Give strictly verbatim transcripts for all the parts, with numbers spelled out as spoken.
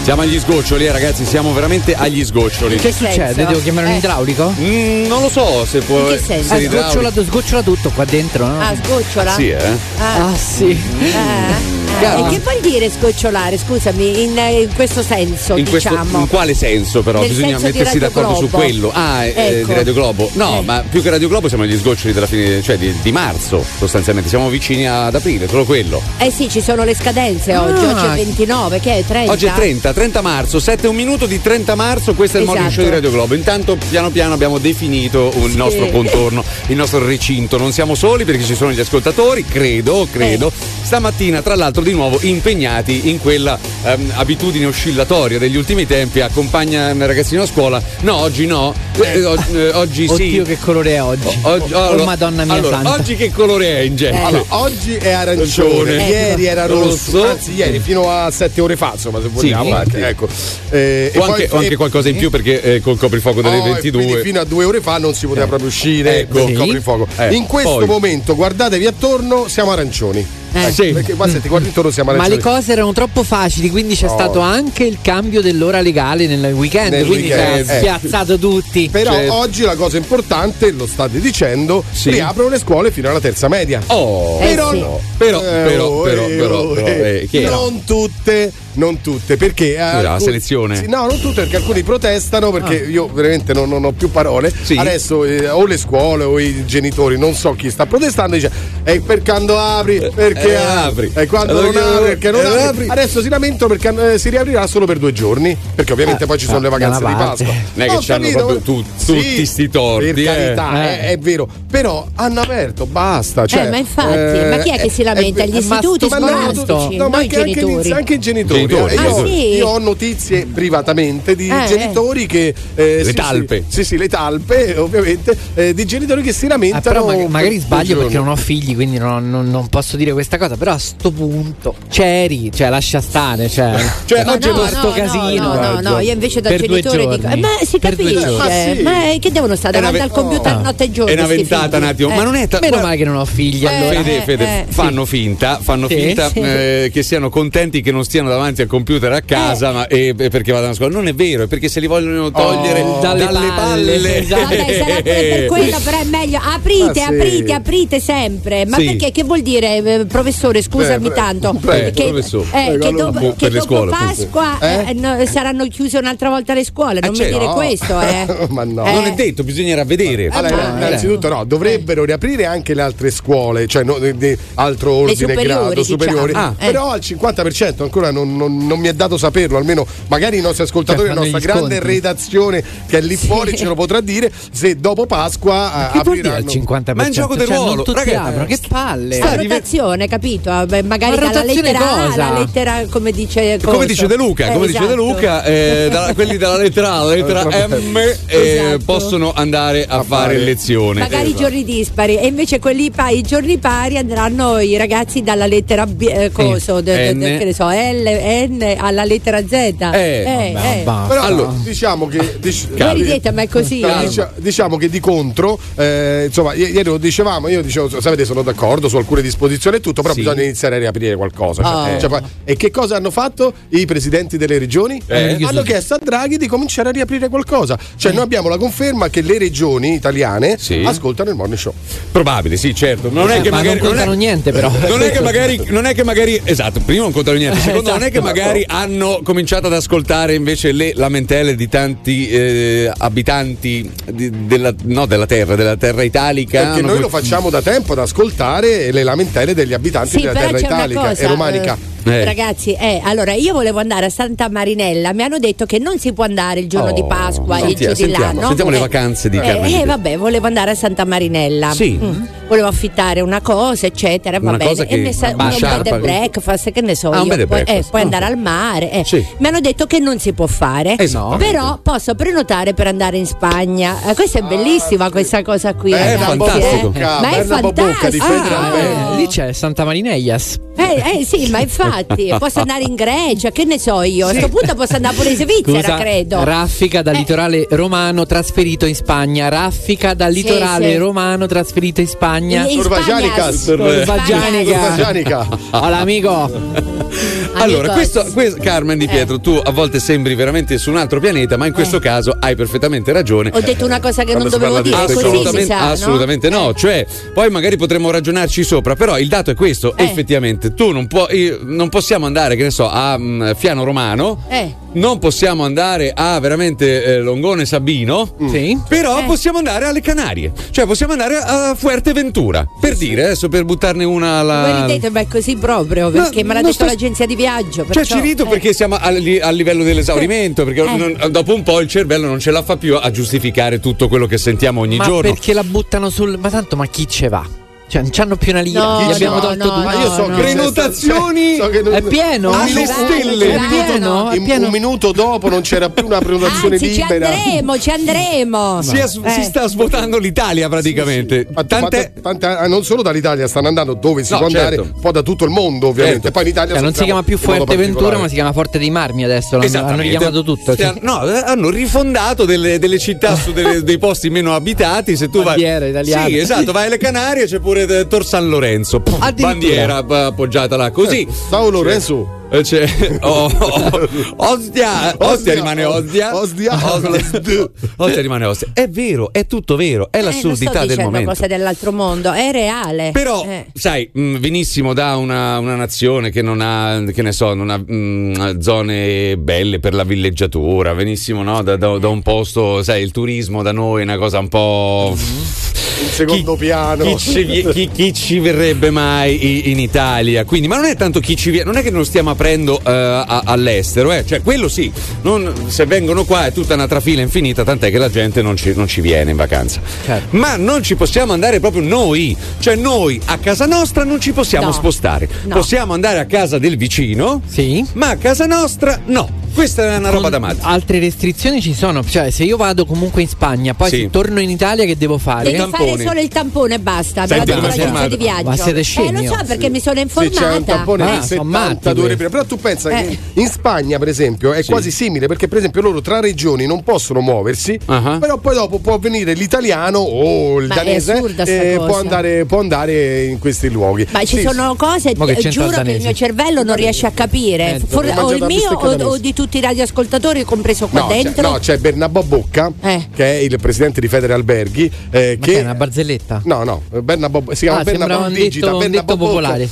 Siamo agli sgoccioli, eh, ragazzi, siamo veramente agli sgoccioli. Che succede? Devo chiamare un Eh. idraulico? Mm, non lo so se può. In che senso? se Ah, l'idraulico- sgocciola, sgocciola tutto qua dentro, no? Ah, sgocciola? Sì, eh. Ah, Ah, sì. eh, eh. E che vuol dire sgocciolare? Scusami, in, in questo senso, In, questo, diciamo. in quale senso però? Nel Bisogna senso di mettersi Radio d'accordo su Globo. quello. Ah, eh, Ecco. di Radio Globo. No, Eh. ma più che Radio Globo siamo agli sgoccioli della fine, cioè di, di marzo, sostanzialmente. Siamo vicini ad aprile, solo quello. Eh sì, ci sono le scadenze oggi, Ah. oggi è ventinove, che è trenta? Oggi è trenta, trenta marzo, sette e un minuto di trenta marzo, questo è il morning Esatto. show di Radio Globo. Intanto piano piano abbiamo definito il Sì. nostro contorno, il nostro recinto. Non siamo soli perché ci sono gli ascoltatori, credo, credo. Eh. Stamattina, tra l'altro, di nuovo impegnati in quella ehm, abitudine oscillatoria degli ultimi tempi. Accompagna il ragazzino a scuola. No, oggi no. Eh, o- eh, oggi sì. Oddio, che colore è oggi? O- oggi- oh, allora- Madonna mia allora, santa. oggi che colore è in genere? Allora, oggi è arancione, Arancione. ieri era rosso, Rosso. anzi ieri fino a sette ore fa, insomma, se vogliamo. infatti. anche, ecco. Eh, e O anche, poi- o anche e- qualcosa in più perché eh, col coprifuoco delle Oh, e ventidue. quindi fino a due ore fa non si poteva proprio uscire Ecco. col Sì. coprifuoco. Eh, In questo poi. momento, guardatevi attorno, siamo arancioni. Eh. Sì. Perché qua se ti guardi intorno siamo Ma arancioni. le cose erano troppo facili, quindi c'è No. stato anche il cambio dell'ora legale nel weekend, Nel quindi weekend, ci ha eh. spiazzato tutti. Però Certo. oggi la cosa importante, lo state dicendo, Sì. riaprono le scuole fino alla terza media. Oh, Eh, Però sì. no. Però, Eh, però, oh, però, eh, però, oh, però, eh. eh, chi era? Non tutte, non tutte, perché eh, la alcuni- selezione? sì, no, non tutte, perché alcuni protestano, perché Ah. io veramente non, non ho più parole. Sì. Adesso eh, o le scuole o i genitori, non so chi sta protestando, dice e per quando apri, perché eh, apri, apri. e quando Allora, non apri, perché non eh, apri. apri. Adesso si lamentano perché eh, si riaprirà solo per due giorni, perché ovviamente poi ci sono le da vacanze una di parte. Pasqua. Non è che Ho c'hanno capito, proprio tu- tutti sti torti, per eh. carità, Eh. è, è vero, però hanno aperto, basta. Cioè, Eh, ma infatti, ma chi è che si lamenta? Gli eh, istituti ma no, scolastici, no, non ma i anche, anche genitori. gli- anche i genitori. Genitori, Eh, io, Ah, sì? io ho notizie privatamente di Eh, genitori che eh, Le sì, talpe. Sì, sì, sì, le talpe, ovviamente, eh, di genitori che si Ah, lamentano. però magari, magari per sbaglio due perché giorni. non ho figli, quindi non, non- non posso dire questa cosa. Però a sto punto c'eri, cioè lascia stare, cioè, Cioè, Ma oggi no, è sto no, casino. no, no, no, io invece da Per due genitore dico, giorni. eh, ma si Per due capisce, giorni. Ma sì. ma eh, che devono stare È una davanti ve- al computer oh. notte e giorno? È una sti ventata un figli? attimo, Eh. ma non è ta- Meno guarda- male che non ho figli allora. Fede, eh, Fede, eh. fanno finta, fanno Sì, finta sì. eh, che siano contenti che non stiano davanti al computer a casa, ma e- e perché vadano a scuola. Non è vero, è perché se li vogliono togliere Oh, dalle, dalle palle. palle. Esatto. Vabbè, sarà pure per quello, però è meglio aprite, Ma sì. aprite, aprite sempre. Ma Sì. perché? Che vuol dire, eh, professore? Scusami Prego, tanto. prego, che, professore. eh, Prego, che allora, dopo, boh, che per le dopo scuole, Pasqua Eh? eh, no, saranno chiuse un'altra volta le scuole. Non Eh, mi certo. dire No. questo, eh. Ma no. Eh. Non è detto, bisognerà vedere. Allora, Ah, innanzitutto no, dovrebbero riaprire anche le altre scuole, cioè no, di, di altro ordine e superiori, grado, diciamo. superiori. Ah. Però al cinquanta per cento ancora non, non- non mi è dato saperlo, almeno magari i nostri ascoltatori, Cioè, la fanno nostra gli grande sconti. redazione che è lì fuori ce lo potrà dire se dopo Pasqua eh, Che vuol dire apriranno. al cinquanta per cento? Ma è un gioco del Cioè, non ruolo, tutti ragazzi. aprono, che palle. A Sta diven- rotazione, capito? Beh, magari Ma dalla rotazione lettera A cosa? alla lettera, come dice Come coso. dice De Luca, Eh, come dice De esatto. Luca, eh, dalla- quelli dalla lettera A alla lettera M eh, Esatto. possono andare a, A fare fare- lezione. Magari i giorni dispari, e invece quelli pa- i giorni pari andranno i ragazzi dalla lettera B, eh, coso, de- de- N. de- che ne so, L, N alla lettera Z. Eh, eh, vabbè, eh. basta. Però Allora. diciamo che dic- Voi ridete, ma è così. No, eh. dicia- diciamo che di contro, eh, insomma, i- ieri lo dicevamo, io dicevo, sapete, sono d'accordo su alcune disposizioni e tutto, però Sì. bisogna iniziare a riaprire qualcosa. Cioè, Oh. cioè, poi- e che cosa hanno fatto i presidenti delle regioni? Eh. Hanno chiesto a Draghi di cominciare a riaprire qualcosa. Cioè, noi abbiamo la conferma che le regioni italiane Sì. ascoltano il morning show. Probabile, sì, certo. Non è Eh, che ma magari non contano è- niente, però. Non è che magari non è che magari esatto, prima non contano niente, secondo non è che Esatto. magari hanno cominciato ad ascoltare invece le lamentele di tanti eh, abitanti di- della, no, della terra, della terra italica. Perché Hanno noi com- lo facciamo da tempo ad ascoltare le lamentele degli abitanti Sì, della però terra c'è una italica cosa, e romanica. eh, Eh. Ragazzi, eh, allora io volevo andare a Santa Marinella, mi hanno detto che non si può andare il giorno Oh, di Pasqua e senti- giù di là, sentiamo, no? sentiamo le Eh, vacanze di eh, Carmen. Eh, vabbè, volevo andare a Santa Marinella. Sì. Mm. Volevo affittare una cosa, eccetera, va Una bene. cosa E che- mi sa- una un bed sciarpa and che- breakfast, che ne so Ah, un io. bed and Poi, eh, breakfast. puoi Ah. andare al mare. eh. Sì. Mi hanno detto che non si può fare. Esattamente. Però posso prenotare per andare in Spagna. Eh, questa è bellissima questa cosa qui. Eh, è ragazzi, fantastico. eh. Bocca, Ma è bella bocca di fantastico. Fede Ah, Rambelli. eh, lì c'è Santa Marinellas. Eh, eh sì, ma infatti posso andare in Grecia, che ne so io. A sto punto posso andare pure in Svizzera, Scusa, credo. raffica dal Eh. litorale romano trafferito in Spagna. Raffica dal Sì, litorale sì. romano trasferito in Spagna. In Turvagianica. Spagna- Turvagianica. Turvagianica. Hola amico. Allora, questo, questo, Carmen Di Pietro, eh. tu a volte sembri veramente su un altro pianeta, ma in questo eh. caso hai perfettamente ragione. Ho detto una cosa che Quando non dovevo dire, assolutamente, così si sa, assolutamente no, no. Eh. Cioè, poi magari potremmo ragionarci sopra, però il dato è questo, eh. effettivamente, tu non puoi, non possiamo andare, che ne so, a um, Fiano Romano, eh. non possiamo andare a veramente eh, Longone Sabino, mm. sì. però eh. possiamo andare alle Canarie, cioè possiamo andare a Fuerteventura, per dire, adesso per buttarne una alla... Voi ridete, ma è così proprio, perché no, me l'ha detto sto... l'agenzia di viaggio. Perciò, cioè ci rido eh. perché siamo al, al livello dell'esaurimento, perché eh. non, dopo un po' il cervello non ce la fa più a giustificare tutto quello che sentiamo ogni ma giorno. Perché la buttano sul... Ma tanto, ma chi ce va? Cioè non c'hanno più una lira, no, gli abbiamo no, tolto no, tutto. No, io so no. che prenotazioni so che non... è pieno alle stelle, è pieno, è pieno. Un minuto dopo non c'era più una prenotazione Anzi, libera. Ci andremo, ci andremo. Si, è, eh. si sta svuotando l'Italia praticamente. Sì, sì. Tante... Tante, non solo dall'Italia, stanno andando dove si no, può certo. andare, un po' da tutto il mondo, ovviamente. Certo. Poi in Italia cioè, non si chiama più Fuerteventura, ma si chiama Forte dei Marmi adesso. Hanno richiamato tutto. Sì. No, hanno rifondato delle, delle città su delle, dei posti meno abitati. Se tu bandiera vai, italiana. sì, esatto, vai alle Canarie, c'è pure Tor San Lorenzo, bandiera appoggiata là così. Ciao Lorenzo. C'è, oh, oh, Ostia, Ostia rimane Ostia. Ostia. Ostia. Ostia rimane Ostia. È vero, è tutto vero, è l'assurdità eh, del momento. È cose dell'altro mondo, è reale. Però, eh. sai, mh, venissimo da una, una nazione che non ha, che ne so, non ha mh, zone belle per la villeggiatura, venissimo no, da, da, da un posto, sai, il turismo da noi è una cosa un po'. In secondo chi, piano. Chi ci, chi, chi ci verrebbe mai in Italia? Quindi, ma non è tanto chi ci viene, non è che non stiamo aprendo uh, a, all'estero, eh? Cioè quello sì, non, se vengono qua è tutta una trafila infinita, tant'è che la gente non ci, non ci viene in vacanza. Certo. Ma non ci possiamo andare proprio noi, cioè noi a casa nostra non ci possiamo no. spostare, no. possiamo andare a casa del vicino, sì. ma a casa nostra no. Questa è una roba da matti. Altre restrizioni ci sono, cioè se io vado comunque in Spagna, poi sì. torno in Italia, che devo fare? Devi fare solo il tampone e basta. Me l'ha detto l'agenzia di viaggio. Ma siete scemi? Eh, lo so perché mi sono informata. Sì, c'è un tampone ah, di settantadue ore prima. Però tu pensa eh. che in Spagna, per esempio, è sì. quasi simile, perché per esempio loro tra regioni non possono muoversi, uh-huh. però poi dopo può venire l'italiano o il ma danese e può andare, può andare in questi luoghi. Ma ci sì. sono cose, eh, giuro che il mio cervello non riesce a capire. For, o il mio o, o di tutti i radioascoltatori, compreso qua no, dentro. C'è, no, c'è Bernabò Bocca, eh. che è il presidente di Federalberghi. Eh, Ma che è una barzelletta? No, no, Bernabò, si chiama ah, Bernabò Digita, detto, Bernabò detto popolare.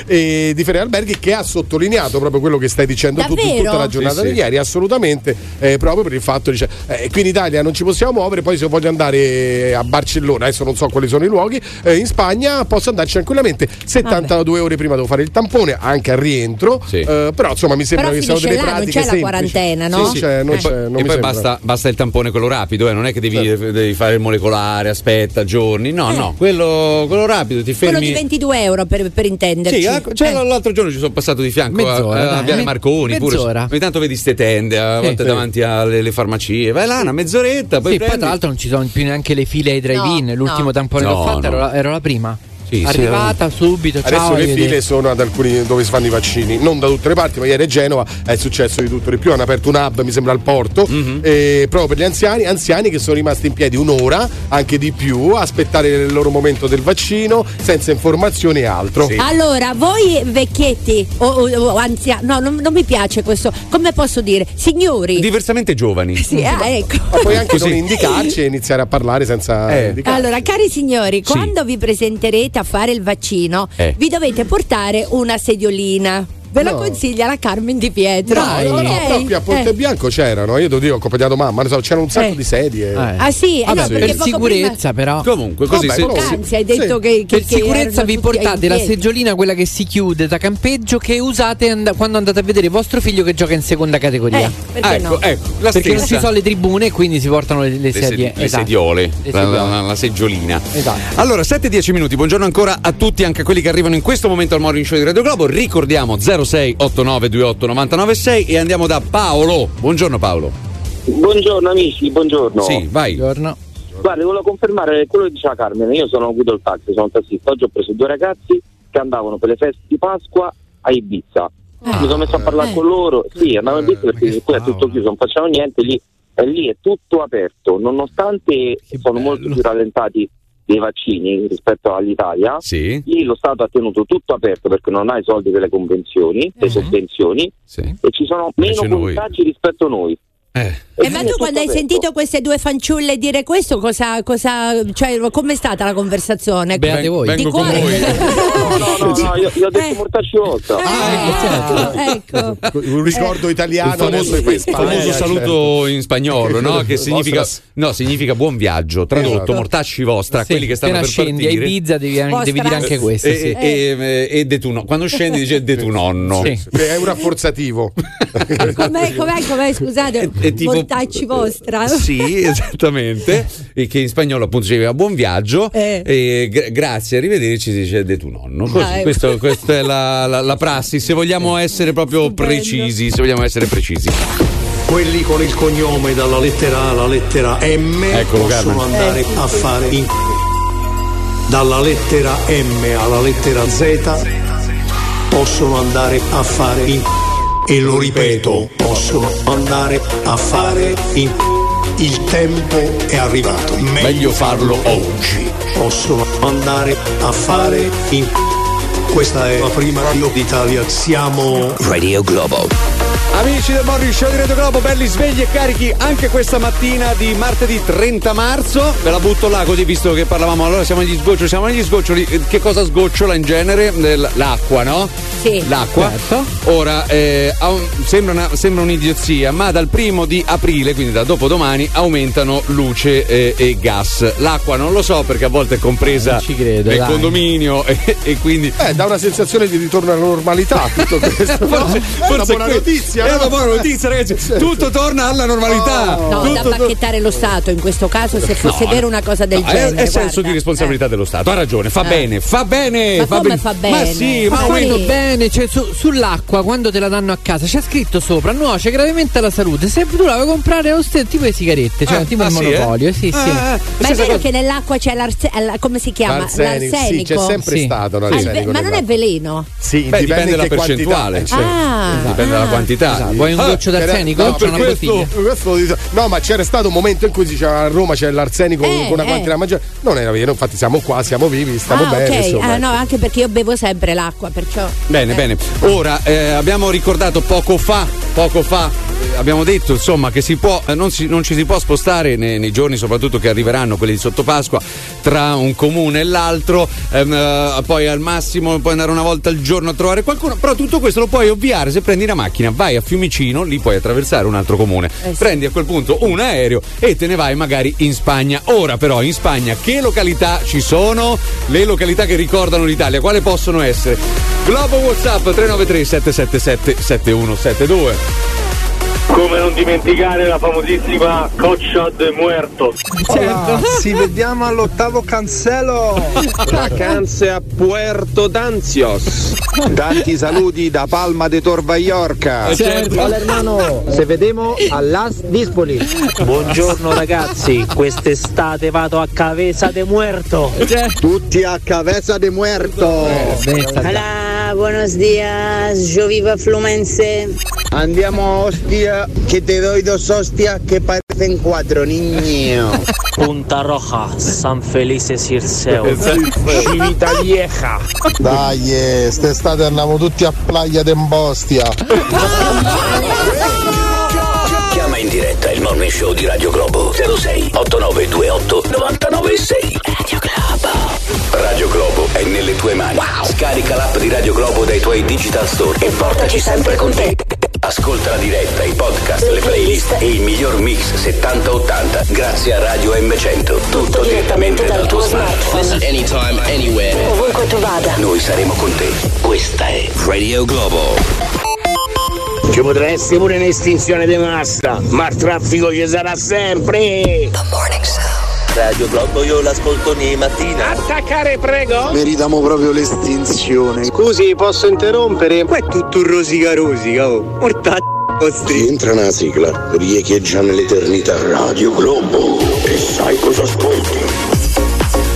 E di Federalberghi, che ha sottolineato proprio quello che stai dicendo tu tutta la giornata sì, di sì. ieri, assolutamente, eh, proprio per il fatto dice eh, qui in Italia non ci possiamo muovere, poi se voglio andare a Barcellona, adesso non so quali sono i luoghi, eh, in Spagna posso andare tranquillamente settantadue Vabbè. ore prima devo fare il tampone, anche al rientro, sì. eh, però insomma mi sembra però che siano delle là, pratiche non c'è semplici. la quarantena, no? Sì, sì, c'è, non eh. c'è, non e poi sembra. basta, basta il tampone quello rapido, eh. non è che devi, certo. devi fare il molecolare, aspetta giorni, no, eh. no, quello, quello rapido ti fermi. Quello di ventidue euro per, per intenderci. Sì, cioè, eh. l'altro giorno ci sono passato di fianco mezz'ora, a, a Viale Marconi, pure ogni tanto vedi ste tende, a volte sì, davanti sì. alle le farmacie, vai là una mezz'oretta, poi sì, prendi. poi tra l'altro non ci sono più neanche le file ai drive-in, no, l'ultimo no. tampone no, che ho fatto no. ero, ero la prima. Sì, arrivata sì, subito. Adesso ciao, le file vedete. sono ad alcuni dove si fanno i vaccini, non da tutte le parti, ma ieri a Genova è successo di tutto di più. Hanno aperto un hub, mi sembra al porto, mm-hmm. e proprio per gli anziani, anziani che sono rimasti in piedi un'ora, anche di più, a aspettare il loro momento del vaccino, senza informazioni e altro. Sì. Allora, voi vecchietti o, o, o anziani, no, non, non mi piace questo, come posso dire, signori. Diversamente giovani. Sì, ah, ecco. Ma puoi anche non indicarci e iniziare a parlare senza eh. indicarci. Allora, cari signori, sì. quando vi presenterete a fare il vaccino, eh. vi dovete portare una sediolina. Ve la no. consiglia la Carmen Di Pietro. No, no, no, okay. proprio a Ponte eh. Bianco c'erano. Io devo dire, ho accompagnato mamma, ne so, c'erano un sacco eh. di sedie. Eh. Ah sì, eh, Vabbè, no, per sicurezza prima... però. Comunque così Vabbè, poc'anzi hai detto sì. che, che per che sicurezza vi portate la seggiolina, quella che si chiude da campeggio, che usate and- quando andate a vedere vostro figlio che gioca in seconda categoria. Eh, perché ecco, no? ecco, la perché stessa. non ci sono le tribune, quindi si portano le, le, le sedie, sedi- esatto. le sediole, le la, sediole. La, la seggiolina. Esatto. Allora, sette dieci minuti. Buongiorno ancora a tutti, anche a quelli che arrivano in questo momento al Morning Show di Radio Globo. Ricordiamo zero sei otto nove due otto nove nove sei e andiamo da Paolo. Buongiorno Paolo. Buongiorno amici, buongiorno. Sì, vai. Buongiorno. Guarda, volevo confermare quello che diceva Carmen. Io sono guido il taxi, sono un tassista. Oggi ho preso due ragazzi che andavano per le feste di Pasqua a Ibiza. Ah, Mi sono messo a parlare eh. con loro. Sì, andavo a Ibiza perché qui è tutto chiuso, non facciamo niente lì. E lì è tutto aperto, nonostante che sono bello. molto più rallentati dei vaccini rispetto all'Italia, sì. lì lo Stato ha tenuto tutto aperto perché non ha i soldi per le convenzioni, le sovvenzioni, sì. e ci sono meno contagi rispetto a noi. Eh. Eh, ma tu quando hai sentito queste due fanciulle dire questo, cosa, cosa cioè, com'è stata la conversazione? Beate voi. Vengo Di con cuore. voi. No, no, no, no, io, io ho detto Eh. mortacci vostra. Ah, ecco, ecco. Un ricordo italiano, Il famoso, adesso il famoso saluto in spagnolo, no? Che significa, Vostras. no, significa buon viaggio. Tradotto, Esatto. mortacci vostra, Sì, quelli che stanno appena per scendi partire. a Ibiza devi, anche, devi dire anche questo. E, Sì. e, e, e de tu no. Quando scendi dice de tu nonno. Sì. È un rafforzativo. Com'è, com'è, com'è, scusate, È- è tipo- mortacci vostra. Sì, esattamente. E che in spagnolo appunto si diceva buon viaggio. Eh. E gra- grazie, arrivederci, si dice de tu nonno. Così, Ah, ecco. questo- questa è la, la, la prassi. Se vogliamo essere proprio Stupendo. precisi, se vogliamo essere precisi. Quelli con il cognome dalla lettera A alla lettera M Eccolo, possono Carmen. andare Eh, a fare in dalla lettera M alla lettera Z possono andare a fare in e lo ripeto, possono andare a fare in il tempo è arrivato, meglio, Meglio farlo oggi. possono andare a fare in questa è la prima radio d'Italia, siamo Radio Globo. Amici del Morning Show di Radio Globo, belli svegli e carichi anche questa mattina di martedì trenta marzo. Ve la butto là così, visto che parlavamo, allora siamo agli sgoccioli, siamo agli sgoccioli. Che cosa sgocciola in genere? L'acqua, no? Sì. L'acqua. Certo. Ora, eh, ha un- sembra, una, sembra un'idiozia, ma dal primo di aprile, quindi da dopodomani, aumentano luce eh, e gas. L'acqua non lo so perché a volte è compresa Non ci credo, nel dai. condominio e, e quindi... Eh, dà una sensazione di ritorno alla normalità tutto questo. Forse, È una forse buona que- notizia. È no? una buona notizia, ragazzi. Tutto torna alla normalità. No, Tutto da tor- bacchettare lo Stato in questo caso, se fosse No, vero una cosa del no, è- genere. È, senso guarda. di responsabilità Eh. dello Stato. Ha ragione, fa Eh. bene, fa bene. Ma fa come ben- fa Ma bene? sì, ma Ma aumenta. poi- Bene, cioè su- sull'acqua quando te la danno a casa c'è scritto sopra nuoce gravemente alla salute. Se tu la vuoi comprare a ste- tipo le sigarette, cioè Ah, tipo ah, il sì, monopolio, eh? sì, sì. Ah, ah, Ma è stessa vero cosa- che nell'acqua c'è l'arsenico, come si chiama? L'arsenico, L'arsenico. sì, c'è sempre Sì. stato Ah, il l'arsenico ve- ma non è nell'acqua. veleno? Sì, Beh, dipende in dalla che percentuale. quantità, eh, Ah, Dipende dalla ah. quantità. Esatto. Vuoi un Ah, goccio d'arsenico? no, C'è per una questo- bottiglia. Questo lo dico- no, ma c'era stato un momento in cui si diceva a Roma c'è l'arsenico Eh, con una eh. quantità maggiore. Non era vero, infatti siamo qua, siamo vivi, stiamo Ah, bene. ok. Insomma, Ah, no, anche perché io bevo sempre l'acqua, perciò. Bene, Eh. bene. Ora eh, abbiamo ricordato poco fa, poco fa, eh, abbiamo detto insomma che si può, eh, non, si- non ci si può spostare nei, nei giorni soprattutto che arriveranno, quelli di sotto Pasqua, tra un comune e l'altro, ehm, eh, poi al massimo puoi andare una volta al giorno a trovare qualcuno, però tutto questo lo puoi ovviare se prendi la macchina, vai a Fiumicino, lì puoi attraversare un altro comune, Eh sì. prendi a quel punto un aereo e te ne vai magari in Spagna. Ora però in Spagna che località ci sono? Le località che ricordano l'Italia, quali possono essere? Globo WhatsApp tre nove tre sette sette sette sette uno sette due. Come non dimenticare la famosissima Cocha de Muerto. Ci vediamo all'ottavo cancelo. Vacanze a Puerto Dancios. Tanti saluti da Palma de Torvaiorca. Certo. Hola hermano, se vedemo a Las Dispoli. Buongiorno ragazzi, quest'estate vado a Cabeza de Muerto. Tutti a Cabeza de Muerto. Hola, buenos días, yo vivo a Flumense. Andiamo a Ostia, che te doy dos hostias che parecen cuatro, niño. Punta Roja, San Felice Circeo. Civitavieja. Dai, eh, st'estate andiamo tutti a Playa d'Embostia. Chiama in diretta il Morning Show di Radio Globo zero sei otto nove due otto nove nove sei. Radio Globo. Radio Globo è nelle tue mani. Scarica l'app di Radio Globo dai tuoi digital store e portaci sempre con te. Ascolta la diretta, i podcast, le playlist e il miglior mix settanta ottanta grazie a Radio M cento. Tutto direttamente dal tuo smartphone. Listen anytime, anywhere. Ovunque tu vada. Noi saremo con te. Questa è Radio Globo. Ci potrà essere pure un'estinzione di massa, ma il traffico ci sarà sempre. The Morning Show. Radio Globo io l'ascolto ogni mattina. Attaccare, prego. Meritiamo proprio l'estinzione. Scusi, posso interrompere? Qua è tutto rosica rosica, oh. Mortacci vostri. Entra una sigla, riecheggia nell'eternità. Radio Globo. E sai cosa ascolti?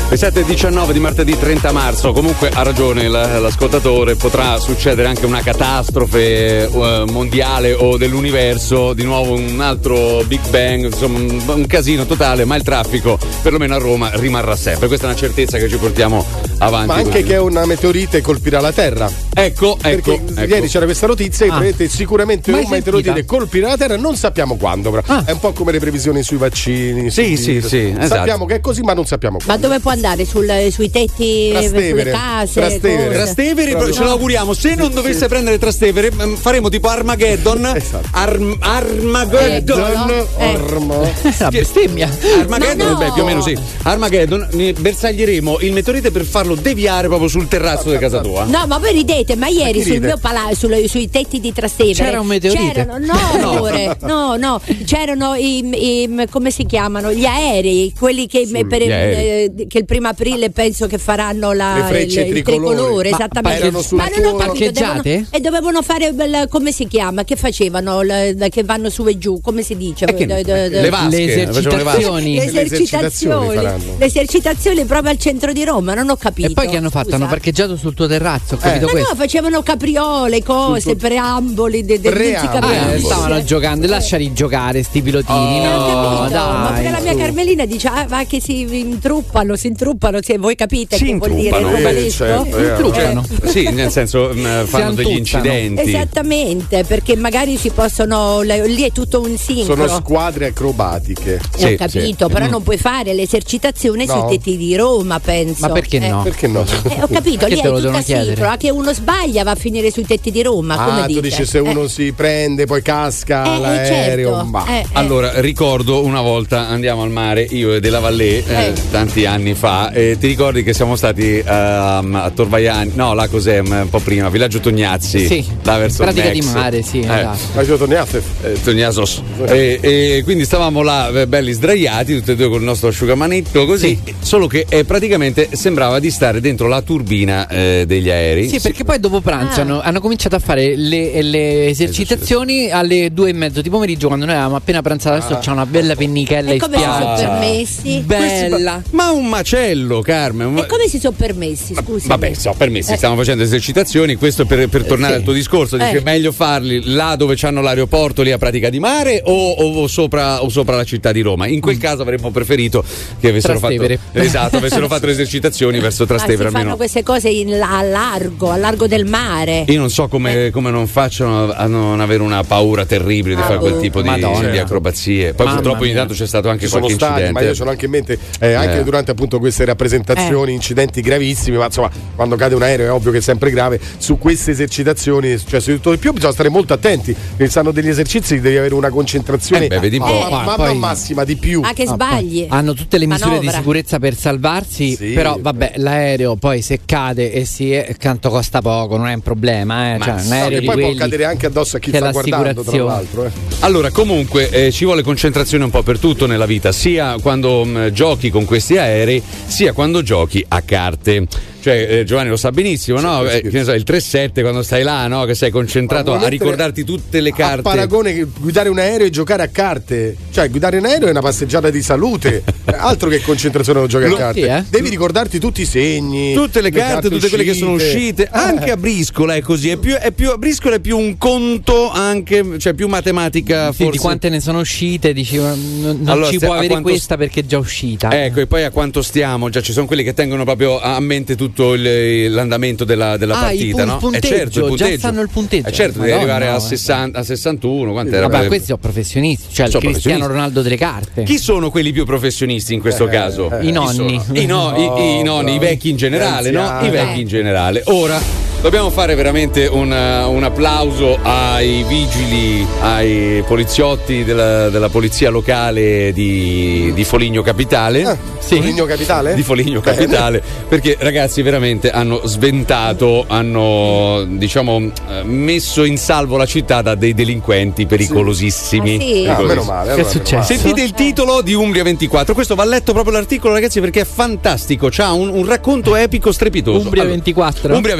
Le sette e diciannove di martedì trenta marzo, comunque ha ragione l'ascoltatore, potrà succedere anche una catastrofe uh, mondiale o dell'universo, di nuovo un altro Big Bang, insomma un, un casino totale, ma il traffico perlomeno a Roma rimarrà sempre. Questa è una certezza che ci portiamo avanti. Ma anche che una meteorite colpirà la Terra. Ecco, ecco. Perché ecco. Ieri c'era questa notizia ah. e sicuramente un meteorite colpirà la Terra, non sappiamo quando. Però. Ah. È un po' come le previsioni sui vaccini. Sì, sì, sì. Sappiamo esatto. che è così, ma non sappiamo quando. Ma dove può andare? Sul, sui tetti, Trastevere. sulle case? Trastevere. Trastevere, Proprio. ce l'auguriamo. Se non dovesse sì. prendere Trastevere, faremo tipo Armageddon. esatto. Arm- Armageddon. Eh, Armo. Eh. La bestemmia. Armageddon, no. beh, più o meno sì. Armageddon, ne bersaglieremo il meteorite per farlo deviare proprio sul terrazzo di casa tua. No, ma voi ridete, ma ieri sul ride? mio palazzo, sui tetti di Trastevere c'era un meteorite. C'erano, no, amore, no, no, c'erano i, i come si chiamano? Gli aerei, quelli che, Sul, per, eh, che il primo aprile penso che faranno la, le frecce il, il tricolore, tricolore, ma esattamente. Ma, ma non ho capito, parcheggiate? Devono, e dovevano fare come si chiama? Che facevano? Che vanno su e giù, come si dice? Che, de, de, de, le vasche, le esercitazioni. Le esercitazioni, le esercitazioni proprio al centro di Roma, non ho capito. E poi che hanno fatto? Scusa. Hanno parcheggiato sul tuo terrazzo, ho capito eh. questo? No, facevano capriole, cose, preamboli, de, de, preamboli. Eh, stavano giocando, lasciali giocare sti pilotini, oh, no, dai, ma pure la mia tu. Carmelina dice ah, ma che si intruppano, si intruppano, se voi capite si che vuol dire eh, certo, eh, intruppano. Eh. Sì, nel senso mh, fanno degli incidenti. Esattamente, perché magari si possono, lì è tutto un sincro. Sono squadre acrobatiche. Sì, ho capito, sì. Però mm. non puoi fare le esercitazioni no. sui tetti di Roma, penso. Ma perché eh. no? Perché no? Eh, ho capito, lì è tutta sincro, anche uno sbaglia va a finire sui tetti di Roma, ah, come tu dice. dici se uno eh. si prende poi casca eh, l'aereo. Certo. Eh, eh. Allora, ricordo una volta andiamo al mare, io e della Vallée, eh, eh. tanti anni fa, e ti ricordi che siamo stati uh, a Torvaiani, no, là cos'è, un po' prima, Villaggio Tognazzi. Sì, là verso pratica il di mare, sì. Eh. Villaggio Tognazzi. Eh, Tognazos. E, e quindi stavamo là belli sdraiati, tutti e due con il nostro asciugamanetto, così, sì. Solo che eh, praticamente sembrava di stare dentro la turbina eh, degli aerei. Sì, perché poi dopo pranzo ah. hanno, hanno cominciato a fare le, le esercitazioni alle due e mezzo di pomeriggio, quando noi avevamo appena pranzato. Adesso ah. c'è una bella pennichella e in come spiaggia. si sono permessi? Bella. Ma un macello, Carmen. E come si sono permessi? Scusi. Vabbè, sono permessi, eh. stiamo facendo esercitazioni. Questo per, per tornare eh, sì. al tuo discorso, dice eh. meglio farli là dove c'hanno l'aeroporto, lì a Pratica di Mare, o, o, sopra, o sopra la città di Roma. In quel mm. caso avremmo preferito che avessero Trastevere. fatto esatto, avessero fatto le esercitazioni verso Trastevere. Ma si almeno fanno queste cose in, a largo, a largo del mare. Io non so come, eh. come non facciano a non avere una paura terribile di ah, fare quel tipo di, di acrobazie. Poi Mamma purtroppo ogni tanto c'è stato anche Ci qualche sono stati, incidente. ma io sono anche in mente eh, anche eh. durante appunto queste rappresentazioni, eh. incidenti gravissimi, ma insomma quando cade un aereo è ovvio che è sempre grave. Su queste esercitazioni, cioè su tutto di più bisogna stare molto attenti, perché sanno degli esercizi devi avere una concentrazione eh beh, vedi ma, ma, ma poi, massima di più. Ah, che sbagli. Ah, hanno tutte le misure Manovra. di sicurezza per salvarsi, sì, però vabbè, l'aereo poi se cade e si è, canto costa poco, non è un problema, eh. Ma cioè, un no, aereo che poi può cadere anche addosso a chi sta guardando, tra l'altro. Eh. Allora, comunque eh, ci vuole concentrazione un po' per tutto nella vita, sia quando mh, giochi con questi aerei, sia quando giochi a carte. Cioè, eh, Giovanni lo sa benissimo, no? Eh, che ne so, il tre sette quando stai là, no? Che sei concentrato a ricordarti tutte le carte. A paragone che guidare un aereo e giocare a carte. Cioè, guidare un aereo è una passeggiata di salute. Altro che concentrazione o giochi a carte. Sì, eh? Devi ricordarti tutti i segni. Tutte le, le carte, tutte uscite. quelle che sono uscite. Anche a briscola è così. È più, è più, a briscola è più un conto, anche, cioè più matematica. Sì, forse. di quante ne sono uscite, dici, non, non allora, ci può avere quanto, questa perché è già uscita. Ecco, e poi a quanto stiamo? Già ci sono quelli che tengono proprio a mente tutto il l'andamento della, della ah, partita, il no? punteggio, è certo, il punteggio. Già sanno il punteggio. È certo, Madonna, devi arrivare no, a, sessanta, a sessantuno. Quant'era? Vabbè, questi sono professionisti, cioè sono il Cristiano Ronaldo delle carte. Chi sono quelli più professionisti in questo eh, caso? Eh, I nonni. I, no, oh, i, i nonni, i vecchi in generale, no? I vecchi in generale. Ora dobbiamo fare veramente un, un applauso ai vigili, ai poliziotti della, della polizia locale di, di Foligno Capitale. Ah, sì. Foligno Capitale? Di Foligno Capitale, perché ragazzi veramente hanno sventato, hanno diciamo messo in salvo la città da dei delinquenti pericolosissimi. Ah, sì? Ah, meno male. Che è successo? Sentite il titolo di Umbria ventiquattro. Questo va letto proprio l'articolo, ragazzi, perché è fantastico. C'ha un, un racconto epico strepitoso. Umbria allora, ventiquattro. Umbria ventiquattro.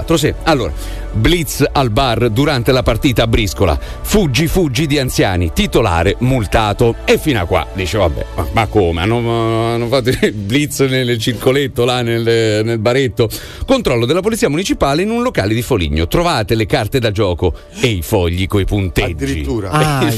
quattro, sì. Allora, blitz al bar durante la partita a Briscola. Fuggi, fuggi di anziani. Titolare multato. E fino a qua dice, vabbè, ma, ma come? Hanno, hanno fatto il blitz nel, nel circoletto, là nel, nel baretto. Controllo della polizia municipale in un locale di Foligno. Trovate le carte da gioco e i fogli coi punteggi. Addirittura.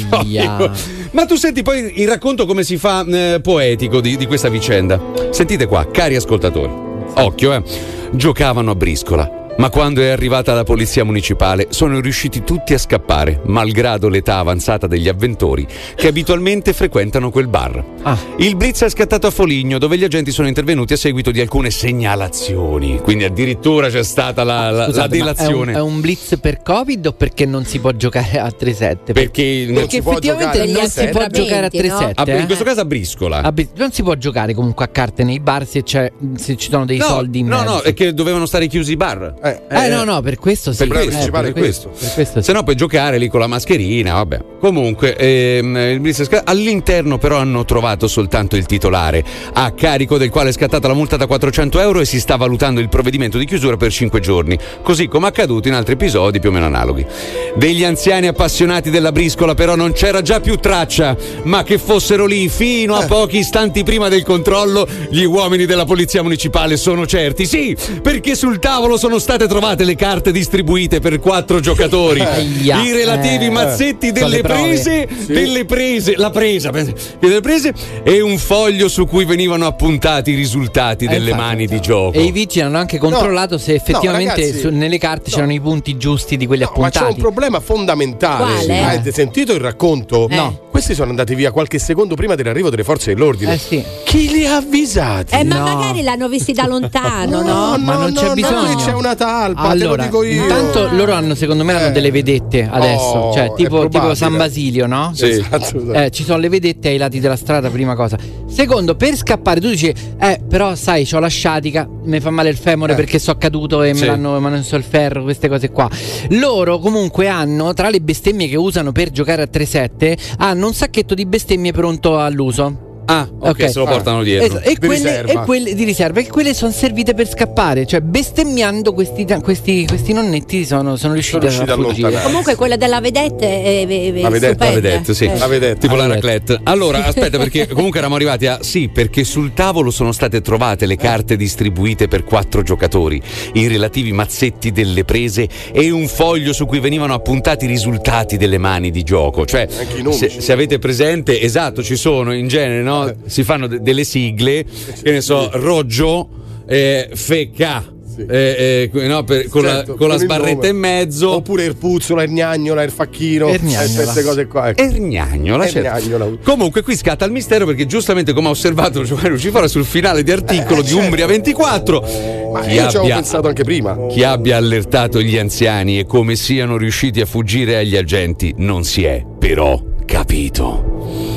Ma tu senti poi il racconto come si fa eh, poetico di, di questa vicenda. Sentite qua, cari ascoltatori. Occhio, eh. Giocavano a Briscola. Ma quando è arrivata la polizia municipale sono riusciti tutti a scappare, malgrado l'età avanzata degli avventori che abitualmente frequentano quel bar. Ah. Il blitz è scattato a Foligno, dove gli agenti sono intervenuti a seguito di alcune segnalazioni. Quindi addirittura c'è stata la, la, Scusate, la delazione. È un, è un blitz per Covid o perché non si può giocare a tre sette? Perché, perché, perché effettivamente non si può giocare a tre sette. No? In questo caso a Briscola. A, non si può giocare comunque a carte nei bar se, c'è, se ci sono dei no, soldi in no, mezzo. No, no, è che dovevano stare chiusi i bar. Eh, eh, eh no, no, per questo sì. Per questo, eh, per per questo. questo. Per questo sì. Se no puoi giocare lì con la mascherina, vabbè. Comunque, ehm, il blitz sc- all'interno però hanno trovato soltanto il titolare, a carico del quale è scattata la multa da quattrocento euro e si sta valutando il provvedimento di chiusura per cinque giorni, così come accaduto in altri episodi più o meno analoghi. Degli anziani appassionati della Briscola però non c'era già più traccia, ma che fossero lì fino a pochi istanti prima del controllo, gli uomini della polizia municipale sono certi, sì, perché sul tavolo sono state trovate le carte distribuite per quattro giocatori, Aia. i relativi eh. mazzetti delle prese, sì. delle prese, la presa, delle prese e un foglio su cui venivano appuntati i risultati eh, delle infatti, mani di gioco. E i vigili hanno anche controllato no. se effettivamente no, ragazzi, su, nelle carte no. c'erano i punti giusti di quelli no, appuntati. Ma c'è un problema fondamentale. Quale? Avete sentito il racconto? Eh. No. Questi sono andati via qualche secondo prima dell'arrivo delle forze dell'ordine. Eh sì. Chi li ha avvisati? Eh, ma no. magari l'hanno visti da lontano, no? no, no ma non no, c'è no, bisogno. C'è una talpa, allora, te lo dico io. intanto loro hanno, secondo me, hanno eh. delle vedette adesso, oh, cioè tipo, tipo San Basilio, no? Sì. Esatto. Eh, ci sono le vedette ai lati della strada, prima cosa. Secondo, per scappare tu dici, eh, però sai, c'ho la sciatica, mi fa male il femore eh. perché so caduto e sì. me l'hanno messo il ferro, queste cose qua. Loro comunque hanno, tra le bestemmie che usano per giocare a tre sette, hanno un sacchetto di bestemmie pronto all'uso. Ah, ok, okay. Se lo portano ah. dietro. Esatto. E, di quelle, riserva. e quelle di riserva, e quelle sono servite per scappare, cioè bestemmiando questi, questi, questi nonnetti sono, sono riusciti, sono riusciti a a fuggire. allontanare. Comunque quella della vedette è, è, La vedette, La vedette, sì. Eh. La vedette. Tipo La la vedette. raclette. Allora, aspetta, perché comunque eravamo arrivati a sì, perché sul tavolo sono state trovate le carte distribuite per quattro giocatori, i relativi mazzetti delle prese e un foglio su cui venivano appuntati i risultati delle mani di gioco. Cioè, Anche i nomi se, ci se avete presente, esatto, ci sono in genere, no? Eh. Si fanno de- delle sigle, che ne so, Roggio, eh, Fecca. Sì. Eh, eh, no, per, con, Certo, la, con la con il sbarretta nome. in mezzo. Oppure il puzzola, il gnagnola, il facchino, Ergnagnola. queste cose qua. Ecco. Ergnagnola, certo. Ergnagnola. Comunque qui scatta il mistero perché giustamente come ha osservato Giovanni Lucifora sul finale di articolo Eh, di certo. Umbria ventiquattro, Ma chi io ci avevo abbia, pensato anche prima. chi abbia allertato gli anziani e come siano riusciti a fuggire agli agenti non si è però capito.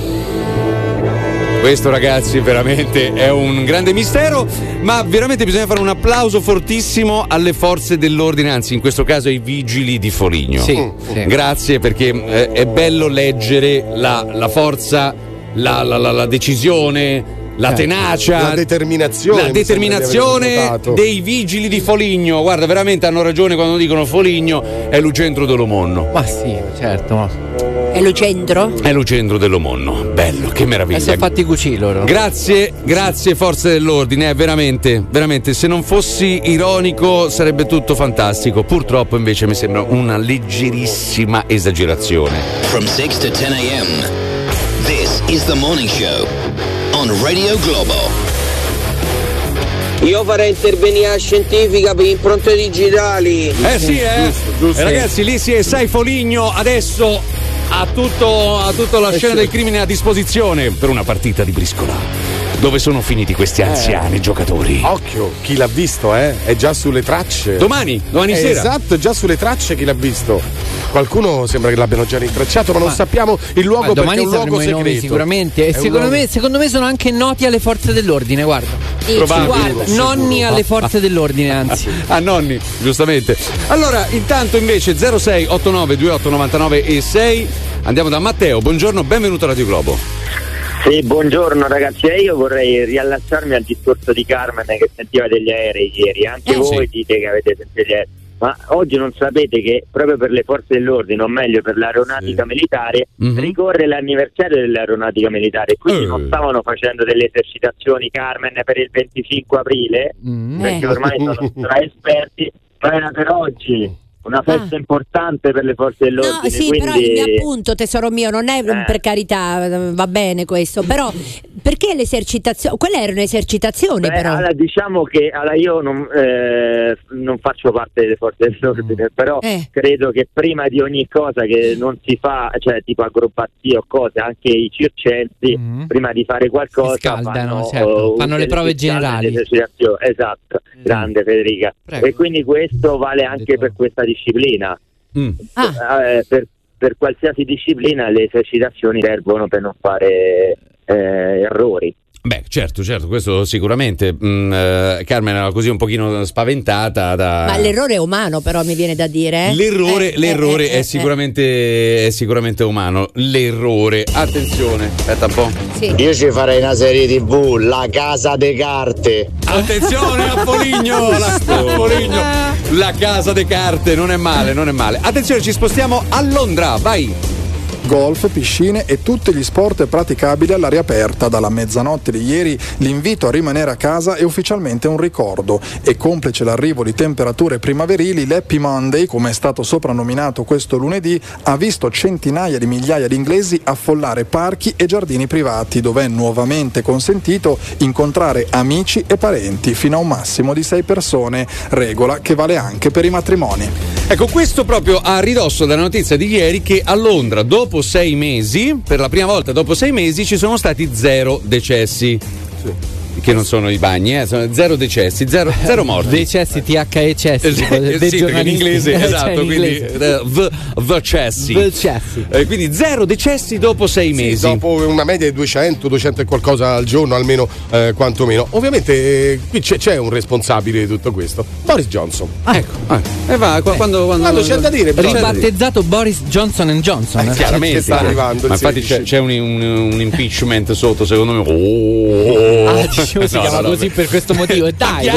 Questo, ragazzi, veramente è un grande mistero, ma veramente bisogna fare un applauso fortissimo alle forze dell'ordine, anzi in questo caso ai vigili di Foligno. Sì, sì. Grazie, perché eh, è bello leggere la, la forza, la, la, la, la decisione, la tenacia, la determinazione, la mi determinazione sembra di aver notato. dei vigili di Foligno. Guarda, veramente hanno ragione quando dicono Foligno è Lucentro dell'Omonno. Ma sì, certo. Ma... È Lucentro? È Lucentro dell'Omonno. Bello, che meraviglia. E sono fatti i cucì loro. Grazie, grazie forze dell'ordine, eh, veramente, veramente, se non fossi ironico sarebbe tutto fantastico. Purtroppo invece mi sembra una leggerissima esagerazione. From six to ten a.m. This is the morning show on Radio Globo. Io farei intervenire la scientifica per impronte digitali. Eh sì, eh. Giusto, giusto. Eh, ragazzi, lì si è sai Foligno adesso ha tutto, ha tutta la scena del crimine a disposizione per una partita di briscola. Dove sono finiti questi anziani giocatori? Occhio, chi l'ha visto, eh? È già sulle tracce. Domani, domani Eh, sera. Esatto, è già sulle tracce chi l'ha visto. Qualcuno sembra che l'abbiano già rintracciato, ma non Ma- sappiamo il luogo Ma perché è domani un luogo sapremo i nomi segreto. sicuramente. E È un secondo luogo- me, secondo me sono anche noti alle forze dell'ordine, guarda. Probabile. Guarda, Sicuro, nonni sicuro. alle forze dell'ordine, anzi. A nonni, giustamente. Allora, intanto invece zero sei ottantanove ventotto novantanove e sei andiamo da Matteo. Buongiorno, benvenuto a Radio Globo. Sì, buongiorno ragazzi, eh, io vorrei riallacciarmi al discorso di Carmen che sentiva degli aerei ieri, anche Eh, voi sì. dite che avete sentito gli aerei. ma oggi non sapete che proprio per le forze dell'ordine, o meglio per l'aeronautica sì. militare, mm-hmm. ricorre l'anniversario dell'aeronautica militare, quindi uh. non stavano facendo delle esercitazioni, Carmen, per il venticinque aprile, mm. perché ormai sono tra esperti, ma era per oggi. Una festa ah. importante per le forze dell'ordine. No, sì, quindi... però il mio appunto, tesoro mio, non è eh. per carità, va bene questo, però perché l'esercitazione? Quelle erano esercitazioni, Beh, però. Allora, diciamo che allora io non, eh, non faccio parte delle forze dell'ordine, però eh. credo che prima di ogni cosa che non si fa, cioè tipo acrobazie o cose, anche i circensi, mm-hmm. prima di fare qualcosa scaldano, fanno, certo. uh, fanno le prove generali. Esatto, mm. grande Federica. Prego. E quindi questo vale anche per questa disciplina. Mm. Ah. Eh, per, per qualsiasi disciplina le esercitazioni servono per non fare eh, errori. Beh, certo, certo, questo sicuramente. Mm, eh, Carmen era così un pochino spaventata da... Ma l'errore è umano, però, mi viene da dire. Eh? L'errore, eh, l'errore eh, è, sicuramente, eh. è sicuramente umano. L'errore, attenzione, aspetta un po'. Sì. Io ci farei una serie tivù, La Casa de Carte. Attenzione a Foligno, la, Foligno, La Casa de Carte, non è male, non è male. Attenzione, ci spostiamo a Londra, vai. Golf, piscine e tutti gli sport praticabili all'aria aperta. Dalla mezzanotte di ieri l'invito a rimanere a casa è ufficialmente un ricordo e complice l'arrivo di temperature primaverili, l'Happy Monday, come è stato soprannominato questo lunedì, ha visto centinaia di migliaia di inglesi affollare parchi e giardini privati dove è nuovamente consentito incontrare amici e parenti fino a un massimo di sei persone, regola che vale anche per i matrimoni. Ecco, questo proprio a ridosso della notizia di ieri che a Londra dopo sei mesi, per la prima volta dopo sei mesi, ci sono stati zero decessi. Sì. Che non sono i bagni, eh, sono zero decessi, zero, zero morti. Decessi, T H E cessi, eh, dei sì, perché in inglese, esatto, quindi inglese. The, the cessi. The cessi. Eh, quindi zero decessi dopo sei sì, mesi. Dopo una media di duecento, duecento e qualcosa al giorno, almeno eh, quantomeno. Ovviamente eh, qui c'è, c'è un responsabile di tutto questo, Boris Johnson. Ah. Ecco, ah. e va, eh. quando, quando, quando c'è da dire. Ribattezzato Boris Johnson and Johnson. Eh, chiaramente sta arrivando. Ma infatti c'è, c'è un, un, un impeachment sotto, secondo me. Oh. Ah, dicevo, si no, chiama no, così. Per questo motivo, dai,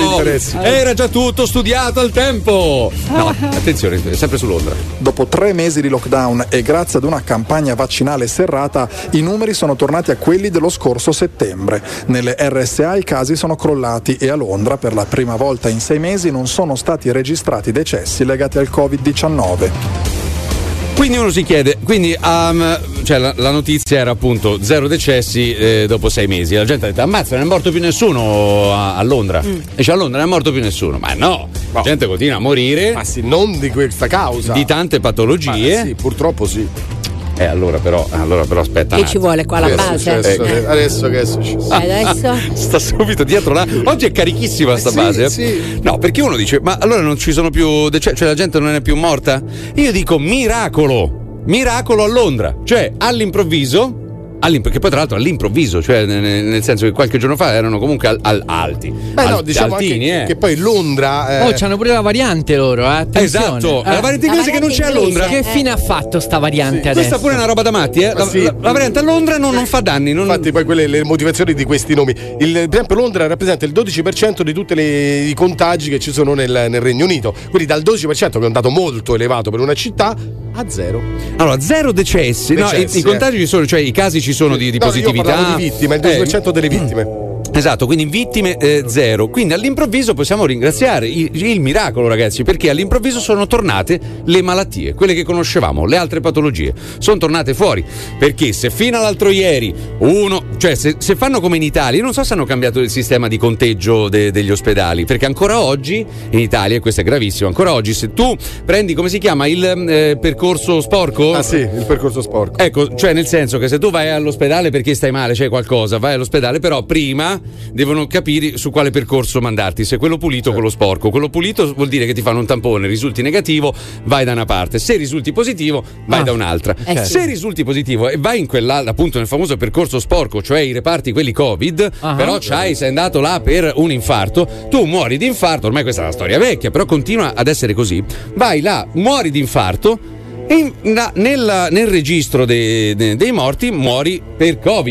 era già tutto studiato al tempo. No, attenzione, sempre su Londra. Dopo tre mesi di lockdown e grazie ad una campagna vaccinale serrata, i numeri sono tornati a quelli dello scorso settembre. Nelle R S A i casi sono crollati e a Londra per la prima volta in sei mesi non sono stati registrati decessi legati al covid diciannove. Quindi uno si chiede, quindi um, cioè la, la notizia era appunto zero decessi eh, dopo sei mesi. La gente ha detto ammazza, non è morto più nessuno a, a Londra. Mm. E cioè a Londra non è morto più nessuno. Ma no, no, la gente continua a morire. Ma sì, non di questa causa. Di tante patologie. Ma sì, purtroppo sì. Eh allora però, allora però aspetta. Che ci vuole qua la base? Adesso, eh. adesso che è successo? Adesso? Sta subito dietro là. Oggi è carichissima sta eh, base. Sì, sì. No, perché uno dice, ma allora non ci sono più, cioè, cioè la gente non è più morta? Io dico miracolo. Miracolo a Londra, cioè all'improvviso, perché poi tra l'altro all'improvviso, cioè nel, nel senso che qualche giorno fa erano comunque al, al alti. Beh al, no, diciamo altini, anche eh. che poi Londra eh. Oh, c'hanno pure la variante loro, eh. Attenzione. Esatto, eh. la variante inglese che non c'è a Londra. Che fine ha fatto sta variante sì. adesso? Questa pure è una roba da matti, eh. La, sì. la, la variante a Londra non, non fa danni. Non... Infatti poi quelle le motivazioni di questi nomi. Il, per esempio Londra rappresenta il dodici per cento di tutti i contagi che ci sono nel, nel Regno Unito. Quindi dal dodici per cento, che è un dato molto elevato per una città, a zero. Allora, zero decessi. decessi no, i, i contagi eh. ci sono, cioè i casi ci sono di, di no, positività. Io parlavo di vittime, il dodici per cento eh. delle vittime. Esatto, quindi vittime eh, zero. Quindi all'improvviso possiamo ringraziare il, il miracolo, ragazzi, perché all'improvviso sono tornate le malattie, quelle che conoscevamo, le altre patologie. Sono tornate fuori. Perché se fino all'altro ieri uno, cioè se, se fanno come in Italia, io non so se hanno cambiato il sistema di conteggio de, degli ospedali, perché ancora oggi in Italia, e questo è gravissimo, ancora oggi se tu prendi, come si chiama, il eh, percorso sporco? Ah sì, il percorso sporco. Ecco, cioè nel senso che se tu vai all'ospedale perché stai male, c'è qualcosa, vai all'ospedale, però prima devono capire su quale percorso mandarti, se quello pulito o quello sporco. Quello pulito vuol dire che ti fanno un tampone, risulti negativo, vai da una parte, se risulti positivo vai ah, da un'altra. Eh se sì. risulti positivo e vai in quella, appunto nel famoso percorso sporco, cioè i reparti quelli Covid, uh-huh. però c'hai, sei andato là per un infarto, tu muori di infarto, ormai questa è una storia vecchia, però continua ad essere così, vai là, muori di infarto e in, na, nel, nel registro de, de, dei morti muori per Covid.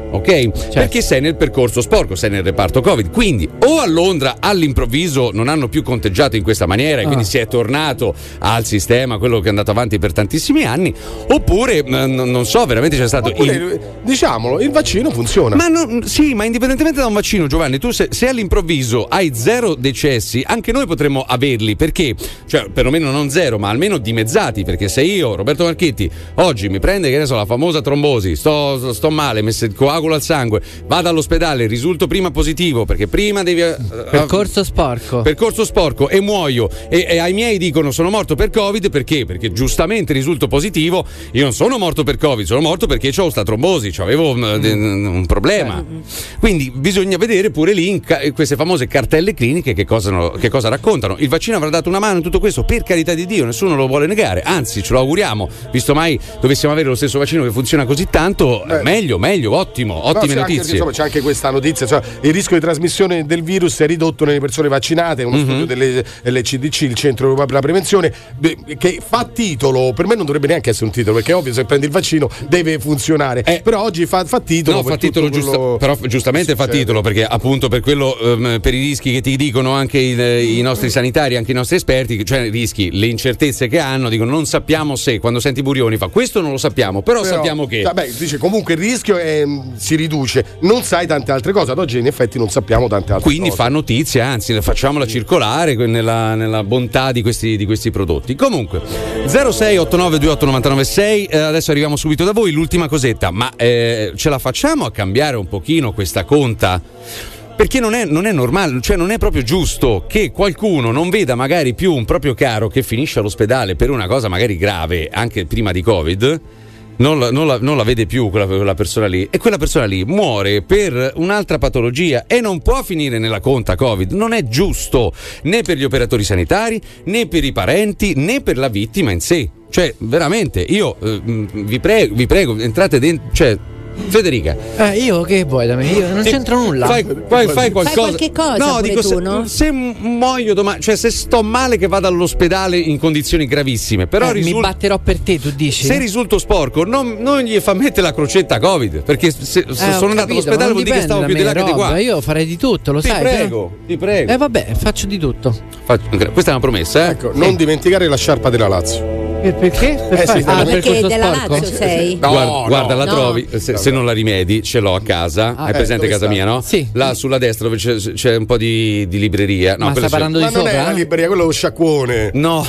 ok? Certo. Perché sei nel percorso sporco, sei nel reparto Covid. Quindi o a Londra all'improvviso non hanno più conteggiato in questa maniera e quindi Ah. si è tornato al sistema, quello che è andato avanti per tantissimi anni, oppure n- non so, veramente c'è stato Oppure, il... diciamolo, il vaccino funziona. Ma no, sì, ma indipendentemente da un vaccino, Giovanni, tu se, se all'improvviso hai zero decessi, anche noi potremmo averli, perché, cioè perlomeno non zero, ma almeno dimezzati, perché se io, Roberto Marchetti, oggi mi prende, che ne so, la famosa trombosi, sto, sto male, mi se- coagulo al sangue, vado all'ospedale, risulto prima positivo, perché prima devi... eh, Percorso sporco. Percorso sporco e muoio e, e ai miei dicono sono morto per Covid, perché? Perché giustamente risulto positivo. Io non sono morto per Covid, sono morto perché ho sta trombosi, cioè avevo un, mm. un problema. Quindi bisogna vedere pure lì in ca- queste famose cartelle cliniche che cosa, che cosa raccontano. Il vaccino avrà dato una mano in tutto questo, per carità di Dio, nessuno lo vuole negare, anzi ce lo auguriamo, visto mai dovessimo avere lo stesso vaccino che funziona così tanto, Beh. meglio, meglio, ottimo, ottime No, c'è anche, notizie. insomma, c'è anche questa notizia, cioè, il rischio di trasmissione del virus è ridotto nelle persone vaccinate, uno Mhm. studio delle C D C, il Centro Europeo per la Prevenzione, beh, che fa titolo, per me non dovrebbe neanche essere un titolo, perché è ovvio se prendi il vaccino deve funzionare, però oggi fa, fa titolo. No, per fa titolo tutto giusto, quello- però giustamente fa succede. titolo, perché appunto per quello, ehm, per i rischi che ti dicono anche i, i nostri sanitari, anche i nostri esperti, cioè rischi, le incertezze che hanno, dicono non sappiamo se, quando senti Burioni fa questo non lo sappiamo, però, Però, sappiamo che... cioè, beh, dice comunque il rischio è, si riduce, non sai tante altre cose, ad oggi in effetti non sappiamo tante altre Quindi cose. fa notizia, anzi facciamola circolare nella, nella bontà di questi, di questi prodotti. Comunque zero sei otto nove due otto nove nove sei, eh, adesso arriviamo subito da voi. L'ultima cosetta, ma eh, ce la facciamo a cambiare un pochino questa conta? Perché non è, non è normale, cioè non è proprio giusto che qualcuno non veda magari più un proprio caro che finisce all'ospedale per una cosa magari grave, anche prima di Covid. Non la, non, la, non la vede più quella, quella persona lì, e quella persona lì muore per un'altra patologia e non può finire nella conta Covid. Non è giusto né per gli operatori sanitari, né per i parenti, né per la vittima in sé. Cioè veramente io eh, vi, prego, vi prego entrate dentro, cioè Federica, Eh, io che vuoi da me? Io non Sì, c'entro nulla. Fai, fai, fai qualcosa. Fai qualche cosa no, pure dico tu, se, no? se muoio domani, cioè se sto male che vado all'ospedale in condizioni gravissime, però Eh, risul- mi batterò per te, tu dici? se risulto sporco non, non gli fa mettere la crocetta Covid, perché se, se Eh, ho sono andato capito, all'ospedale non vuol dire che dipende stavo da più di là me, che di Rob, qua. Io farei di tutto, lo Ti sai. prego, però- ti prego. Eh vabbè, faccio di tutto. Faccio- questa è una promessa, eh? Ecco, non dimenticare la sciarpa della Lazio. Per- perché? Per Eh fare- sì, ah, Ah, per perché questo della sporco? Lazio sei? No, guarda, no, guarda, la no. trovi, se, se non la rimedi ce l'ho a casa, Ah, hai eh, presente dove casa sta? mia, no? Sì. Là sulla destra dove c'è, c'è un po' di, di libreria. No, Ma quella stai c'è- parlando Ma di non è sopra? la libreria, quello è lo sciacquone. No.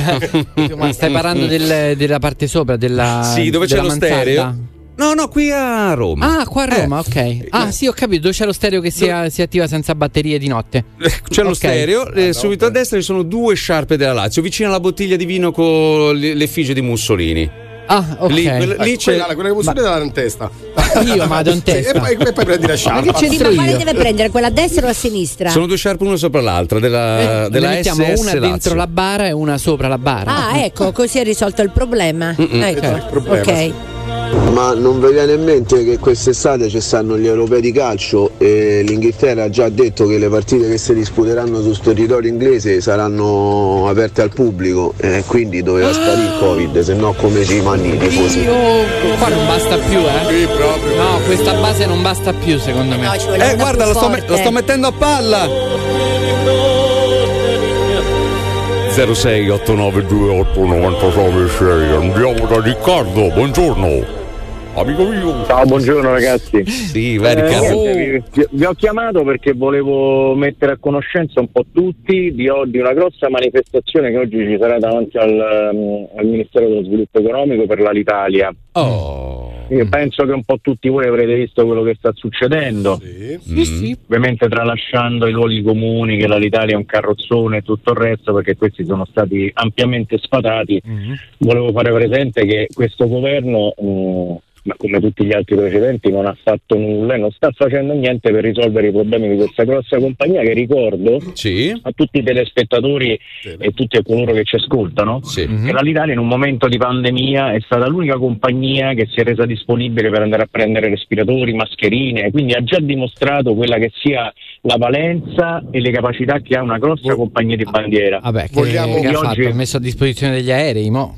Ma stai parlando del- della parte sopra, della Sì, dove c'è della lo mansarda? stereo. No, no, qui a Roma. Ah, qua a Roma, ok. Ah, sì, ho capito, dove c'è lo stereo che si, si attiva senza batterie di notte. C'è lo Ok. stereo, eh, subito a destra ci sono due sciarpe della Lazio, vicino alla bottiglia di vino con le- l'effigie di Mussolini. Ah, ok. Lì, quella- lì Ecco, c'è. quella, quella che vuoi dare in testa. Io vado in Sì, testa. e, poi, e poi prendi la Ma sciarpa. che c'è di Sono quale io. deve prendere? Quella a destra o a sinistra? Sono due sciarpe una sopra l'altra, della, Eh, della ne mettiamo S S una Lazio. dentro la bara e una sopra la bara. Ah, ecco, così è risolto il problema. Ecco, il problema, ok. sì. Ma non vi viene in mente che quest'estate ci stanno gli europei di calcio e l'Inghilterra ha già detto che le partite che si disputeranno sul territorio inglese saranno aperte al pubblico e quindi doveva sparire il Covid, se no come ci manni i tifosi. Io qua non basta più, eh. Sì, proprio. No, questa base non basta più, secondo me. No, ci vuole Eh, una guarda, più la sto, me- forte. la sto mettendo a palla. zero sei otto nove due otto nove nove sei. Andiamo da Riccardo, buongiorno. Amico mio. Ciao, buongiorno ragazzi. Sì, vai Eh, Riccardo. niente, vi, vi ho chiamato perché volevo mettere a conoscenza un po' tutti di, o- di una grossa manifestazione che oggi ci sarà davanti al, um, al Ministero dello Sviluppo Economico per l'Alitalia. Oh. Io penso che un po' tutti voi avrete visto quello che sta succedendo. Sì. Sì, sì. Ovviamente tralasciando i luoghi comuni, che l'Alitalia è un carrozzone e tutto il resto, perché questi sono stati ampiamente sfatati. Mhm. Volevo fare presente che questo governo, mh, ma come tutti gli altri precedenti, non ha fatto nulla e non sta facendo niente per risolvere i problemi di questa grossa compagnia che, ricordo Sì. a tutti i telespettatori e tutti coloro che ci ascoltano, Sì. che l'Alitalia in un momento di pandemia è stata l'unica compagnia che si è resa disponibile per andare a prendere respiratori, mascherine, quindi ha già dimostrato quella che sia la valenza e le capacità che ha una grossa compagnia di bandiera. Vabbè, che, Vogliamo- che ha oggi- fatto? Ha messo a disposizione degli aerei, mo.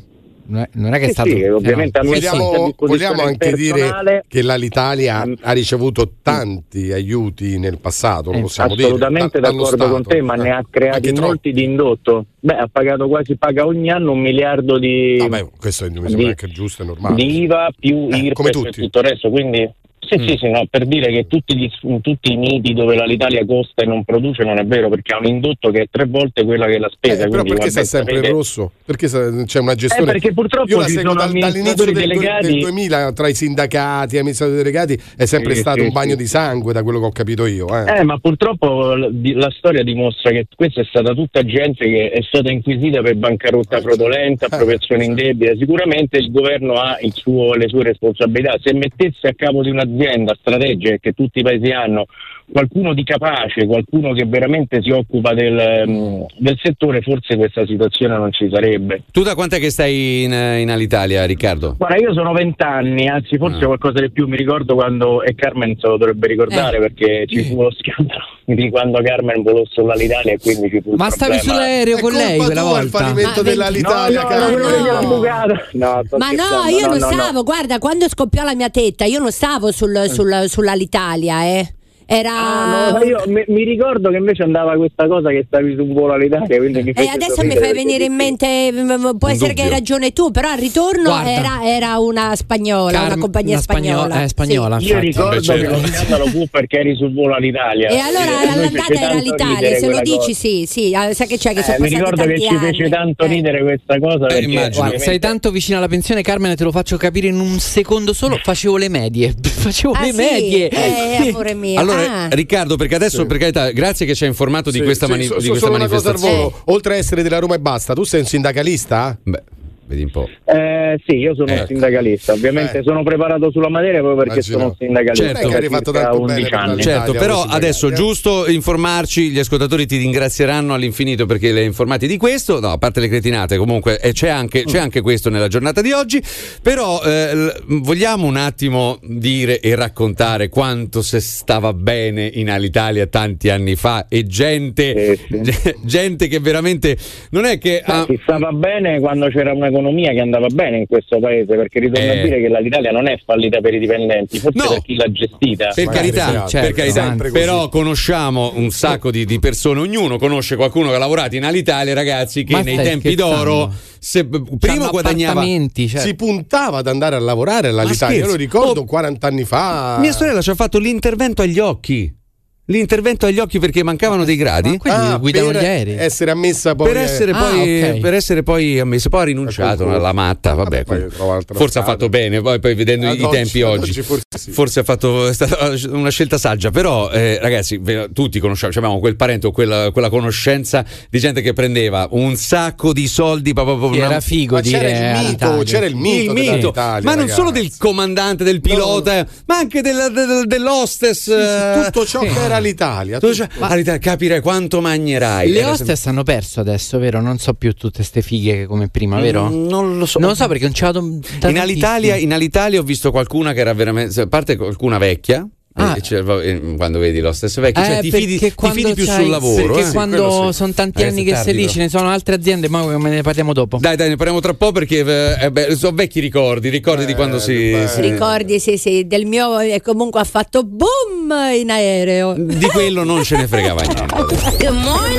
non è che è sì, stato sì, ovviamente no. vogliamo, vogliamo anche dire che l'Italia ha ricevuto tanti aiuti nel passato, lo possiamo assolutamente dire. Assolutamente d'accordo con te, ma ne ha creati molti di indotto. Beh, ha pagato quasi, paga ogni anno un miliardo di. Vabbè, questo mi sembra di, anche giusto e normale. Di I V A più eh, I R P E F e tutto il resto, quindi. Sì, mm. sì, sì, no, per dire che tutti, gli, tutti i miti dove l'Italia costa e non produce non è vero, perché ha un indotto che è tre volte quella che è la spesa. Eh, però quindi, perché sta sempre sapete... in rosso? Perché c'è una gestione? Eh, perché purtroppo io la ci seguo sono dal, dall'inizio del, delegati... del duemila tra i sindacati e amministratori delegati è sempre sì, stato sì, un bagno sì. di sangue, da quello che ho capito io. Eh, eh ma purtroppo la, la storia dimostra che questa è stata tutta gente che è stata inquisita per bancarotta fraudolenta, appropriazione indebita. Sicuramente il governo ha il suo, le sue responsabilità. Se mettesse a capo di un'azienda strategica che tutti i paesi hanno qualcuno di capace, qualcuno che veramente si occupa del, del settore, forse questa situazione non ci sarebbe. Tu da quant'è che stai in, in Alitalia, Riccardo? Guarda, io sono vent'anni, anzi forse ah. qualcosa di più, mi ricordo quando, e Carmen se lo dovrebbe ricordare eh. perché ci fu lo scandalo di quando Carmen volò sull'Alitalia e quindi ci fu ma il stavi sull'aereo con lei quella volta? Il fallimento dell'Alitalia, no, no, no, no, no. no ma no, io non no, stavo, no. guarda, quando scoppiò la mia tetta io non stavo sul, sul, sull'Alitalia, eh era ah, no, io mi, mi ricordo che invece andava questa cosa che stavi su un volo all'Italia, quindi mi e adesso mi fai venire in mente, può essere dubbio. che hai ragione tu, però al ritorno era, era una spagnola, Car- una compagnia una spagnola, spagnola, eh, spagnola sì. Io ricordo Beh, che lo scandalo fu perché eri sul volo all'Italia e allora e all'andata era l'Italia, se lo dici cosa. sì sì sai che c'è che sono eh, mi ricordo che ci fece anni. tanto eh. ridere questa cosa eh, guarda, sei tanto vicino alla pensione, Carmen, te lo faccio capire in un secondo solo. Facevo le medie facevo ah, le sì? medie eh, amore mio allora ah. Riccardo, perché adesso, sì. per carità, grazie che ci hai informato sì, di questa, sì, mani- so, di questa solo manifestazione. Una cosa al volo, oltre a essere della Roma e basta, tu sei un sindacalista? Beh, vedi un po'. Eh, sì, io sono eh. un sindacalista, ovviamente eh. sono preparato sulla materia proprio perché Immagino. sono un sindacalista. Certo, che hai fatto tanto bene anni. Certo, però adesso giusto informarci, gli ascoltatori ti ringrazieranno all'infinito perché li hai informati di questo, no, a parte le cretinate comunque e c'è anche, c'è anche questo nella giornata di oggi, però eh, vogliamo un attimo dire e raccontare quanto se stava bene in Alitalia tanti anni fa e gente, sì, sì. gente che veramente non è che... Ah, si stava bene quando c'era un'economia che andava bene in questo paese, perché ritorno eh. a dire che l'Alitalia non è fallita per i dipendenti, forse no. per chi l'ha gestita. Per carità, certo, per carità. Però conosciamo un sacco di, di persone, ognuno conosce qualcuno che ha lavorato in Alitalia, ragazzi, che Ma nei tempi d'oro se, prima guadagnava, certo. si puntava ad andare a lavorare all'Alitalia. Io lo ricordo oh, quaranta anni fa. Mia sorella ci ha fatto l'intervento agli occhi. L'intervento agli occhi perché mancavano dei gradi. Ah, guidano gli aerei. Essere ammessa poi. Per essere poi, ah, okay. per essere poi ammessa, poi ha rinunciato alla matta. Vabbè, vabbè forse ha fatto bene. Poi, poi vedendo ah, i oggi, tempi oggi, oggi forse, sì. forse ha fatto è stata una scelta saggia. Però, eh, ragazzi, tutti conosciamo, abbiamo quel parente o quella, quella conoscenza di gente che prendeva un sacco di soldi. Proprio era una... figo ma dire c'era il mito, c'era il mito, il mito. ma non ragazzi. solo del comandante, del pilota, no. ma anche del, del, dell'hostess. Sì, sì, tutto ciò sì. che era l'Italia, tu... ma l'Italia capirei quanto mangerai. Le hostess hanno perso adesso, vero? Non so più tutte ste fighe come prima, vero? Mm, non lo so. Non lo so perché non c'è in Alitalia, in Alitalia ho visto qualcuna che era veramente, a parte qualcuna vecchia. Ah. E quando vedi lo stesso vecchio, eh, cioè ti fidi, ti fidi più sul lavoro. Perché eh? quando sì. sono tanti Ragazzi, anni che sei lì, ce ne sono altre aziende, ma ne parliamo dopo. Dai, dai, ne parliamo tra po' perché eh, beh, sono vecchi ricordi, ricordi eh, di quando si, si. Ricordi, sì, sì, del mio e comunque ha fatto boom in aereo. Di quello non ce ne fregava niente. Good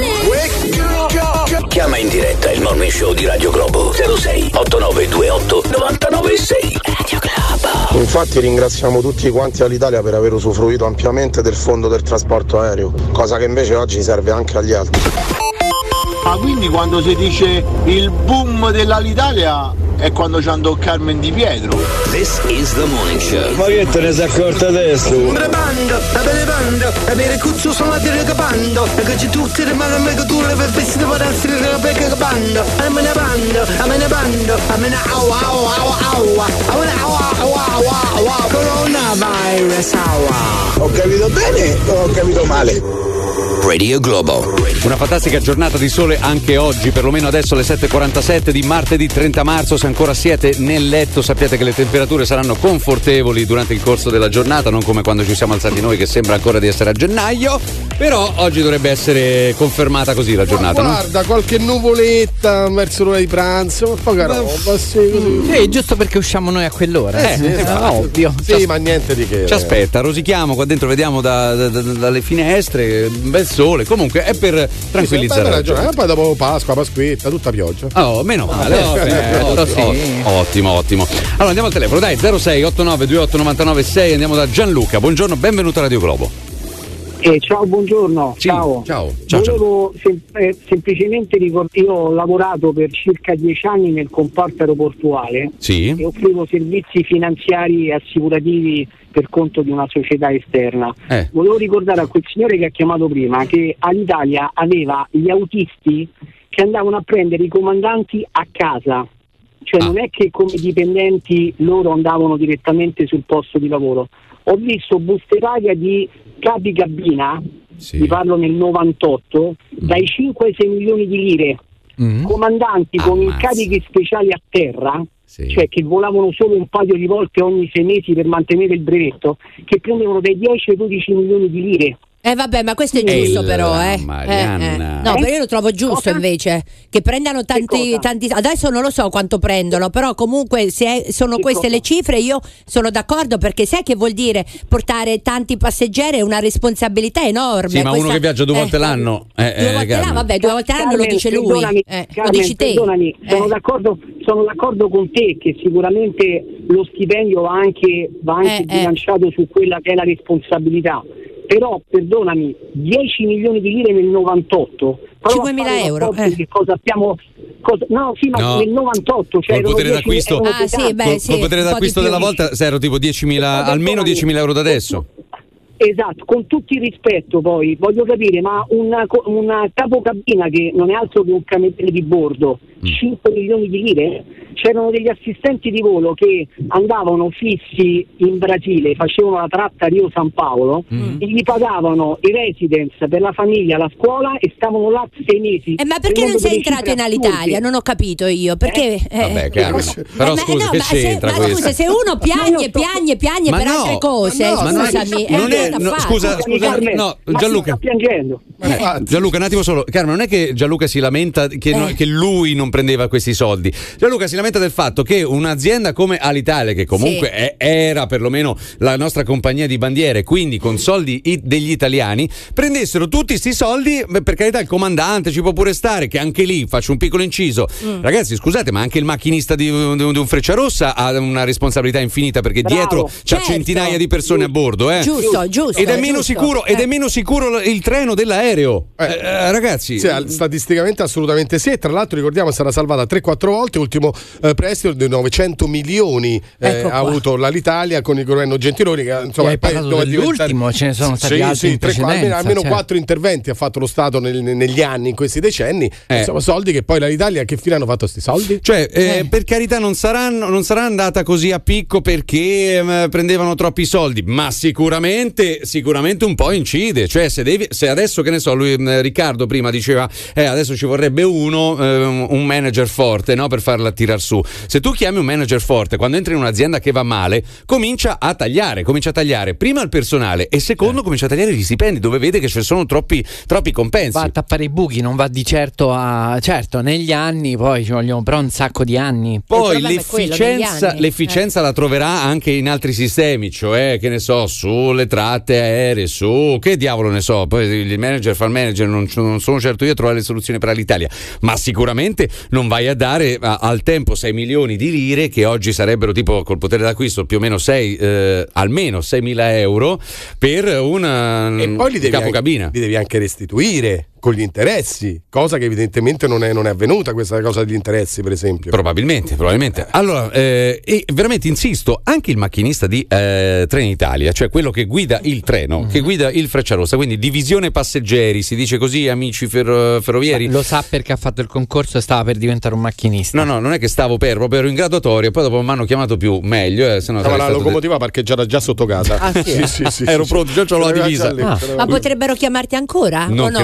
morning. Chiama in diretta il morning show di Radio Globo zero sei otto nove due otto nove nove sei. Radio Globo. Infatti ringraziamo tutti quanti all'Italia per aver usufruito ampiamente del fondo del trasporto aereo, cosa che invece oggi serve anche agli altri. Ah, quindi quando si dice il boom dell'Alitalia è quando ci andò Carmen Di Pietro. This is the morning show. Ma che te ne sei accorta adesso? Bando, a bere bando, a bere cuzzo sono a dire capando, e che c'è tutte le mani che tu le fai vestite per essere che capando, a me ne bando, a me ne bando, a me ne au au au au, a me ne au au au au au, coronavirus au. Ho capito bene o ho capito male? Radio Globo. Una fantastica giornata di sole anche oggi, perlomeno adesso alle sette e quarantasette di martedì trenta marzo. Se ancora siete nel letto sappiate che le temperature saranno confortevoli durante il corso della giornata, non come quando ci siamo alzati noi che sembra ancora di essere a gennaio. Però oggi dovrebbe essere confermata così la giornata. Ma guarda, no? Qualche nuvoletta verso l'ora di pranzo, ma poca roba, sì, così. Sì, giusto perché usciamo noi a quell'ora. Eh, sì, eh, no, ovvio. Sì, ma niente di che. Ci aspetta, rosichiamo qua dentro, vediamo da, da, da, dalle finestre, un bel sole. Comunque è per tranquillizzare. Sì, ragione. Poi dopo Pasqua, Pasquetta, tutta pioggia. Oh, meno male. Oh, eh, ottimo, sì. ottimo, ottimo. Allora andiamo al telefono, dai, zero sei otto nove due otto nove nove sei, andiamo da Gianluca. Buongiorno, benvenuto a Radio Globo. Eh, ciao, buongiorno. Sì, ciao. Ciao. ciao. Volevo sem- eh, semplicemente ricordare, io ho lavorato per circa dieci anni nel comparto aeroportuale sì. e offrivo servizi finanziari e assicurativi per conto di una società esterna. Eh. Volevo ricordare a quel signore che ha chiamato prima che all'Italia aveva gli autisti che andavano a prendere i comandanti a casa. Cioè ah. non è che come dipendenti loro andavano direttamente sul posto di lavoro. Ho visto buste paga di capi cabina, sì. vi parlo nel novantotto, mm. dai cinque ai sei milioni di lire, mm. comandanti ah, con incarichi speciali a terra, sì. cioè che volavano solo un paio di volte ogni sei mesi per mantenere il brevetto, che prendevano dai dieci ai dodici milioni di lire. Eh vabbè, ma questo è giusto, però, eh. eh, eh. No, però io lo trovo giusto invece che prendano tanti, tanti. Adesso non lo so quanto prendono, però comunque se è, sono che queste cosa? Le cifre, io sono d'accordo, perché sai che vuol dire portare tanti passeggeri è una responsabilità enorme. Sì, ma questa, uno che viaggia due volte eh, l'anno. Eh, due volte l'anno, vabbè, due volte l'anno lo dice lui. Perdonami, eh, Carmen, lo dici te. Perdonami, eh. sono, d'accordo, sono d'accordo con te che sicuramente lo stipendio va anche, va anche eh, bilanciato eh. su quella che è la responsabilità. Però, perdonami, dieci milioni di lire nel novantotto, cinquemila euro. Eh. Che cosa abbiamo. Cosa, no, sì, ma no. nel novantotto, cioè col potere d'acquisto, ah, sì, beh, col, sì, col potere d'acquisto della volta, se ero tipo diecimila, almeno diecimila euro da adesso. Esatto, con tutto il rispetto, poi voglio capire, ma una, una capocabina che non è altro che un cameriere di bordo, mm. cinque milioni di lire? C'erano degli assistenti di volo che andavano fissi in Brasile, facevano la tratta Rio-San Paolo mm. e gli pagavano i residence per la famiglia, la scuola, e stavano là sei mesi. Eh, ma perché non sei entrato in Alitalia? Non ho capito io, perché... Eh? Eh, Vabbè, chiaro, eh, però eh, scusa, no, che ma c'entra se, ma scusa, se uno piagne, piagne, piagne ma per no, altre cose, ma no, scusami, ma non è è, no, scusa, scusa, no, Gianluca. piangendo. Eh, Gianluca, un attimo solo. Carmen, non è che Gianluca si lamenta che, eh. no, che lui non prendeva questi soldi. Gianluca si lamenta del fatto che un'azienda come Alitalia, che comunque sì. è, era perlomeno la nostra compagnia di bandiere, quindi con soldi i, degli italiani, prendessero tutti sti soldi. Per carità, il comandante ci può pure stare, che anche lì faccio un piccolo inciso. Mm. Ragazzi, scusate, ma anche il macchinista di, di, di un Frecciarossa ha una responsabilità infinita, perché Bravo. dietro c'ha certo. centinaia di persone giusto. a bordo, eh. Giusto, giusto. Ed è meno giusto. sicuro, eh. ed è meno sicuro il treno dell'aereo. Eh, eh, ragazzi, sì, statisticamente assolutamente sì. E tra l'altro ricordiamo, sarà salvata tre quattro volte. Ultimo eh, prestito di novecento milioni eh, ecco ha avuto l'Italia con il governo Gentiloni, che insomma poi dell'ultimo ce ne sono stati sì, altri sì, in tre, almeno, almeno cioè. quattro interventi ha fatto lo Stato nel, negli anni, in questi decenni, eh. insomma soldi che poi l'Italia, che fine hanno fatto sti soldi? Cioè eh, eh. per carità non saranno, non sarà andata così a picco perché eh, prendevano troppi soldi, ma sicuramente sicuramente un po' incide. Cioè se, devi, se adesso, che ne so, lui, eh, Riccardo prima diceva eh, adesso ci vorrebbe uno eh, un manager forte, no, per farla tirar su. Se tu chiami un manager forte, quando entri in un'azienda che va male, comincia a tagliare, comincia a tagliare prima il personale e secondo eh. comincia a tagliare gli stipendi, dove vede che ci sono troppi, troppi compensi. Va a tappare i buchi, non va di certo a... Certo, negli anni poi ci vogliono però un sacco di anni. Poi l'efficienza, quello, l'efficienza eh. la troverà anche in altri sistemi, cioè che ne so, sulle tratte aeree, su che diavolo ne so, poi il manager fa il manager, non, non sono certo io a trovare le soluzioni per l'Italia, ma sicuramente non vai a dare a, al tempo sei milioni di lire, che oggi sarebbero tipo col potere d'acquisto più o meno sei, eh, almeno seimila euro per una e poi li devi capocabina. Anche, li devi anche restituire con gli interessi, cosa che evidentemente non è, non è avvenuta, questa cosa degli interessi, per esempio. Probabilmente, probabilmente. Allora, eh, e veramente insisto, anche il macchinista di eh, Trenitalia, cioè quello che guida il treno, mm-hmm. che guida il Frecciarossa, quindi divisione passeggeri, si dice così, amici ferro, ferrovieri. Ma lo sa perché ha fatto il concorso e stava per diventare un macchinista. No, no, non è che stavo per, proprio ero in graduatoria, poi dopo non mi hanno chiamato più, meglio. Eh, no, la locomotiva de... parcheggiata già sotto casa. Ah, sì, sì, sì, sì, ero sì, pronto, già ce l'ho la divisa. Ah. Ma potrebbero chiamarti ancora? Non o no? credo, sono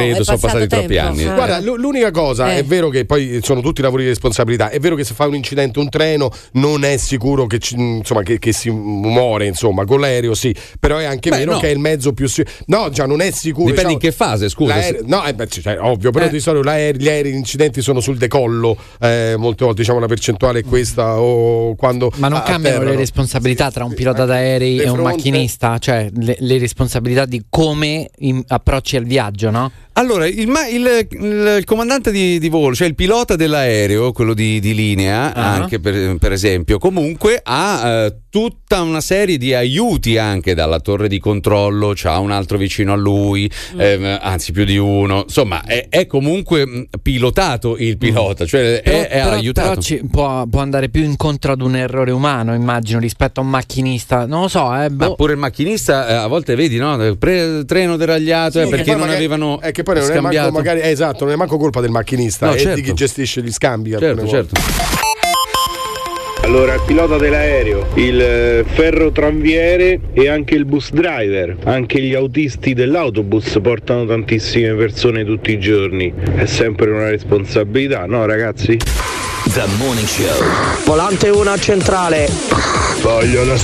passati tempo. troppi anni. Ah. Guarda, l- l'unica cosa Eh. è vero che poi sono tutti lavori di responsabilità. È vero che se fa un incidente un treno non è sicuro che, ci- insomma, che, che si muore, insomma, con l'aereo sì, però è anche Beh, vero no. che è il mezzo più sicuro. No, già non è sicuro. Dipende diciamo, in che fase, scusa. l'aereo- no, eh, beh, cioè, ovvio, però Eh. di solito l'aereo- gli aerei, gli incidenti sono sul decollo, eh, molte volte diciamo la percentuale è questa o quando Ma non cambiano atterrano. le responsabilità tra un pilota d'aerei Le e un fronte- macchinista? Cioè le, le responsabilità di come in- approcci al viaggio, no? Allora, il, ma- il- il- il comandante di, di volo, cioè il pilota dell'aereo, quello di, di linea, Ah. anche per, per esempio, comunque ha eh, tutta una serie di aiuti anche dalla torre di controllo, c'ha un altro vicino a lui, Mm. ehm, anzi più di uno, insomma è, è comunque mh, pilotato il pilota, cioè Però, è, è però- aiutato. però ci può, può andare più incontro ad un errore umano, immagino, rispetto a un macchinista. Non lo so, eh. Ma boh. pure il macchinista eh, a volte vedi, no? Pre- treno deragliato eh, Sì, perché che poi non magari- avevano è che poi non è scambiato. manco, magari, eh, esatto, non è manco colpa del macchinista, No, è certo. di chi gestisce gli scambi. alcune Certo, volte. certo. Allora, il pilota dell'aereo, il eh, ferrotranviere e anche il bus driver, anche gli autisti dell'autobus portano tantissime persone tutti i giorni. È sempre una responsabilità, no ragazzi? The Morning Show. Volante uno a centrale. Voglio la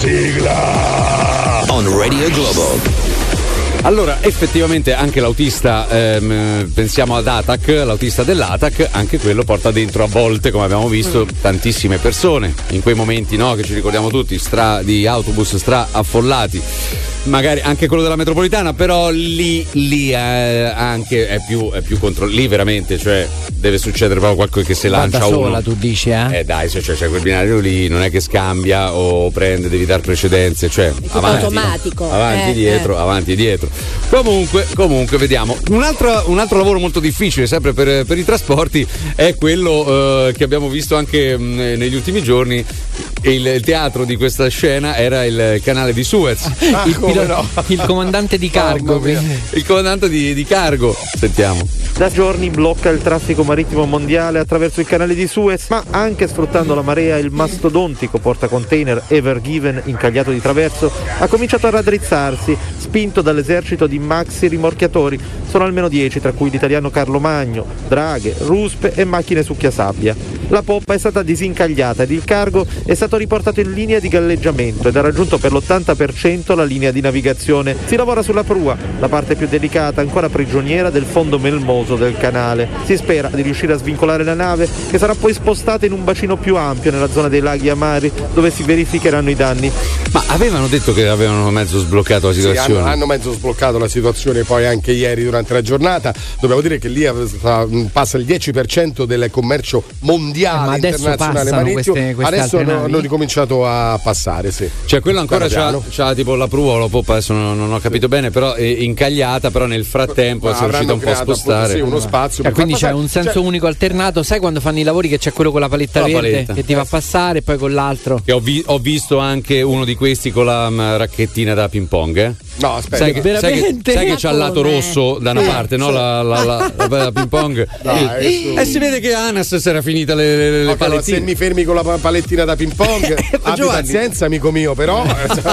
sigla! On Radio Globo. Allora, effettivamente anche l'autista, ehm, pensiamo ad Atac, l'autista dell'Atac, anche quello porta dentro a volte, come abbiamo visto, tantissime persone. In quei momenti, no, che ci ricordiamo tutti, stra di autobus stra affollati. Magari anche quello della metropolitana, però lì, lì eh, anche è più, è più contro. Lì veramente, cioè, deve succedere proprio qualcosa che se Va lancia da sola, uno. tu dici, eh? Eh dai, cioè, cioè quel binario lì non è che scambia o prende, devi dar precedenze, cioè avanti, automatico. avanti Eh, dietro, eh. avanti e dietro. Comunque, comunque vediamo. Un altro, un altro lavoro molto difficile, sempre per, per i trasporti, è quello eh, che abbiamo visto anche mh, negli ultimi giorni. Il, il teatro di questa scena era il canale di Suez. Ah, il, come pilo- no? il comandante di cargo. Mamma mia. Il comandante di, di cargo. Sentiamo. Da giorni blocca il traffico marittimo mondiale attraverso il canale di Suez, ma anche sfruttando la marea il mastodontico portacontainer Ever Given incagliato di traverso ha cominciato a raddrizzarsi, spinto dall'esercito di maxi rimorchiatori. Sono almeno dieci, tra cui l'italiano Carlo Magno, draghe, ruspe e macchine succhiasabbia. La poppa è stata disincagliata ed il cargo è stato riportato in linea di galleggiamento ed ha raggiunto per l'ottanta per cento la linea di navigazione. Si lavora sulla prua, la parte più delicata, ancora prigioniera del fondo melmoso del canale. Si spera di riuscire a svincolare la nave, che sarà poi spostata in un bacino più ampio nella zona dei laghi amari, dove si verificheranno i danni. Ma avevano detto che avevano mezzo sbloccato la Sì, situazione. hanno, hanno mezzo sbloccato la situazione poi anche ieri durante la giornata. Dobbiamo dire che lì sta- passa il dieci per cento del commercio mondiale Eh, ma adesso internazionale passano marittimo. queste- queste Adesso altre hanno, navi? hanno ricominciato a passare, sì. Cioè quello ancora Piano c'ha, piano. c'ha tipo la prua o la poppa, adesso non, non ho capito bene, però è incagliata, però nel frattempo Ma si è riuscita avranno un po' a creato, spostare. appunto, sì, uno spazio E per quindi far c'è passare. un senso Cioè, unico alternato. Sai quando fanno i lavori che c'è quello con la paletta La verde paletta. che ti fa passare e poi con l'altro? Che ho, vi- ho visto anche uno di questi con la mm, racchettina da ping pong, eh? No, aspetta. Sai che, sai che, Veramente? sai che c'ha il lato Come? rosso da una Sì, parte, no? sì. La, la, la, la, la ping pong. Dai, e, su. e si vede che Anas si era finita le, le, le Ok, allora, palettine. se mi fermi con la pa- palettina da ping pong, abbi Giovanni. pazienza, amico mio, però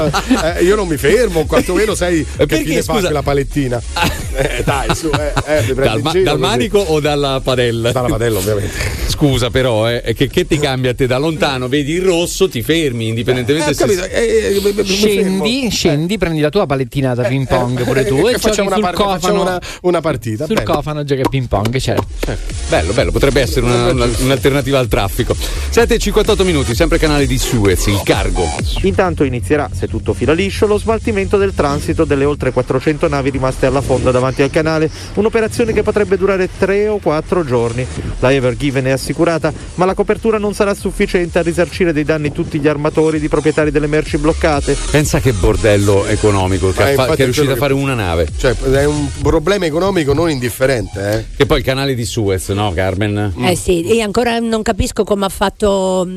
eh, io non mi fermo, quantomeno sai che perché, fine fa scusa? quella palettina. Eh, dai, su, eh, eh, mi prendi Dal, in ma- giro dal così. manico o dalla padella? Dalla padella, ovviamente. Scusa, però, eh, che, che ti cambia a te da lontano? Vedi il rosso, ti fermi Eh, indipendentemente ho se. capito, eh, eh, mi- mi fermo. Scendi, scendi, prendi la tua palettina da ping pong pure tu Eh, e facciamo, giochi una, sul par- facciamo cofano. una, una partita. Sul bene. cofano giochi a ping pong, certo. Bello, bello, potrebbe essere una- una- un'alternativa al traffico. sette e cinquantotto minuti, sempre canale di Suez, il cargo. Intanto inizierà, se tutto fila liscio, lo smaltimento del transito delle oltre quattrocento navi rimaste alla fonda davanti al canale, un'operazione che potrebbe durare tre o quattro giorni. La Ever Given è assicurata, ma la copertura non sarà sufficiente a risarcire dei danni tutti gli armatori di proprietari delle merci bloccate. Pensa che bordello economico che, Eh, ha fa- infatti che è è riuscito a quello fare che- una nave. Cioè, è un problema economico non indifferente, eh. Che poi il canale di Suez, no, Carmen? Eh sì, io ancora non capisco come ha fatto mh,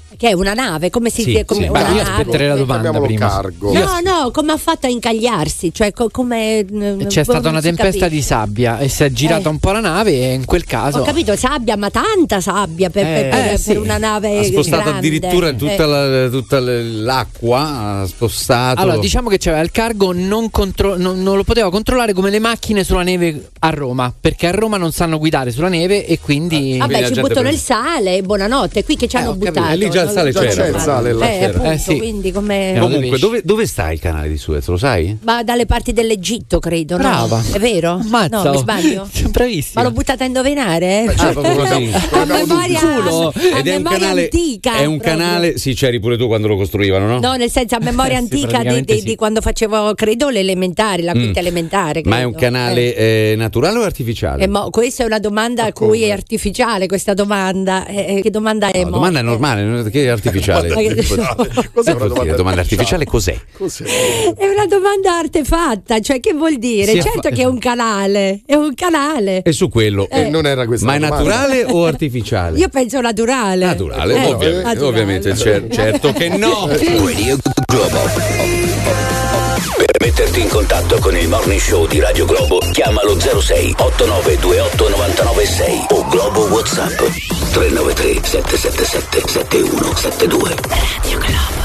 Che è una nave, come si sì, dice? Come sì. una Beh, io nave. aspetterei la domanda prima. Cargo. No, no, come ha fatto a incagliarsi? Cioè, co- come c'è stata una tempesta capisce. di sabbia e si è girata Eh. un po' la nave e in quel caso Ho capito, sabbia, ma tanta sabbia per, Eh, per- per- eh, sì. per una nave Ha spostato grande. addirittura tutta, Eh. la- tutta l'acqua, ha spostato. Allora, diciamo che c'era il cargo non, contro- non, non lo poteva controllare come le macchine sulla neve a Roma, perché a Roma non sanno guidare sulla neve e quindi Vabbè, ci buttano il sale, buonanotte. Qui che ci hanno buttato? Eh, lì già il sale Non lo- c'era. non lo- Il sale là eh, c'era. appunto, Eh, sì. quindi come Comunque, dove, dove sta il canale di Suez? Lo sai? ma dalle parti dell'Egitto, credo, no? Brava. È vero? Mazza, no, mi oh. sbaglio? Bravissima. Ma l'ho buttata a indovinare? Eh? Ah, proprio così. a memoria, Culo. a Ed è un memoria canale, antica. è un proprio. canale, sì, c'eri pure tu quando lo costruivano, no? No, nel senso a memoria Sì, antica di, praticamente di- sì. di quando facevo, credo, le elementari, la quinta Mm. elementare. Ma è credo. un canale eh, naturale o artificiale? Eh, mo- questa è una domanda a cui è artificiale questa domanda. Eh, eh, che domanda è? La mo? domanda è normale, non è che è artificiale. Ma che- Cos'è una domanda, domanda artificiale? Cos'è? È una domanda artefatta, cioè che vuol dire? Si è Certo fa- che è un canale, è un canale. E su quello. Eh. non era questa Ma è domanda. naturale o artificiale? Io penso naturale. Naturale, Eh, ovviamente, naturale. ovviamente, cer- certo che no. Radio Globo. Per metterti in contatto con il Morning Show di Radio Globo, chiamalo zero sei otto nove due otto nove nove sei o Globo WhatsApp tre nove tre sette sette sette sette uno sette due. Radio Globo.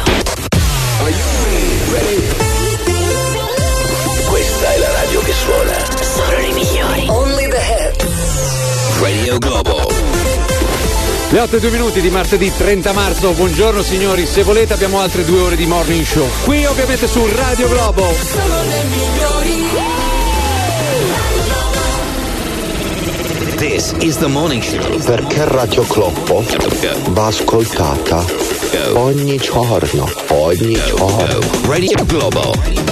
Questa è la radio che suona. Solo le migliori. Only the hits. Radio Globo. Le otto e due minuti di martedì trenta marzo, buongiorno signori, se volete abbiamo altre due ore di morning show, qui ovviamente su Radio Globo. Sono le migliori. This is the morning show. Perché Radio Globo va ascoltata ogni giorno, ogni giorno. Radio Globo.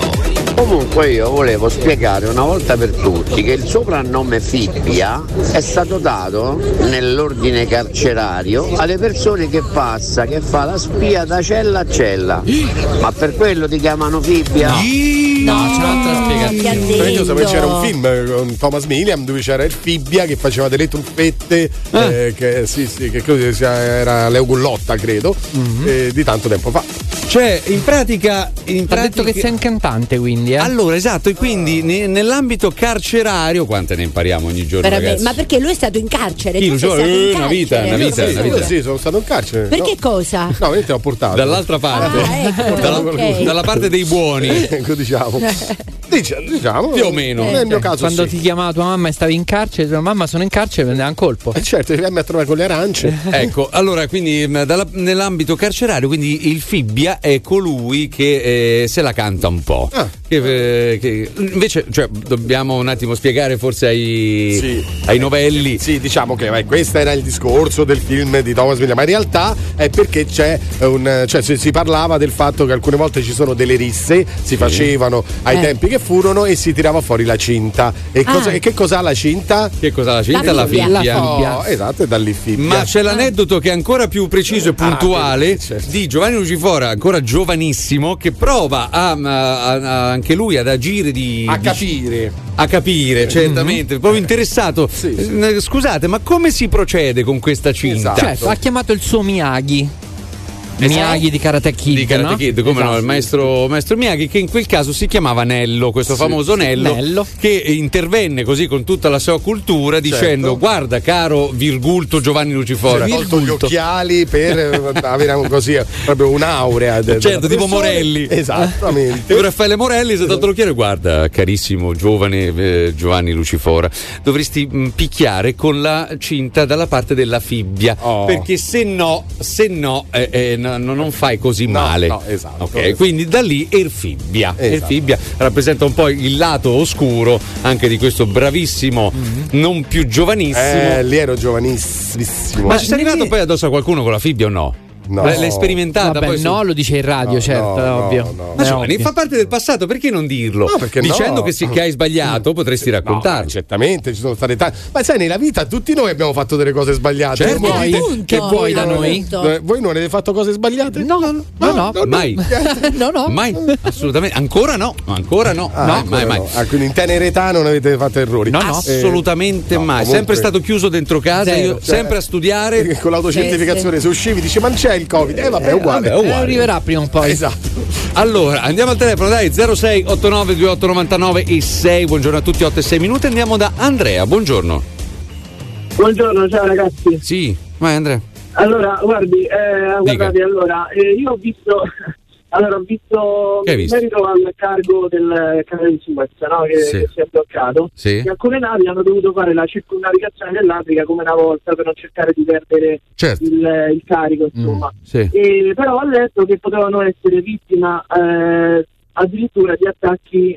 Comunque io volevo spiegare una volta per tutti che il soprannome Fibbia è stato dato nell'ordine carcerario alle persone che passa, che fa la spia da cella a cella. Ma per quello ti chiamano Fibbia? No, c'è un'altra spiegazione. Perché io sapevo che c'era un film con Thomas Milliam dove c'era il Fibbia che faceva delle truffette, eh, che sì, sì, che credo sia- era Leo Gullotta, credo, eh, di tanto tempo fa. Cioè, in pratica. In Ha detto che sei un cantante, quindi. Eh? Allora, esatto, e quindi ne- nell'ambito carcerario, quante ne impariamo ogni giorno, Veramente. ragazzi? Ma perché lui è stato in carcere? Chi Tu lo sei so? stato in Eh, una carcere. vita, una vita, Sì, una vita. sì, sono stato in carcere. Per No. che cosa? No, io te l'ho portato. Dall'altra parte. Ah, ecco, dalla, ok. dalla parte dei buoni. Ecco, diciamo. Dice- diciamo. Più o meno. Nel mio caso Quando sì. ti chiamava tua mamma e stavi in carcere, tua mamma sono in carcere, prendeva un colpo. Eh, certo, vieni a trovare con le arance. Ecco, allora, quindi mh, dalla- nell'ambito carcerario, quindi il Fibbia è colui che eh, se la canta un po'. Ah. Che, eh, che- invece, cioè, dobbiamo un attimo spiegare forse ai, Sì. ai novelli. Sì, diciamo che vai, questo era il discorso del film di Thomas Milliam, ma in realtà è perché c'è un. Cioè si, si parlava del fatto che alcune volte ci sono delle risse, si facevano ai Eh. tempi che furono e si tirava fuori la cinta. E, cosa- Ah. e che cos'ha la cinta? Che cos'ha la cinta? La La Fibbia. Fibbia. La Fibbia. Oh, esatto, è da lì Fibbia. Ma c'è l'aneddoto che è ancora più preciso e puntuale Ah, certo. di Giovanni Lucifora, ancora giovanissimo, che prova a, a- a- anche lui ad agire di. a di- capire. A capire, certamente, proprio interessato. Sì, sì. Eh, Scusate, ma come si procede con questa cinta? Esatto. Certo, ha chiamato il suo Miyagi. Miyagi di Karate Kid. Di Karate no? Kid, come no, Esatto. il maestro, maestro Miyagi, che in quel caso si chiamava Nello, questo Sì, famoso sì, Nello, Nello. che intervenne così con tutta la sua cultura dicendo: Certo. guarda, caro Virgulto Giovanni Lucifora. Si è tolto gli occhiali per eh, avere un- così proprio un'aurea. de- Certo, della tipo persona. Morelli. Esattamente. Tipo Raffaele Morelli si è tolto l'occhiale. Guarda, carissimo giovane eh, Giovanni Lucifora, dovresti mh, picchiare con la cinta dalla parte della Fibbia, Oh. perché se no, se no, eh, eh, no- no- non fai così No, male. no, esatto. Ok, quindi da lì Erfibbia. Esatto. Erfibbia rappresenta un po' il lato oscuro anche di questo bravissimo, non più giovanissimo. Eh, lì ero giovanissimo. Ma ci sei arrivato poi addosso a qualcuno con la Fibbia o no? No. L'hai l'hai sperimentata? Vabbè, poi su- no, lo dice in radio, No, certo, no, è no, ovvio. no. Ma È Giovanni, ovvio. fa parte del passato, perché non dirlo? No, perché no? Dicendo che, si, che hai sbagliato, potresti No, raccontarci. certamente ci sono state tante. Ma sai, nella vita tutti noi abbiamo fatto delle cose sbagliate. Certo. Che vuoi? Appunto. Che vuoi da Appunto. noi? Eh, Voi non avete fatto cose sbagliate? No, no, no, no. Mai. no, no. Mai, assolutamente. Ancora no, ancora no. Ah, no, ecco, mai, mai. no. Ah, quindi in tenera età non avete fatto errori. No, no. Assolutamente Eh, no, mai. comunque- Sempre stato chiuso dentro casa, Zero. io sempre a studiare. Con l'autocentificazione, se uscivi dici ma non c'è c'è il Covid. Eh vabbè, è uguale. Eh, vabbè, uguale. Arriverà prima o poi. Esatto. Allora, andiamo al telefono, dai, zero sei otto nove due otto nove nove e sei. Buongiorno a tutti, otto e sei minuti. Andiamo da Andrea, buongiorno. Buongiorno, ciao ragazzi. Sì, vai Andrea. Allora, guardi, eh, guardate, allora, eh, io ho visto, allora ho visto, che hai visto? in merito al cargo del canale di Suez, no, che, sì. che si è bloccato, sì. che alcune navi hanno dovuto fare la circumnavigazione dell'Africa come una volta per non cercare di perdere certo. il, il carico, insomma. Mm, sì. E, però ho letto che potevano essere vittima eh, addirittura di attacchi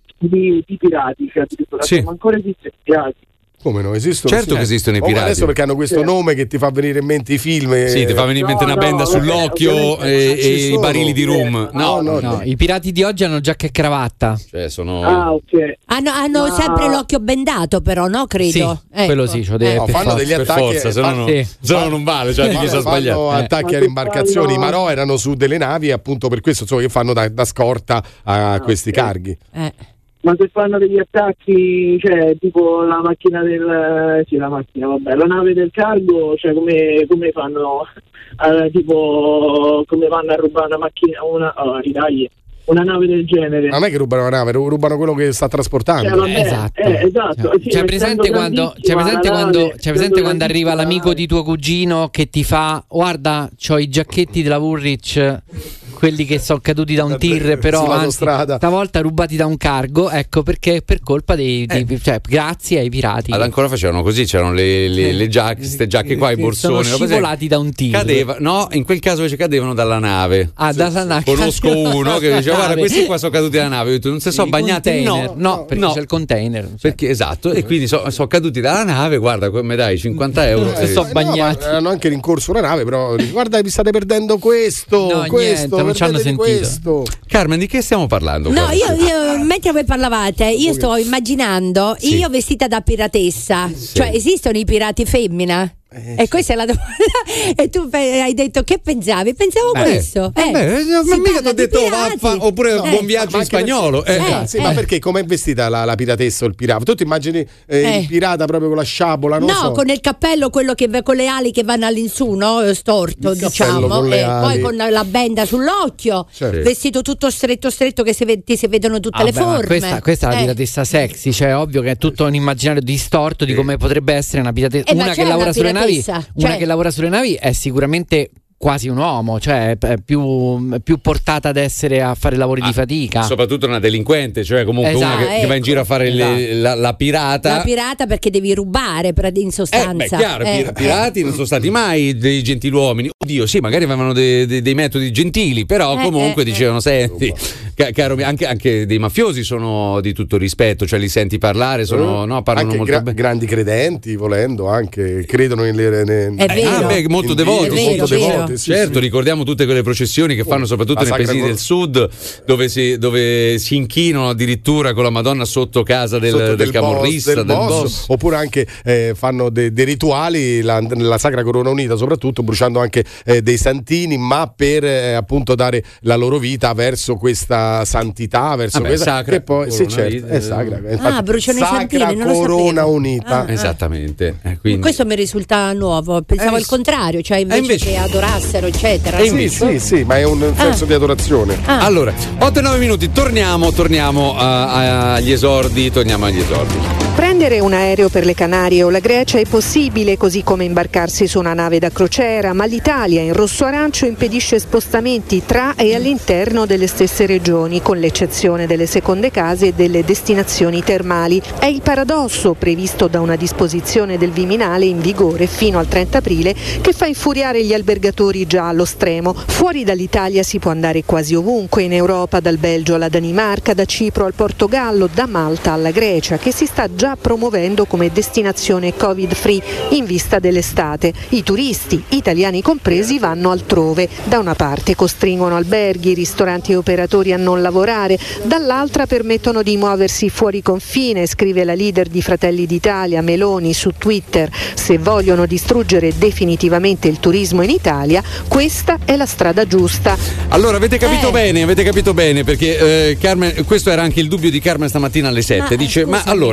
di, di pirati, cioè addirittura sì. ma ancora esistono i pirati. Come no? Esistono? Certo sì. che esistono i pirati. Oh, adesso perché hanno questo nome che ti fa venire in mente i film. E... Sì, ti fa venire in mente no, una benda no, sull'occhio vabbè, e, e i sono. barili di rum. No, no, no, no, i pirati di oggi hanno giacca e cravatta. Cioè, sono. Ah, ok. Hanno, hanno Ma- sempre l'occhio bendato, però, no? Credo. Sì, Ecco. quello sì, c'ho dei Eh. No, per fanno forza. degli Per attacchi. forza, se no fanno- non, Sì. se no non vale, cioè di chi sa fanno sbagliato. Eh. attacchi Ma alle che imbarcazioni. I fanno- Marò erano su delle navi, appunto per questo insomma, che fanno da, da scorta a questi ok. carghi. Eh. Ma se fanno degli attacchi, cioè tipo la macchina del sì la macchina, vabbè, la nave del cargo, cioè come, come fanno eh, tipo come vanno a rubare una macchina, una oh, ridagli, una nave del genere? Non è che rubano la nave, rubano quello che sta trasportando. Cioè, vabbè, Esatto. eh, esatto. Sì, C'è ma presente essendo quando, c'è grandissima presente la quando, nave, c'è presente essendo quando arriva grandissima l'amico la di tuo cugino che ti fa: guarda, c'ho i giacchetti della Woolrich, quelli che sono caduti da un tir, però anzi, sull'autostrada. stavolta rubati da un cargo, ecco perché per colpa dei, dei Eh. cioè grazie ai pirati. Allora, ancora facevano così, c'erano le, le, le giacche, queste giacche qua, i Che borsoni. sono scivolati da un tir. Cadeva, no, in quel caso invece cadevano dalla nave. Ah, dalla nave. Conosco uno che diceva: guarda, Nave. questi qua sono caduti dalla nave. Io ho detto, non si sono I bagnati? No, container. No, perché no. c'è il container. Perché esatto, e quindi sono so caduti dalla nave. Guarda, come dai cinquanta euro. Eh, e- so Eh, bagnati. no, ma hanno anche rincorso una nave, però guarda, vi state perdendo questo, No, questo, niente, non ci hanno perdetevi sentito. questo. Carmen, di che stiamo parlando? No, qua? io, io mentre voi parlavate, io sto immaginando Sì. io vestita da piratessa. Cioè, esistono i pirati femmina? E questa è la domanda. E tu pe- hai detto che pensavi? Pensavo Beh, questo. Eh, Vabbè, si ma mica ti parla ho di detto pirati. va, fa- oppure Eh. buon viaggio Ma in anche spagnolo. perché- Eh. Eh. Sì, ma perché com'è vestita la, la piratessa o il pirata? Tu ti immagini eh, Eh. il pirata proprio con la sciabola? Non No, lo so. con il cappello, quello che con le ali che vanno all'insù, no? Storto, Il cappello diciamo. con le E ali. poi con la benda sull'occhio, Certo. vestito tutto stretto, stretto, che si, ve- ti si vedono tutte Ah, le beh, ma forme. Questa, questa è la Eh. piratessa sexy, cioè è ovvio che è tutto un immaginario distorto di come potrebbe essere una piratessa. Eh, ma una c'è che lavora una sulle navi, piratessa, una cioè- che lavora sulle navi è sicuramente quasi un uomo, cioè è più, più portata ad essere a fare lavori di fatica. Soprattutto una delinquente, cioè comunque Esatto, una che, che va in ecco. giro a fare le- la, la pirata. La pirata perché devi rubare per- in Eh, sostanza. beh, chiaro, i Eh, pir- pirati non sono stati mai dei gentiluomini. Oddio, sì, magari avevano dei, dei- dei metodi gentili, però Eh, comunque eh, dicevano: senti, ca- caro mio, anche, anche dei mafiosi sono di tutto rispetto, cioè li senti parlare, sono, no, parlano anche molto gra- bene. grandi credenti, volendo, anche credono nelle. ne- È vero. Ah, beh, molto in devoti, Dio, È molto vero, devoti, vero. sì, certo, sì. ricordiamo tutte quelle processioni che fanno soprattutto La nei Sacra paesi Cor- del sud, dove si, dove si inchinano addirittura con la Madonna sotto casa del, Sotto del camorrista, boss, del del boss, boss. oppure anche eh, fanno de- dei rituali, la, la Sacra Corona Unita soprattutto, bruciando anche eh, dei santini, ma per eh, appunto dare la loro vita verso questa santità, verso Vabbè, questa Sacra che poi sì, Corona certo, Unita, è sacra. eh. Infatti, Ah, bruciano i Sacra santini, non lo Corona sapevo. Unita. Ah. Esattamente. eh, quindi- Questo mi risulta nuovo, pensavo Eh, il contrario, cioè invece, invece- che adorassero, eccetera. E Sì, invece- sì, sì, ma è un senso di adorazione. Ah. Allora, otto e nove minuti, torniamo, torniamo a- a- agli esordi, torniamo agli esordi. Prendere un aereo per le Canarie o la Grecia è possibile, così come imbarcarsi su una nave da crociera, ma l'Italia in rosso-arancio impedisce spostamenti tra e all'interno delle stesse regioni, con l'eccezione delle seconde case e delle destinazioni termali. È il paradosso previsto da una disposizione del Viminale in vigore fino al trenta aprile che fa infuriare gli albergatori già allo stremo. Fuori dall'Italia si può andare quasi ovunque in Europa, dal Belgio alla Danimarca, da Cipro al Portogallo, da Malta alla Grecia, che si sta già promuovendo come destinazione covid free in vista dell'estate. I turisti, italiani compresi, vanno altrove. Da una parte costringono alberghi, ristoranti e operatori a non lavorare, dall'altra permettono di muoversi fuori confine, scrive la leader di Fratelli d'Italia, Meloni, su Twitter. Se vogliono distruggere definitivamente il turismo in Italia, questa è la strada giusta. Allora, avete capito Eh. bene, avete capito bene, perché eh, Carmen, questo era anche il dubbio di Carmen stamattina alle sette. Ma, eh, Dice: ma scusami. allora, scusa,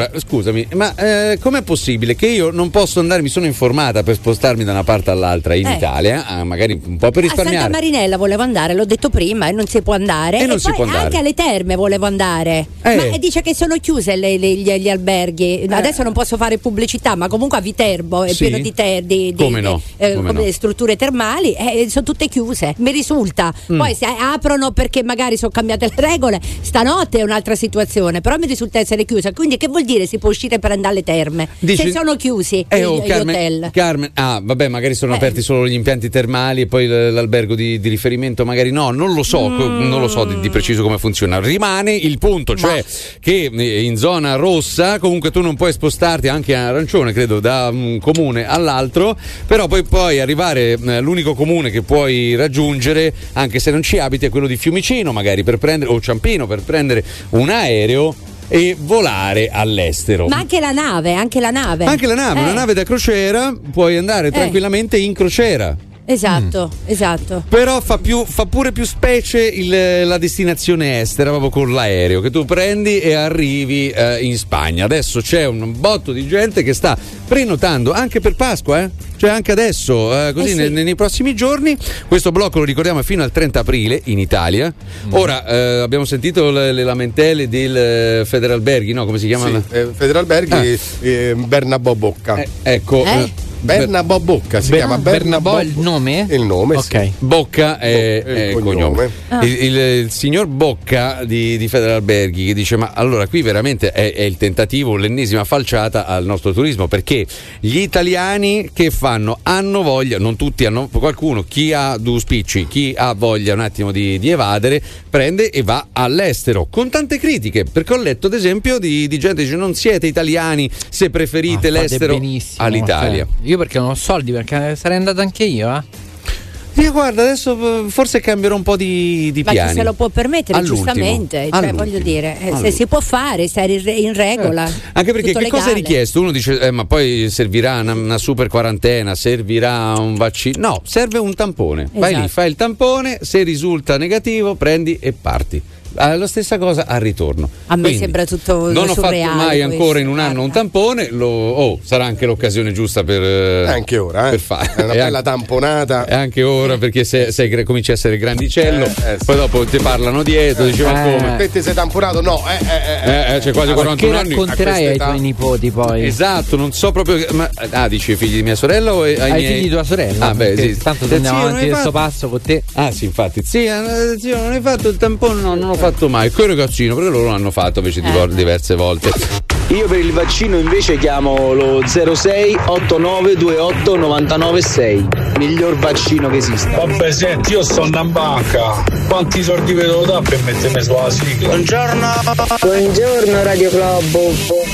scusami, ma eh, com'è possibile che io non posso andare, mi sono informata per spostarmi da una parte all'altra in Eh. Italia, ah, magari un po' per A risparmiare. Santa Marinella volevo andare, l'ho detto prima, e non si può andare. E non e si poi può andare. anche alle terme volevo andare. Eh. Ma e dice che sono chiuse le- le- gli, gli alberghi. Adesso non posso fare pubblicità, ma comunque a Viterbo è Sì. pieno di, ter- di, di- Come no, eh, come come no. strutture termali, eh, sono tutte chiuse. Mi risulta. Mm. Poi se aprono perché magari sono cambiate le regole, stanotte è un'altra situazione, però mi risulta essere chiusa. Quindi che vuol dire si può uscire per andare alle terme? Dici- Se sono chiusi Eh, gli, oh, gli Carmen, hotel. Carmen, ah, vabbè, magari sono Eh. aperti solo gli impianti termali e poi l- l'albergo di, di riferimento, magari no, non lo so, co- non lo so di, di preciso come funziona. Rimane il punto, cioè che eh, in zona rossa comunque tu non puoi spostarti, anche in arancione, credo, da un comune all'altro, però poi puoi arrivare, eh, l'unico comune che puoi raggiungere, anche se non ci abiti, è quello di Fiumicino, magari per prendere, o Ciampino, per prendere un aereo e volare all'estero. Ma anche la nave, anche la nave. Anche la nave, Eh. una nave da crociera, puoi andare tranquillamente in crociera. Esatto, esatto. Però fa, più, fa pure più specie il- la destinazione estera, proprio con l'aereo che tu prendi e arrivi eh, in Spagna. Adesso c'è un botto di gente che sta prenotando anche per Pasqua, eh? Cioè anche adesso, eh, così Eh sì. nei, nei prossimi giorni. Questo blocco lo ricordiamo è fino al trenta aprile in Italia. Ora eh, abbiamo sentito le, le lamentele del eh, Federalberghi, no? Come si chiama? Sì, eh, Federalberghi, Ah. eh, Bernabò Bocca. Eh, ecco. Eh? eh, Bernabò Bocca si Ber- chiama Bernabò il nome? Il nome, Ok. sì. Bocca è, Bo- è il è il cognome. cognome. Ah. Il, il- il signor Bocca di, di Federalberghi che dice: ma allora qui veramente è, è il tentativo, l'ennesima falciata al nostro turismo, perché gli italiani che fanno? Hanno voglia, non tutti hanno, qualcuno, chi ha due spicci, chi ha voglia un attimo di, di evadere, prende e va all'estero, con tante critiche, perché ho letto ad esempio di, di gente che dice: non siete italiani se preferite Ah, fate l'estero benissimo, all'Italia. cioè, io perché non ho soldi, perché sarei andato anche io, eh. Io guarda, adesso eh, forse cambierò un po' di, di Ma piani. chi se lo può permettere, All'ultimo. giustamente, cioè, All'ultimo. voglio dire, eh, se All'ultimo. si può fare, stare in, re- in regola. Anche perché tutto che cosa è legale. richiesto? Uno dice: eh, ma poi servirà una, una super quarantena, servirà un vaccino. No, serve un tampone. Vai Esatto. lì, fai il tampone, se risulta negativo, prendi e parti. Ah, la stessa cosa al ritorno. A me Quindi, sembra tutto non ho fatto surreale mai questo, ancora in un anno un tampone. Lo, oh, sarà anche l'occasione giusta per. eh, Anche ora, eh. per fare È una e bella anche- tamponata. E anche ora, perché se, sei, gre- cominci a essere grandicello, Eh, eh, sì. poi dopo ti parlano dietro, dici: ma Eh. come? Te ti sei tamponato? No, eh, eh, eh. Eh, eh, c'è quasi Ah, quarantuno Che anni. racconterai ai quest'età. tuoi nipoti poi? Esatto, non so proprio. che- Ma, ah, dici ai figli di mia sorella o ai, ai Ai miei? figli di tua sorella? Ah, beh, Perché sì. tanto Eh, se andiamo zio, non avanti hai questo fatto- passo con te. Ah, sì, infatti. Zia, eh, zio, non hai fatto il tampone? No, non l'ho fatto mai. Quel ragazzino, perché loro l'hanno fatto invece di Eh. diverse volte. Io per il vaccino invece chiamo lo zero sei otto nove due otto nove nove sei, miglior vaccino che esiste. Vabbè, senti, io sto in banca. Quanti soldi vedo da per mettermi sulla sigla? Buongiorno. Buongiorno Radio Globo.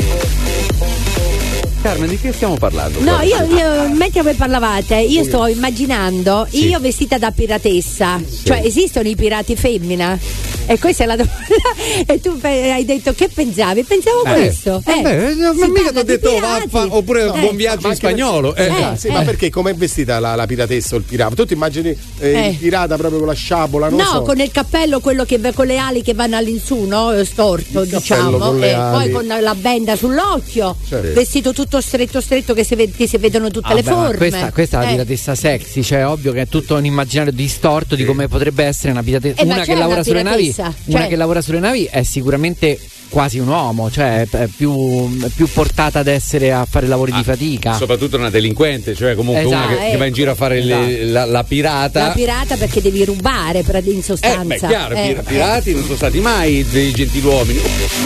Carmen, di che stiamo parlando? No, qua? io, io mentre voi parlavate, io sto immaginando Sì. io vestita da piratessa, cioè esistono i pirati femmina? E questa è la domanda. E tu pe- hai detto che pensavi? Pensavo Eh, questo. eh, beh, Si ma mica parla ti ho di detto pirati. vaffa, oppure Eh. buon viaggio Ma in anche spagnolo. perché- Eh, Eh, sì, eh. ma perché com'è vestita la, la piratessa o il pirata? Tu ti immagini eh, Eh. il pirata proprio con la sciabola, non No, so. con il cappello, quello che con le ali che vanno all'insù, no? Storto, Il cappello diciamo. con le E ali. poi con la benda sull'occhio, Certo. vestito tutto stretto stretto che si, ved- che si vedono tutte Ah, le beh, ma forme. Questa, questa è la Eh. piratessa sexy, cioè è ovvio che è tutto un immaginario distorto di come potrebbe essere una piratessa. Eh, ma una c'è che lavora una sulle navi, piratessa, una cioè- che lavora sulle navi è sicuramente quasi un uomo, cioè è più, più portata ad essere a fare lavori di fatica. Soprattutto una delinquente, cioè comunque una Esatto. che, che va in giro a fare le- la, la pirata. La pirata perché devi rubare per- in Eh, sostanza. beh, chiaro, Eh, pir- pirati non sono stati mai dei gentiluomini.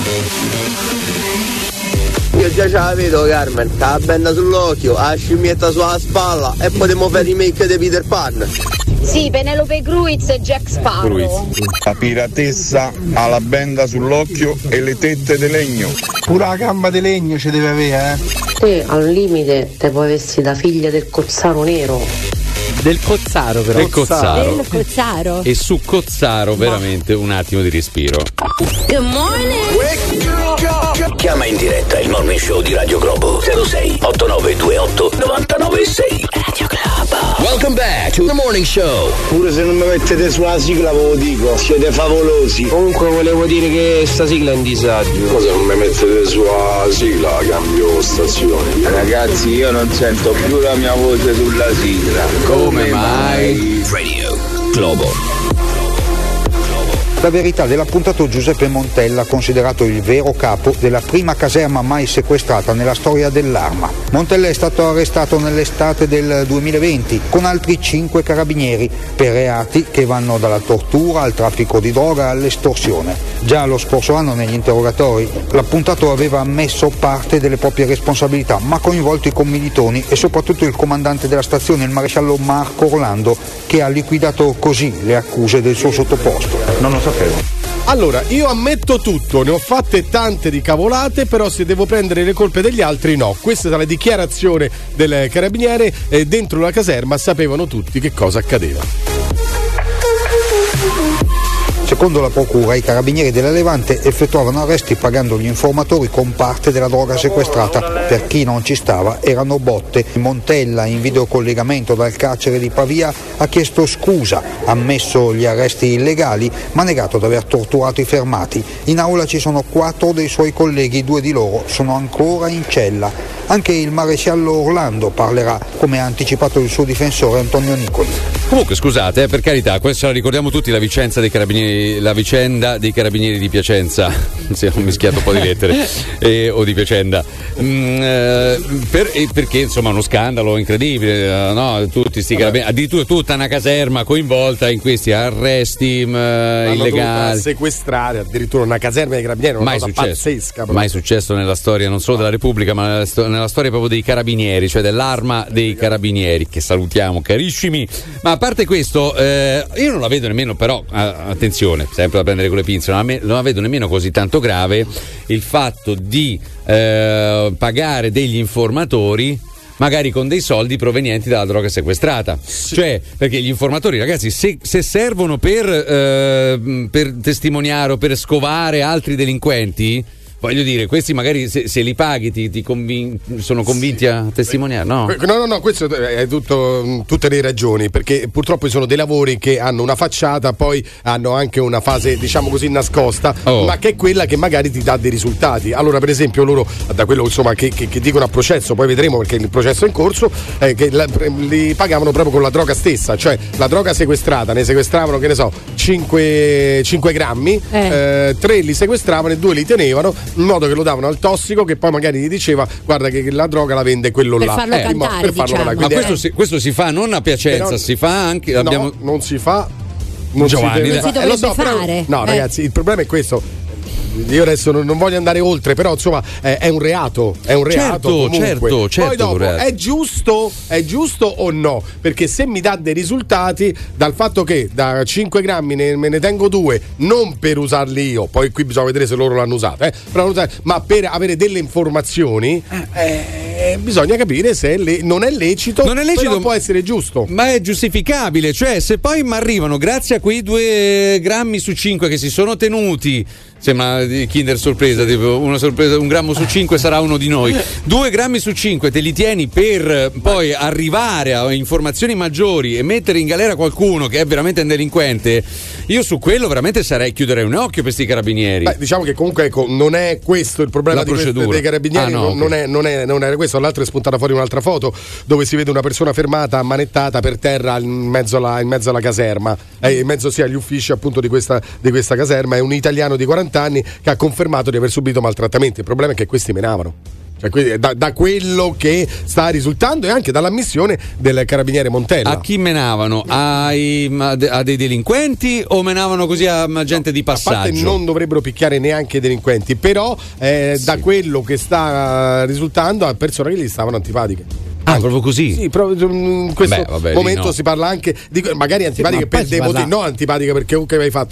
Io già ce la vedo Carmen, la benda sull'occhio, la scimmietta sulla spalla e potremmo fare i remake di Peter Pan. Sì, Penelope Cruz e Jack Sparrow. La piratessa ha la benda sull'occhio e le tette di legno. Pure la gamba di legno ci deve avere, eh. Te al limite te puoi vestire da figlia del cozzaro nero. Del Cozzaro però. Del Cozzaro. Del Cozzaro. E su Cozzaro veramente un attimo di respiro. Good morning. Chiama in diretta il Morning Show di Radio Globo zero sei otto nove due otto nove nove sei. Radio Globo. Welcome back to the morning show. Pure se non mi mettete sulla sigla ve lo dico, siete favolosi. Comunque volevo dire che sta sigla è un disagio. Cosa non mi mettete sulla sigla, cambio stazione. Ragazzi, io non sento più la mia voce sulla sigla. Come mai? Radio Globo. La verità dell'appuntato Giuseppe Montella, considerato il vero capo della prima caserma mai sequestrata nella storia dell'Arma. Montella è stato arrestato nell'estate del duemilaventi con altri cinque carabinieri per reati che vanno dalla tortura al traffico di droga all'estorsione. Già lo scorso anno negli interrogatori l'appuntato aveva ammesso parte delle proprie responsabilità, ma coinvolto i commilitoni e soprattutto il comandante della stazione, il maresciallo Marco Orlando, che ha liquidato così le accuse del suo sottoposto. Non lo sapevo. Allora, io ammetto tutto, ne ho fatte tante di cavolate, però se devo prendere le colpe degli altri no. Questa è la dichiarazione del carabiniere e dentro la caserma sapevano tutti che cosa accadeva. Secondo la procura, i carabinieri della Levante effettuavano arresti pagando gli informatori con parte della droga sequestrata. Per chi non ci stava erano botte. Montella, in videocollegamento dal carcere di Pavia, ha chiesto scusa, ha ammesso gli arresti illegali, ma ha negato di aver torturato i fermati. In aula ci sono quattro dei suoi colleghi, due di loro sono ancora in cella. Anche il maresciallo Orlando parlerà, come ha anticipato il suo difensore Antonio Nicoli. Comunque scusate, eh, per carità, questa la ricordiamo tutti, la vicenda dei carabinieri, la vicenda dei carabinieri di Piacenza. Sì, ho mischiato un po' di lettere eh, o di Piacenda. Mm, eh, per, eh, perché insomma uno scandalo incredibile, eh, no? Tutti sti carabinieri, addirittura tutta una caserma coinvolta in questi arresti mh, illegali. Sequestrare addirittura una caserma dei carabinieri, una mai cosa successo, pazzesca. Proprio. Mai successo nella storia non solo della Repubblica, ma nella, sto- nella storia proprio dei carabinieri, cioè dell'Arma dei carabinieri, che salutiamo carissimi. Ma a parte questo, eh, io non la vedo nemmeno, però a- attenzione, sempre da prendere con le pinze, non la, me- non la vedo nemmeno così tanto grave il fatto di eh, pagare degli informatori magari con dei soldi provenienti dalla droga sequestrata. Sì. Cioè, perché gli informatori, ragazzi, se, se servono per, eh, per testimoniare o per scovare altri delinquenti, voglio dire, questi magari se, se li paghi ti, ti convin- sono convinti sì. a testimoniare, no? No, no, no, questo è tutto, tutte le ragioni, perché purtroppo ci sono dei lavori che hanno una facciata, poi hanno anche una fase, diciamo così, nascosta, oh. ma che è quella che magari ti dà dei risultati. Allora, per esempio, loro, da quello insomma che, che, che dicono a processo, poi vedremo perché il processo è in corso, eh, che la, li pagavano proprio con la droga stessa, cioè la droga sequestrata, ne sequestravano, che ne so, cinque grammi, eh. Eh, tre li sequestravano e due li tenevano, in modo che lo davano al tossico, che poi magari gli diceva guarda che la droga la vende quello per là farlo eh, cantare, per farlo diciamo. Ma questo si, questo si fa non a Piacenza, però, si fa anche no, abbiamo... non si fa non Giovanni, si deve non si fa- dovrebbe eh, so, fare però, no eh. ragazzi, il problema è questo. Io adesso non, non voglio andare oltre, però insomma eh, è un reato, è un reato. Certo, certo, certo. Poi dopo è giusto, è giusto o no? Perché se mi dà dei risultati dal fatto che da cinque grammi ne, me ne tengo due, non per usarli io, poi qui bisogna vedere se loro l'hanno usato, eh, però, ma per avere delle informazioni, eh, bisogna capire se è le, non è lecito, non è lecito, però può essere giusto. Ma è giustificabile, cioè se poi mi arrivano grazie a quei due grammi su cinque che si sono tenuti, sembra di Kinder sorpresa, tipo una sorpresa, un grammo su cinque sarà uno di noi, due grammi su cinque te li tieni per poi arrivare a informazioni maggiori e mettere in galera qualcuno che è veramente un delinquente, io su quello veramente sarei chiudere un occhio per questi carabinieri. Beh, diciamo che comunque ecco, non è questo il problema la di questi, dei carabinieri, ah, no, non, okay. non, è, non, è, non era questo. L'altro è spuntata fuori un'altra foto dove si vede una persona fermata, ammanettata per terra in mezzo alla, in mezzo alla caserma, eh, in mezzo sia agli uffici appunto di questa, di questa caserma. È un italiano di quaranta anni che ha confermato di aver subito maltrattamenti. Il problema è che questi menavano. Cioè, da, da quello che sta risultando e anche dall'ammissione del carabiniere Montella. A chi menavano? Ai, a dei delinquenti o menavano così a gente di passaggio? A parte non dovrebbero picchiare neanche i delinquenti, però eh, sì. da quello che sta risultando a persone che gli stavano antipatiche. Ah, proprio così? Sì, proprio in questo Beh, vabbè, momento no. si parla anche di magari antipatiche sì, per dei motivi, no antipatiche perché comunque hai fatto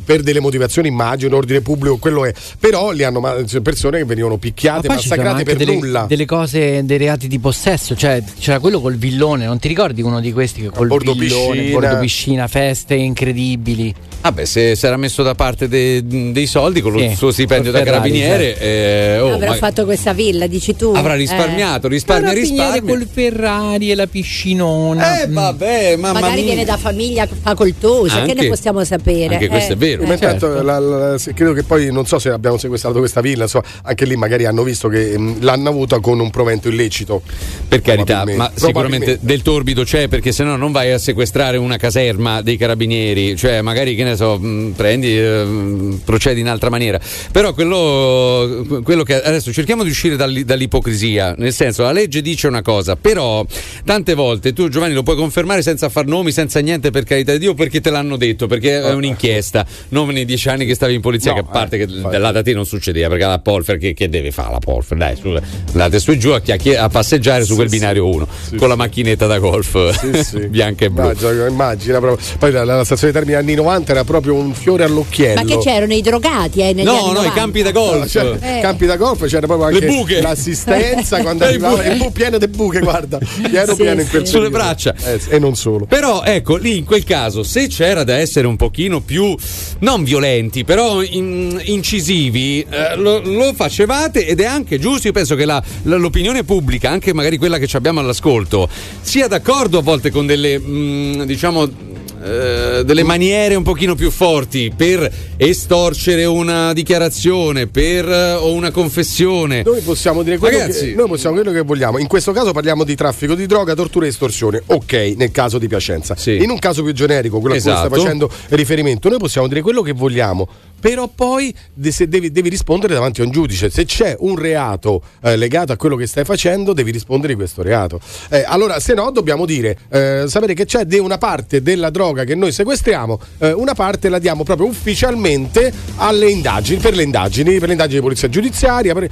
per delle motivazioni, immagino, ordine pubblico, quello è, però li hanno persone che venivano picchiate, massacrate per delle, nulla. Delle cose, dei reati di possesso, cioè c'era quello col villone, non ti ricordi uno di questi che col bordo villone, piscina. bordo piscina, feste incredibili. Vabbè, se si era messo da parte de, dei soldi con lo Sì, suo stipendio da Ferrari, carabiniere, eh, oh, avrà ma- fatto questa villa, dici tu. avrà risparmiato, eh. risparmia, Carabiniere risparmia. col Ferrari e la piscinona. Eh vabbè, mamma Magari mia. viene da famiglia facoltosa, Anche- che ne possiamo sapere? anche questo è vero. Eh. Ma intanto certo. la- la- se- credo che poi non so se abbiamo sequestrato questa villa, insomma, anche lì magari hanno visto che mh, l'hanno avuta con un provento illecito. Per carità, ma Probabilmente. sicuramente del torbido c'è, perché se no non vai a sequestrare una caserma dei carabinieri, cioè magari, che ne so, mh, prendi, eh, mh, procedi in altra maniera. Però quello, quello che adesso cerchiamo di uscire dall'i- dall'ipocrisia, nel senso, la legge dice una cosa, però tante volte tu, Giovanni, lo puoi confermare senza far nomi, senza niente, per carità di Dio, perché te l'hanno detto, perché è un'inchiesta, non nei dieci anni che stavi in polizia, No, che a parte eh, che infatti. là da te non succedeva, perché la Polfer che, che deve fare la Polfer? Dai, su, andate su e giù a, chiacchier- a passeggiare su Sì, quel sì. binario uno Sì, con la sì. macchinetta da golf Sì, sì. bianca e blu. Immagina, immagina proprio. Poi la, la stazione di Termini anni novanta era proprio un fiore all'occhiello. Ma che c'erano i drogati eh, negli No, anni no, i novanta? campi da golf. No, c'era- Eh. campi da golf, c'era proprio anche Le buche. l'assistenza quando Le arrivava, buche. il bu- pieno di buche, guarda, pieno Sì, pieno in quel sì. Sulle periodo. braccia. Eh, e non solo. Però ecco, lì in quel caso, se c'era da essere un pochino più non violenti, però in- incisivi, eh, lo, lo facevate, ed è anche giusto. Io penso che la- la- l'opinione pubblica, anche magari quella che ci abbiamo all'ascolto, sia d'accordo a volte con delle, mh, diciamo, eh, delle maniere un pochino più forti per estorcere una dichiarazione, per eh, o una confessione. Noi possiamo dire quello Ragazzi, che, noi possiamo dire quello che vogliamo. In questo caso parliamo di traffico di droga, tortura e estorsione. Ok, nel caso di Piacenza. Sì. In un caso più generico, quello a cui Esatto. sta facendo riferimento, noi possiamo dire quello che vogliamo. Però poi de- se devi, devi rispondere davanti a un giudice. Se c'è un reato eh, legato a quello che stai facendo, devi rispondere di questo reato. Eh, allora, se no, dobbiamo dire, eh, sapere che c'è de- una parte della droga che noi sequestriamo, eh, una parte la diamo proprio ufficialmente alle indagini, per le indagini, per le indagini di polizia giudiziaria. Per...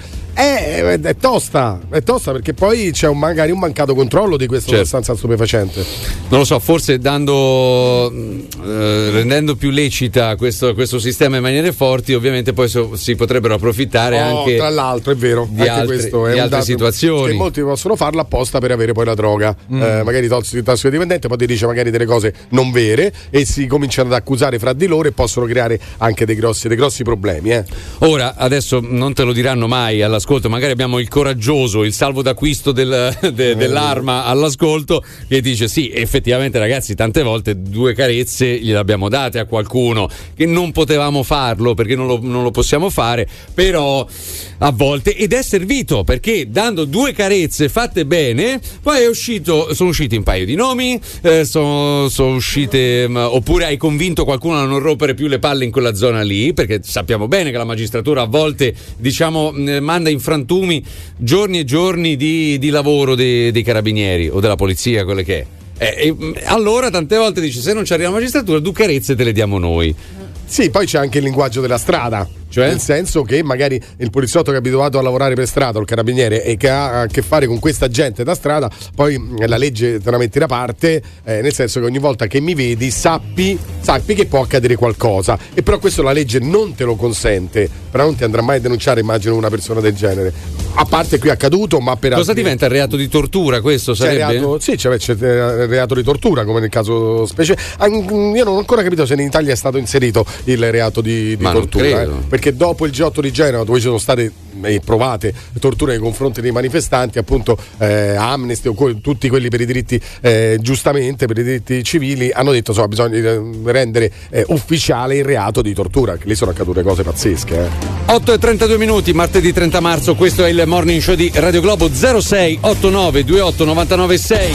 È, è tosta, è tosta perché poi c'è un, magari un mancato controllo di questa Certo. sostanza stupefacente. Non lo so, forse dando eh, rendendo più lecita questo, questo sistema in maniere forti, ovviamente poi so- si potrebbero approfittare Oh, anche tra l'altro è vero, di anche altri- questo è di un altre dato, situazioni. che molti possono farlo apposta per avere poi la droga. Mm. Eh, magari tolsi il tasso dipendente, poi ti dice magari delle cose non vere e si cominciano ad accusare fra di loro e possono creare anche dei grossi, dei grossi problemi. Eh. Ora, adesso non te lo diranno mai all'ascolto, magari abbiamo il coraggioso, il salvo d'acquisto del- de- dell'arma all'ascolto, che dice sì, effettivamente ragazzi, tante volte due carezze gliel'abbiamo date a qualcuno, che non potevamo farlo perché non lo, non lo possiamo fare, però a volte, ed è servito, perché dando due carezze fatte bene, poi è uscito, sono usciti un paio di nomi, eh, sono, sono uscite, mh, oppure hai convinto qualcuno a non rompere più le palle in quella zona lì, perché sappiamo bene che la magistratura a volte, diciamo, mh, manda in frantumi giorni e giorni di, di lavoro dei, dei carabinieri o della polizia, quelle che è. Eh, e, mh, allora tante volte dice, se non ci arriva la magistratura, due carezze te le diamo noi. Sì, poi c'è anche il linguaggio della strada. Cioè? Nel senso che magari il poliziotto che è abituato a lavorare per strada o il carabiniere e che ha a che fare con questa gente da strada, poi la legge te la metti da parte, eh, nel senso che ogni volta che mi vedi sappi, sappi che può accadere qualcosa, e però questo la legge non te lo consente, però non ti andrà mai a denunciare, immagino, una persona del genere, a parte qui è accaduto, ma per Cosa altri... diventa il reato di tortura, questo C'è sarebbe? reato, sì, c'è, c'è il reato di tortura, come nel caso specie. Ah, io non ho ancora capito se in Italia è stato inserito il reato di, di Ma non tortura, eh, credo. perché dopo il G otto di Genova, dove ci sono state eh, provate torture nei confronti dei manifestanti, appunto eh, Amnesty o co- tutti quelli per i diritti, eh, giustamente per i diritti civili, hanno detto insomma bisogna eh, rendere eh, ufficiale il reato di tortura, che lì sono accadute cose pazzesche. Eh. otto e trentadue minuti, martedì trenta marzo, questo è il Morning Show di Radio Globo. Zero sei otto nove due otto nove nove sei.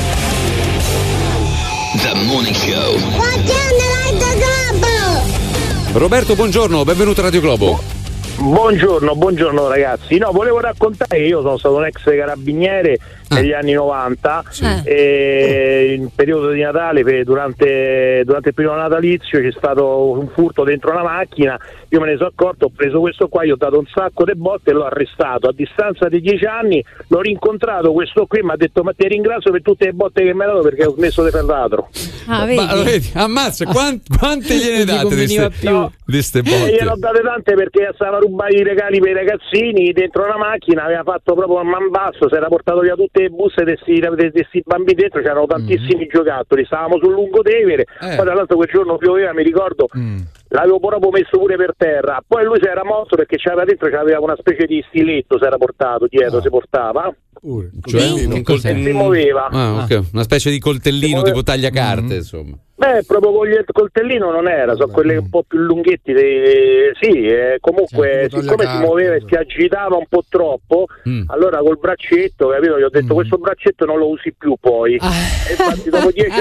The Morning Show. Roberto, buongiorno, benvenuto a Radio Globo. Buongiorno, buongiorno ragazzi. No, volevo raccontare che io sono stato un ex carabiniere negli anni novanta, Sì. e in periodo di Natale, per- durante, durante il periodo natalizio c'è stato un furto dentro una macchina, io me ne sono accorto, ho preso questo qua, gli ho dato un sacco di botte e l'ho arrestato. A distanza di dieci anni l'ho rincontrato, questo qui mi ha detto: ma ti ringrazio per tutte le botte che mi hai dato perché ho smesso di fare ladro. Ah, vedi? Ma, vedi, ammazza, quant- quante gliene date di queste E botte? gliene ho date tante perché stava a rubare i regali per i ragazzini dentro una macchina, aveva fatto proprio un man basso, si era portato via tutte le buste di questi bambini dentro, c'erano tantissimi mm. giocattoli, stavamo sul Lungotevere, eh. poi tra l'altro quel giorno pioveva, mi ricordo, mm. l'avevo proprio messo pure per terra, poi lui si era morto perché c'aveva dentro, c'aveva una specie di stiletto, si era portato dietro, ah. si portava. Uh, cioè, un col- si muoveva. Ah, okay. Una specie di coltellino tipo tagliacarte, mm. insomma. Beh, proprio con il coltellino non era, sono quelle un po' più lunghetti. Dei, sì, eh, comunque, cioè, siccome si muoveva e si agitava un po' troppo, mm. allora col braccetto, capito? Gli ho detto: mm. questo braccetto non lo usi più poi. Ah. E infatti, dopo dieci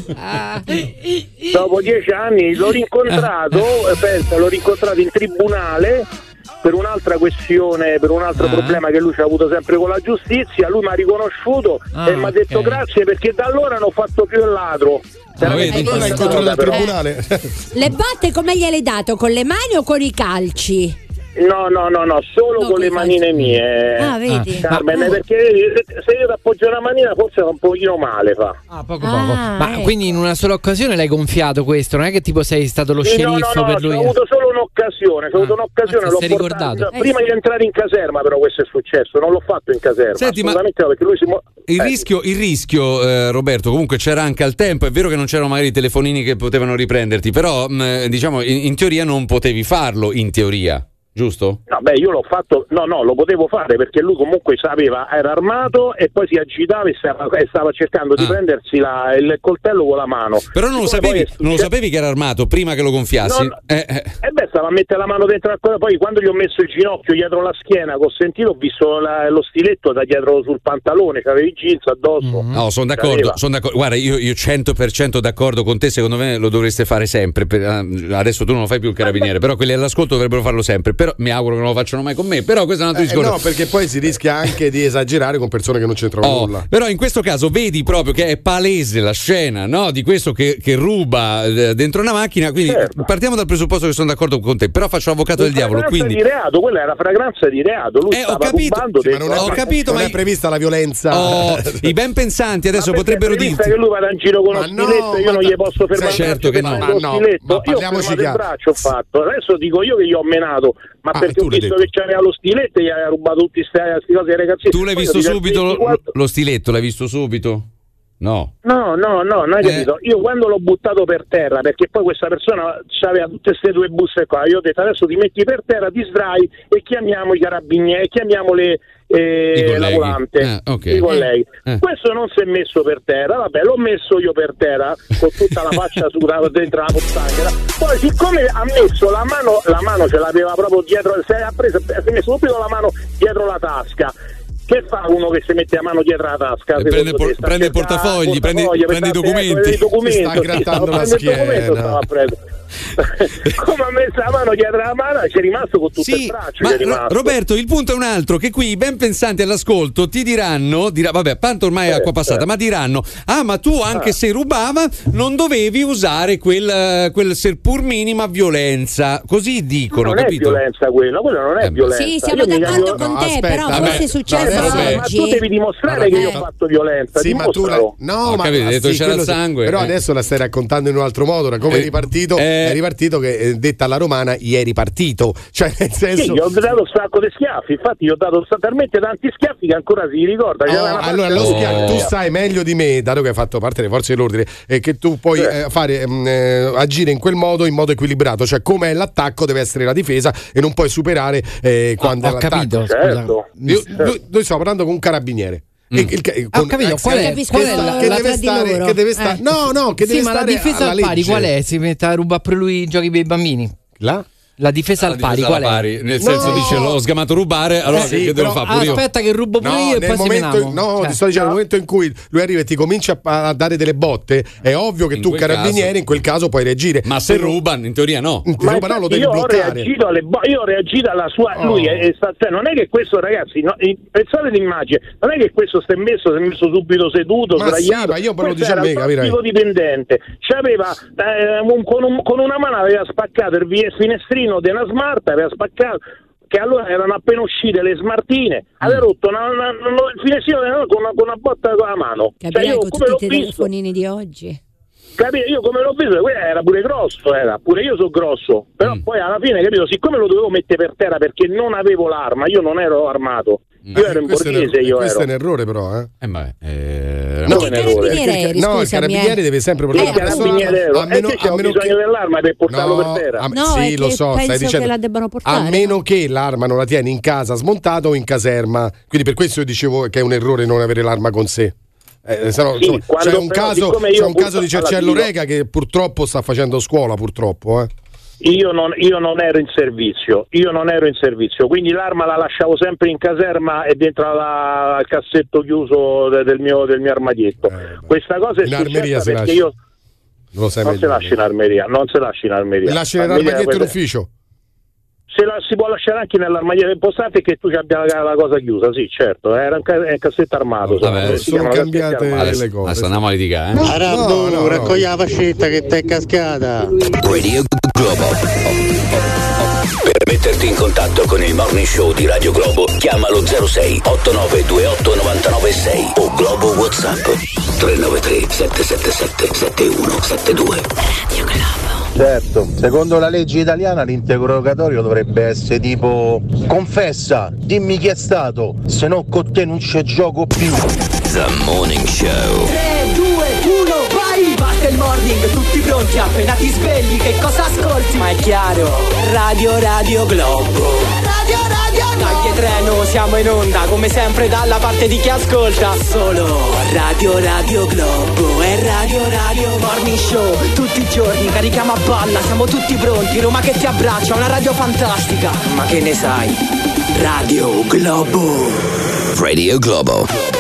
anni, dopo dieci anni l'ho rincontrato, pensa, l'ho rincontrato in tribunale. Per un'altra questione, per un altro ah. problema che lui ci ha avuto sempre con la giustizia, lui mi ha riconosciuto ah, e mi ha detto okay. grazie, perché da allora non ho fatto più il ladro. Ah, vedi, non l'hai incontrato al tribunale. Le botte come gliele hai dato? Con le mani o con i calci? No, no, no, no, solo no, con le manine mie. Ah, vedi? Carmen, ma, perché se io ti appoggio una manina forse fa un pochino male, fa. Ah, poco poco. Ah, ma ecco. Quindi in una sola occasione l'hai gonfiato questo? Non è che tipo sei stato lo sceriffo no, no, no, per lui? Ho avuto solo un'occasione, ho avuto ah, un'occasione, l'ho portato, ricordato. Prima di entrare in caserma, però questo è successo, non l'ho fatto in caserma. Senti, assolutamente ma no, perché lui si mu- il eh. rischio, il rischio eh, Roberto, comunque c'era anche al tempo, è vero che non c'erano magari i telefonini che potevano riprenderti, però mh, diciamo in, in teoria non potevi farlo, in teoria. Giusto? No, beh, io l'ho fatto, no, no, lo potevo fare perché lui comunque sapeva, era armato e poi si agitava e stava, e stava cercando ah. di prendersi la, il coltello con la mano. Però non lo, sapevi, non lo sapevi che era armato prima che lo gonfiassi? No, eh, eh. E beh, stava a mettere la mano dentro la cosa, poi quando gli ho messo il ginocchio dietro la schiena, che ho sentito, ho visto la, lo stiletto da dietro sul pantalone, c'avevi i jeans addosso. Mm-hmm. No, sono d'accordo, son d'accordo. Guarda, io, io cento per cento d'accordo con te, secondo me lo dovreste fare sempre. Per, adesso tu non lo fai più il carabiniere, però quelli all'ascolto dovrebbero farlo sempre. Però mi auguro che non lo facciano mai con me, però questo è un altro eh, discorso. No, perché poi si rischia anche di esagerare con persone che non c'entrano oh, nulla. Però in questo caso vedi proprio che è palese la scena, no? Di questo che, che ruba eh, dentro una macchina, quindi certo. partiamo dal presupposto che sono d'accordo con te, però faccio avvocato del diavolo, quindi di reato, quella è la fragranza di reato, lui eh, stava ho capito, rubando sì, ma non è, ho capito, non ma è prevista la violenza. Oh, i ben pensanti adesso ma potrebbero dirti che lui vada in giro con uno stiletto, io non gli posso fermare. Certo che no, ma no, ma io ho fermato il braccio, ho fatto. Adesso dico io che gli ho menato, ma ah, perché ho visto che c'aveva lo stiletto e gli aveva rubato tutte queste cose ai ragazzi. Tu l'hai visto subito lo, lo stiletto, l'hai visto subito? No. No, no, no, non hai eh. capito. Io quando l'ho buttato per terra, perché poi questa persona aveva tutte queste due buste qua, io ho detto adesso ti metti per terra, ti sdrai e chiamiamo i carabinieri, chiamiamo le eh, la volante, eh, okay. i colleghi. Eh. Questo non si è messo per terra, vabbè, l'ho messo io per terra con tutta la faccia su, dentro la pozzanghera. Poi siccome ha messo la mano, la mano ce l'aveva proprio dietro, si è preso, si è messo subito la mano dietro la tasca. Che fa uno che si mette la mano dietro la tasca? Eh, prende por- prende il portafogli, prendi, prendi i documenti. documenti. Sta grattando la schiena. Come ha messo la mano dietro la mano, c'è rimasto con tutto sì, il braccio. Ma rimasto. Roberto, il punto è un altro, che qui i ben pensanti all'ascolto ti diranno, dirà, vabbè, tanto ormai è acqua passata, eh. ma diranno, ah, ma tu anche ah. se rubava non dovevi usare quel, quel seppur minima violenza, così dicono, non capito? Non è violenza quello, quello non è eh, violenza. Sì, siamo Io d'accordo con no, te, aspetta, però vabbè, forse è successo no, oggi. Ma tu devi dimostrare che io ho fatto violenza, sì, ma tu la... no, ma capito, ma detto sì, c'era il sangue. Però eh. adesso la stai raccontando in un altro modo, come eh, è ripartito, eh, è ripartito che eh, detta alla romana ieri partito, cioè nel senso sì, gli ho dato un sacco di schiaffi, infatti gli ho dato talmente tanti schiaffi che ancora si ricorda. Oh, allora lo schiaffo, tu sai meglio di me, dato che hai fatto parte delle forze dell'ordine, e che tu puoi eh. Eh, fare mh, eh, agire in quel modo, in modo equilibrato, cioè come è l'attacco deve essere la difesa e non puoi superare eh, quando oh, è ho l'attacco. Capito, certo. Io, noi, noi stiamo parlando con un carabiniere. Mm. Il, il, con, ho capito qual è, qual è la, che la deve stare, che deve stare eh. no no che sì, deve ma stare la difesa al pari qual è? Si mette a rubare per lui i giochi per i bambini? Là? La difesa al pari, qual è? Pari, nel senso no. dice l'ho sgamato rubare, allora eh sì, che devo fare pure io? Aspetta che rubo pure no, io e poi momento, seminiamo. No, cioè. ti sto dicendo, nel momento in cui lui arriva e ti comincia a, a dare delle botte, è ovvio che in tu carabinieri caso. in quel caso puoi reagire. Ma se rubano, in teoria no. In teoria no, lo devi io bloccare. Ho reagito alle bo- io ho reagito alla sua oh. lui è, è sta- cioè, non è che questo ragazzi, no, pensate l'immagine, non è che questo si è messo, si è messo subito seduto, ma sdraiato. Sì, ma io però dice a me, capirai. Dipendente. C'aveva eh, un, con, un, con una mano aveva spaccato il finestrino di una smart, aveva spaccato, che allora erano appena uscite le smartine, aveva rotto una, una, una, il finestrino con una, con una botta con la mano. Capirai, cioè, io, con come tutti i visto, telefonini di oggi. Capito? Io come l'ho visto, quello era pure grosso, era pure io sono grosso, però mm. poi alla fine, capito, siccome lo dovevo mettere per terra perché non avevo l'arma, io non ero armato. Io ero in borghese, io questo ero. è un errore, però, eh? Eh, ma eh, no, no, è un errore. Eri, no, il carabiniere deve sempre portare la persona a meno, e c'è bisogno che... dell'arma per portarlo no, per terra. A, no, sì, lo so, stai dicendo. Che la debbano portare. A meno che l'arma non la tieni in casa smontata o in caserma. Quindi per questo io dicevo che è un errore non avere l'arma con sé. Eh, no, sì, insomma, c'è un però, caso, c'è un caso di Cercello fine... Rega che purtroppo sta facendo scuola, purtroppo, eh. Io non, io non ero in servizio, io non ero in servizio, quindi l'arma la lasciavo sempre in caserma e dentro la, al cassetto chiuso de, del, mio, del mio armadietto. Eh, Questa cosa è in successa perché lascia. io non, lo sai non si lascia in armeria, non si lascia in armeria. Mi lasci nell'armadietto d'ufficio? Se la, si può lasciare anche nell'armadietto, importante che tu abbia la, la cosa chiusa, sì, certo, era un, ca- un cassetto armato. Vabbè, sono cambiate le cose. Adesso andiamo a litigare, eh? No, no, no, raccogli la fascetta che ti è cascata. Radio Globo. Per metterti in contatto con il Morning Show di Radio Globo, chiamalo zero sei otto nove due otto nove nove sei o Globo WhatsApp tre nove tre sette sette sette sette uno sette due. Radio Globo. Certo, secondo la legge italiana l'interrogatorio dovrebbe essere tipo: confessa, dimmi chi è stato, se no con te non c'è gioco più. The Morning Show. tre, due, uno, vai! Basta il morning, tutti pronti, appena ti svegli, che cosa ascolti? Ma è chiaro, Radio Radio Globo. Radio Radio Globo. Dai treno, siamo in onda, come sempre dalla parte di chi ascolta. Solo Radio Radio Globo e Radio Radio Morning Show. Tutti i giorni carichiamo a balla, siamo tutti pronti. Roma che ti abbraccia, una radio fantastica. Ma che ne sai? Radio Globo. Radio Globo.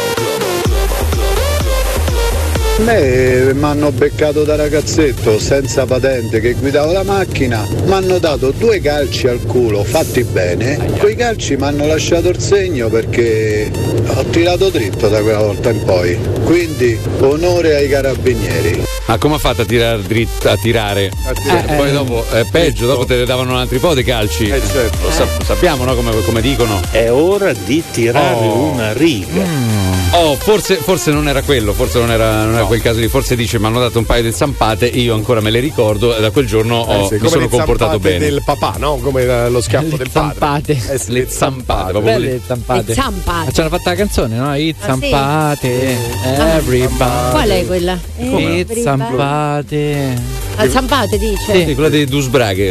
A me mi hanno beccato da ragazzetto senza patente che guidavo la macchina, mi hanno dato due calci al culo fatti bene, quei calci mi hanno lasciato il segno perché ho tirato dritto da quella volta in poi, quindi onore ai carabinieri. Ma come ha fatto a tirare dritto, a tirare? A tirare. Eh, poi dopo è peggio, dopo te ne davano un altro po' di calci. Eh certo. Lo sa- sappiamo, no? Come, come dicono. È ora di tirare oh. una riga. Mm. Oh, forse, forse non era quello, forse non era, non era no. quel caso lì, forse dice mi hanno dato un paio di zampate, io ancora me le ricordo e da quel giorno ho, eh sì, mi sono comportato bene. Del papà, no? Come lo schiaffo del zampate. padre. Eh, le zampate. Belle le zampate. Le zampate. Ci hanno fatto la canzone, no? I zampate, ah, sì. everybody. Qual è quella? I zampate. La zampate dice? Sì, quella di Dus Braghe.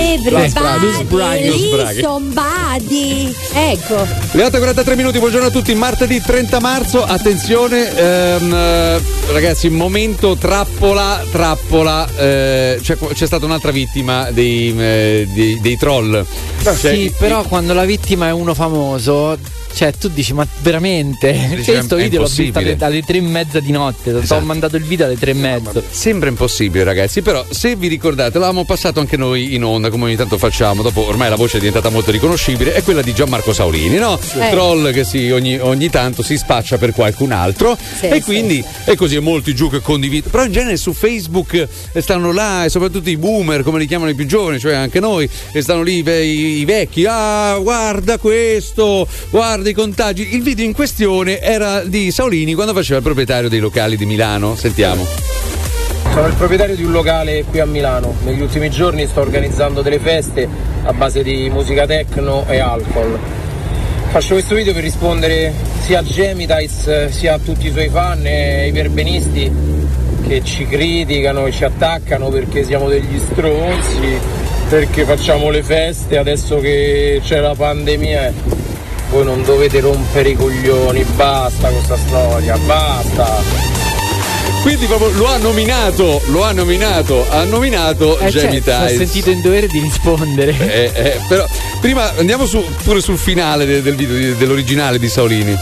Everybody, somebody. Ecco. Le otto e quarantatré minuti, buongiorno a tutti, martedì trenta marzo, attenzione, ehm, ragazzi, momento trappola, trappola, eh, c'è, c'è stata un'altra vittima dei, eh, dei, dei troll. Cioè, sì, però quando la vittima è uno famoso, cioè tu dici ma veramente? Dici, questo video l'ho visto alle, alle tre e mezza di notte, esatto. Ho mandato il video alle tre e mezza. Sembra impossibile, ragazzi, però se vi ricordate l'avevamo passato anche noi in onda, come ogni tanto facciamo, dopo ormai la voce è diventata molto riconoscibile, è quella di Gianmarco Saulini, no? Sì. Il troll che si, ogni, ogni tanto si spaccia per qualcun altro, sì, e quindi sì. È così, è molti giù che condividono, però in genere su Facebook stanno là, e soprattutto i boomer, come li chiamano i più giovani, cioè anche noi, e stanno lì i, i vecchi, ah guarda questo, guarda i contagi. Il video in questione era di Saulini quando faceva il proprietario dei locali di Milano. Sentiamo. Sono il proprietario di un locale qui a Milano. Negli ultimi giorni sto organizzando delle feste a base di musica techno e alcol. Faccio questo video per rispondere sia a Gemitais sia a tutti i suoi fan e ai perbenisti che ci criticano e ci attaccano perché siamo degli stronzi, perché facciamo le feste adesso che c'è la pandemia. Voi non dovete rompere i coglioni, basta con questa storia, basta. Quindi proprio lo ha nominato, lo ha nominato, ha nominato eh Jamie certo, Tice. Ho sentito in dovere di rispondere. Eh, eh, però prima andiamo su, pure sul finale del, del video, dell'originale di Saolini.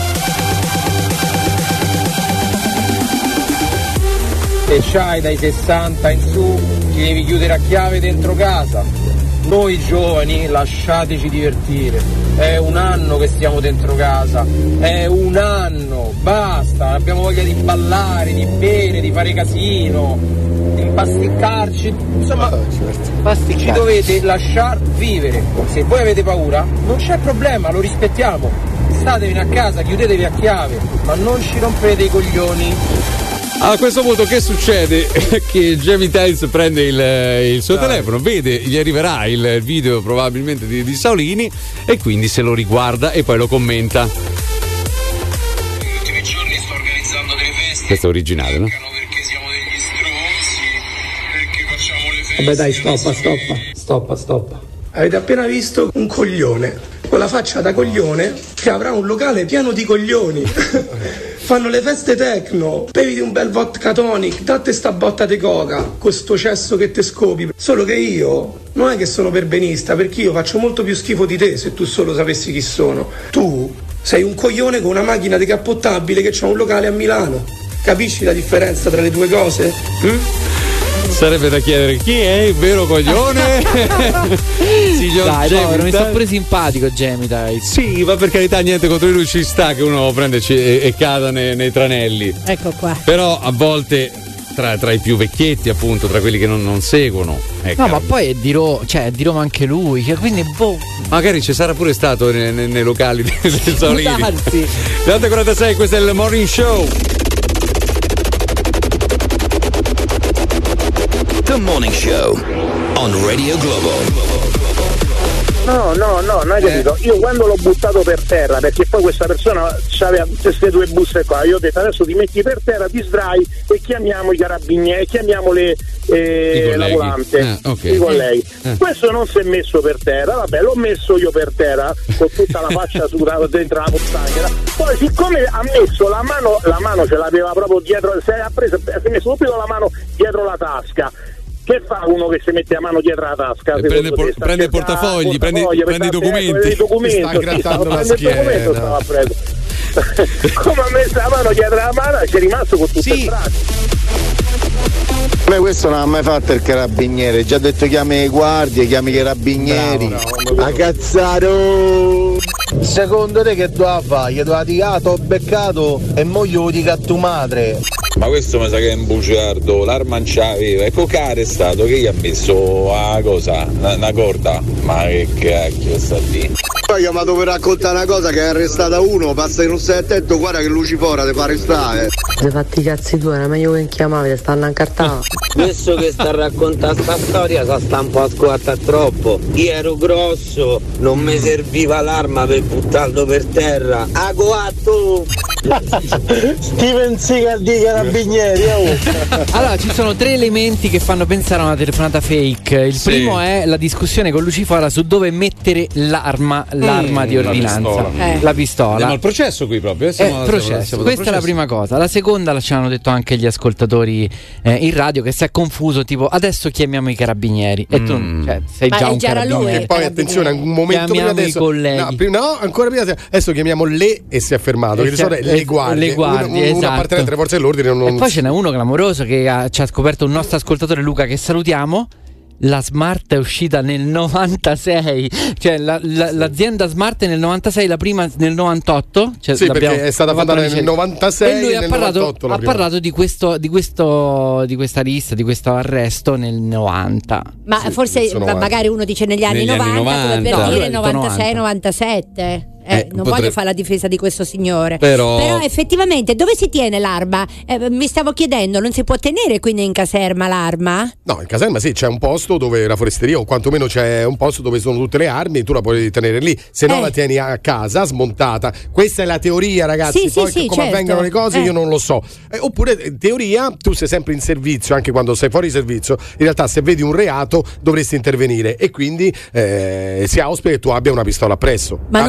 Se c'hai dai sessanta in su, ti devi chiudere a chiave dentro casa. Noi giovani lasciateci divertire. È un anno che stiamo dentro casa. È un anno, basta. Abbiamo voglia di ballare, di bere, di fare casino, di impasticcarci. Insomma, ci dovete lasciar vivere. Se voi avete paura, non c'è problema, lo rispettiamo. Statevene a casa, chiudetevi a chiave, ma non ci rompete i coglioni. A questo punto che succede? Che Jamie Tice prende il, il suo Dai. telefono, vede, gli arriverà il video probabilmente di, di Saolini e quindi se lo riguarda e poi lo commenta. Negli ultimi giorni sto organizzando delle feste. Questo è originale, no? Perché siamo degli stronzi, perché facciamo le feste. Vabbè dai, stoppa, stoppa, stoppa, stoppa. Avete appena visto un coglione con la faccia da coglione che avrà un locale pieno di coglioni. Fanno le feste techno, beviti un bel vodka tonic, date sta botta di coca, questo cesso che te scopi. Solo che io non è che sono perbenista, perché io faccio molto più schifo di te, se tu solo sapessi chi sono. Tu sei un coglione con una macchina decappottabile che c'ha un locale a Milano. Capisci la differenza tra le due cose? Hm? Sarebbe da chiedere chi è il vero coglione. Signor Dai, no, mi sta pure simpatico Jamie Tice. Sì, ma per carità, niente contro di lui, ci sta che uno prende e, e cada nei, nei tranelli. Ecco qua. Però a volte tra, tra i più vecchietti, appunto, tra quelli che non, non seguono. No, caro. Ma poi è di Roma, cioè è di Roma anche lui, quindi boh. Magari ci sarà pure stato nei, nei, nei locali del Saolini. Le otto e quarantasei, questo è il Morning Show. The Morning Show on Radio Globo. No, no, no, non hai capito. Io quando l'ho buttato per terra, perché poi questa persona aveva queste due buste qua, io ho detto adesso ti metti per terra, ti sdrai e chiamiamo i carabinieri, chiamiamo le eh, la volante, eh, okay. i colleghi. Eh. Questo non si è messo per terra, vabbè, l'ho messo io per terra con tutta la faccia su, dentro la pozzanghera. Poi siccome ha messo la mano, la mano ce l'aveva proprio dietro, si è preso, si è messo subito la mano dietro la tasca. Che fa uno che si mette la mano dietro la tasca? Prende, por- prende il portafogli, prende, prende i documenti. I documenti sta grattando la schiena. Stava preso. Come ha messo la mano dietro la mano, c'è rimasto con tutte sì. il braccio. Beh, questo non ha mai fatto il carabiniere, già detto chiami i guardie, chiami i carabinieri. Bravo, bravo, bravo. A cazzaro! Secondo te che doveva fare? Gli doveva dire ah, t'ho beccato e mo glielo dica a tua madre. Ma questo mi sa che è un bugiardo, l'arma non c'aveva. Ecco care è stato che gli ha messo una cosa, una, una corda. Ma che cacchio sta lì? Poi ho chiamato per raccontare una cosa che è arrestata uno, passa in un stai attento, guarda che Lucifora ti fa arrestare. Ti fatti i cazzi tu, era meglio che non chiamavi, ti stanno incartando. Questo che sta a raccontare sta storia sa sta un po' a squattare troppo. Io ero grosso, non mi serviva l'arma per buttarlo per terra. A coatto! Steven Seagal di carabinieri. Oh. Allora ci sono tre elementi che fanno pensare a una telefonata fake. Il sì. primo è la discussione con Lucifora su dove mettere l'arma, l'arma mm, di ordinanza, la pistola. Eh. la pistola. Andiamo al processo qui proprio. Eh, siamo, eh, processo. Siamo, siamo Questa processo. è la prima cosa. La seconda la ci hanno detto anche gli ascoltatori eh, in radio che si è confuso tipo adesso chiamiamo i carabinieri mm. e tu cioè, sei Ma già un già carabiniere. E poi attenzione, un momento chiamiamo prima adesso, i colleghi. No, prima, no, ancora prima adesso chiamiamo le e si è fermato. Che sono le guardie. Le guardie, una, una esatto. appartenente alle forze dell'ordine. Non... E poi ce n'è uno clamoroso che ha, ci ha scoperto un nostro ascoltatore Luca che salutiamo. La Smart è uscita nel novantasei, cioè la, la, l'azienda Smart è nel novantasei, la prima nel novantotto. Cioè sì, perché è stata fondata nel novantasei. E lui e ha, nel parlato, novantotto ha parlato di questo, di questo, di questa lista, di questo arresto nel novanta. Ma sì, forse ma magari uno dice negli anni, negli novanta, anni novanta, come per no, dire novantasei novantasette. Eh, eh, non potrebbe... voglio fare la difesa di questo signore, però, però effettivamente dove si tiene l'arma? Eh, mi stavo chiedendo, non si può tenere quindi in caserma l'arma? No, in caserma sì, c'è un posto dove la foresteria o quantomeno c'è un posto dove sono tutte le armi e tu la puoi tenere lì, se no eh. la tieni a casa smontata. Questa è la teoria, ragazzi. Sì, poi sì, come certo. avvengono le cose eh. io non lo so. Eh, oppure in teoria tu sei sempre in servizio, anche quando sei fuori servizio, in realtà se vedi un reato dovresti intervenire e quindi eh, si auspica che tu abbia una pistola appresso. Ma abbia non mi la tua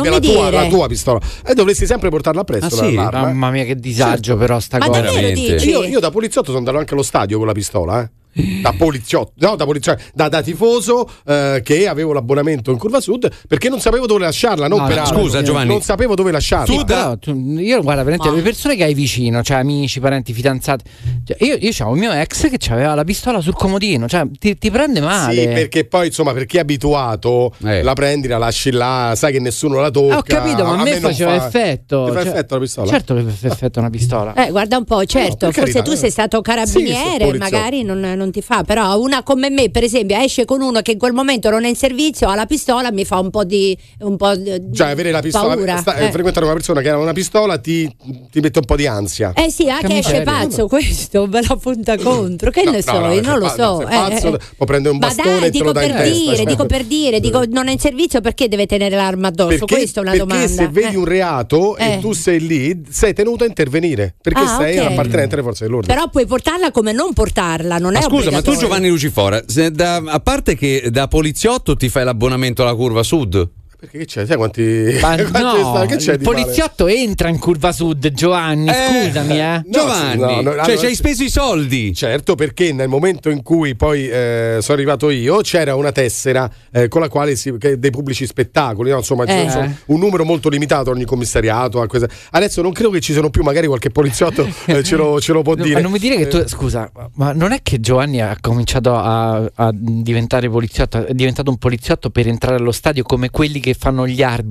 tua, la tua pistola. E dovresti sempre portarla appresso. Ah, sì? l'arma, Mamma mia, che disagio, certo. però sta Ma cosa. davvero dici? Io, io da poliziotto sono andato anche allo stadio con la pistola, eh. Da poliziotto, no, da poliziotto, da, da tifoso eh, che avevo l'abbonamento in Curva Sud perché non sapevo dove lasciarla. Non No, per no, altro. scusa, Giovanni. Non sapevo dove lasciarla. Sì, però tu- io guarda, veramente Ma- le persone che hai vicino, cioè amici, parenti, fidanzati. Cioè, io io c'avevo un mio ex che aveva la pistola sul comodino, cioè ti, ti prende male. Sì, perché poi insomma, per chi è abituato, Eh. la prendi, la lasci là, sai che nessuno la tocca. Ah, ho capito, ma a me non faceva fa- effetto. Ti fa Cioè, effetto la pistola? Certo che fa effetto una pistola. Eh, guarda un po', certo, No, per forse carità, tu eh. sei stato carabiniere, Sì, sono poliziotto. magari non, non ti fa, però una come me, per esempio, esce con uno che in quel momento non è in servizio, ha la pistola, mi fa un po' di un po' di Cioè, avere la pistola, paura. sta- eh. frequentare una persona che ha una pistola ti, ti mette un po' di ansia. Eh sì, anche Che esce miseria. pazzo questo, me la punta contro. Che No, ne no, so, no, io se non lo fa- so. se è pazzo, eh, eh. può prendere un Ma bastone dai, e te dico lo dà in per testa, dire, cioè. dico per dire, dico non è in servizio perché deve tenere l'arma addosso? Perché, Questa è una perché domanda. se vedi eh. un reato Eh. e tu sei lì, sei tenuto a intervenire perché Ah, sei ok. appartenente alle forze dell'ordine. Però puoi portarla come non portarla, non Ma è scusa, ma tu obbligatorio. Giovanni Lucifora, se da- a parte che da poliziotto ti fai l'abbonamento alla Curva Sud? Perché che c'è? Sai quanti. Ma quanti no, sta- che c'è il di male? poliziotto entra in Curva Sud, Giovanni, Eh, scusami, eh. Giovanni, no, no, cioè allora- ci hai speso i soldi. Certo, perché nel momento in cui poi eh, sono arrivato io c'era una tessera eh, con la quale si, che dei pubblici spettacoli, no? Insomma, ci Eh. sono un numero molto limitato ogni commissariato. A questa. Adesso non credo che ci siano più, magari qualche poliziotto eh, ce, lo, ce lo può No, dire. ma non mi dire che tu, Eh, scusa, ma non è che Giovanni ha cominciato a, a diventare poliziotto, è diventato un poliziotto per entrare allo stadio come quelli che fanno gli arbitri?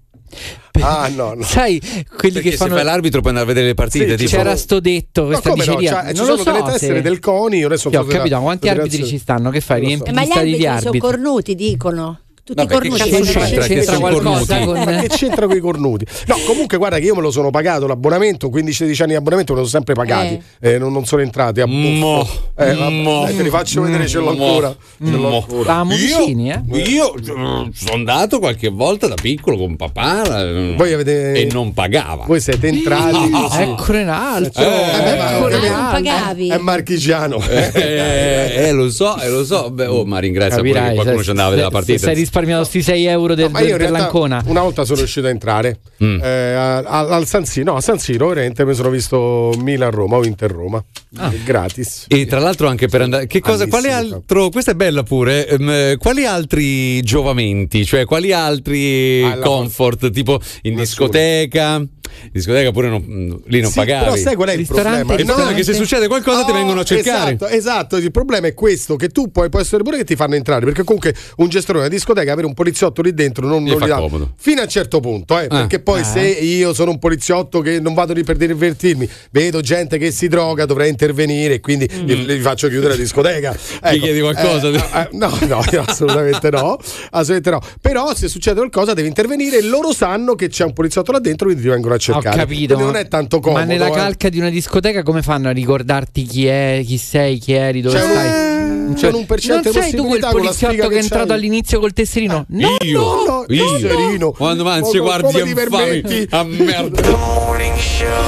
Ah, no, no. Sai, quelli Perché che se fanno. fai l'arbitro puoi andare a vedere le partite. Sì, tipo... C'era sto detto, No, questa come no? diceria. Cioè, ci non lo sono so delle tessere se- del CONI. Io adesso Sì, ho non so capito, della ma quanti federazione. arbitri ci stanno? Che fai? Non lo Riempi Eh, gli ma gli stadi di arbitri sono arbitri? cornuti, dicono. Tutti Vabbè, che cornuti. cazzo sono c'entra? quelli. Che c'entra sono qualcosa cornuti? con- Ma che c'entra con i cornuti? No, comunque guarda che io me lo sono pagato l'abbonamento, quindici sedici anni di abbonamento me lo sono sempre pagati. Eh, non, non sono entrati a Mo, buffo. Eh, vabbè, mo, dai, te li faccio vedere, ce l'ho mo, ancora. Ce l'ho mo. ancora. Stavamo vicini, eh? Io sono andato qualche volta da piccolo con papà la- Voi avete- e non pagava. Voi siete entrati così. Eccolo in alto. Eh, beh, ma eccolo in Ah, non alto. pagavi. È marchigiano. Eh, eh, lo so, eh, lo so. Beh, oh, ma ringrazia pure che Capirai, qualcuno se- ci andava a vedere la se- partita. se- Sei risparmiato sti sei euro del, Ma io in del- realtà dell'Ancona. una volta sono riuscito a entrare Mm. eh, a- a- al San Siro, no, a San Siro veramente mi sono visto Milan-Roma o Inter-Roma. Ah. Gratis. E tra l'altro anche per andare. Che cosa? Quali Bellissimo. altro? Questa è bella pure. ehm, quali altri giovamenti? Cioè, quali altri Ah, la- comfort? Tipo in discoteca? In discoteca pure non- lì non Sì, pagavi. però sai qual è il Ristorante, problema? Il problema è che se succede qualcosa ti Oh, vengono a cercare. Esatto, esatto, il problema è questo, che tu puoi può essere pure che ti fanno entrare, perché comunque un gestore di una discoteca avere un poliziotto lì dentro non, Gli non fa gli dà comodo. fino a un certo punto, eh, perché poi eh. se io sono un poliziotto che non vado lì per divertirmi, vedo gente che si droga, dovrei intervenire e quindi gli, gli faccio chiudere la discoteca. Ecco, chiedi qualcosa? eh, eh, no, no, assolutamente no, assolutamente no. Però se succede qualcosa devi intervenire e loro sanno che c'è un poliziotto là dentro, quindi ti vengono a Ho cercare. capito. Quindi non è tanto comodo. Ma nella eh. calca di una discoteca come fanno a ricordarti chi è, chi sei, chi eri, dove C'è un- stai? c'è un per cento non sei tu quel possibilità con la poliziotto sfiga che è che entrato c'hai. all'inizio col tesserino? No, Io, no, no, io, Serino. quando man Ma ci come guardi ti infami permetti? a merda.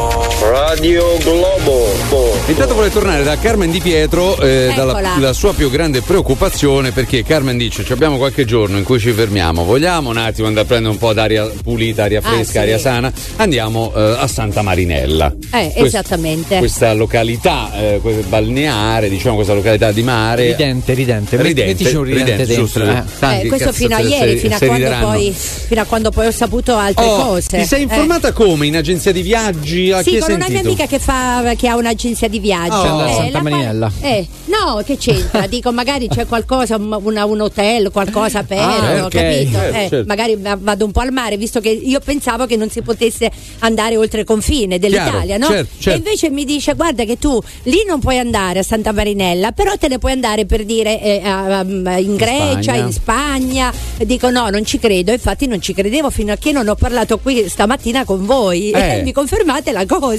Radio Globo. Intanto vorrei tornare da Carmen Di Pietro eh, dalla Eccola. la sua più grande preoccupazione, perché Carmen dice: "Ci abbiamo qualche giorno in cui ci fermiamo, vogliamo un attimo andare a prendere un po' d'aria pulita, aria Ah, fresca, sì. aria sana, andiamo eh, a Santa Marinella". Eh, Quest- esattamente. Questa località eh, que- balneare, diciamo, questa località di mare. Ridente, ridente. Ridente, Mettici un ridente, ridente, dentro. giusto. eh. Tanti Eh, questo cazzo fino a se- ieri, se- fino a, se quando rideranno. poi, fino a quando poi ho saputo altre Oh, cose. ti sei Eh. informata come? In agenzia di viaggi? A Sì, chi hai con una mia sentito? amica che fa che ha un'agenzia di viaggio. Oh. C'è andata a Santa la quale- Marinella. eh, no, che c'entra? Dico, magari c'è qualcosa, un, una- un hotel, qualcosa aperto, Ah, ho ok. capito? Certo, Eh, certo. Magari va- vado un po' al mare, visto che io pensavo che non si potesse andare oltre confine dell'Italia, Chiaro, no? certo, certo. E invece mi dice: guarda che tu lì non puoi andare a Santa Marinella, però te ne puoi andare, per dire, eh, a- a- in Grecia, Spagna. in Spagna. E dico: no, non ci credo. Infatti non ci credevo fino a che non ho parlato qui stamattina con voi Eh. e mi confermate la cosa.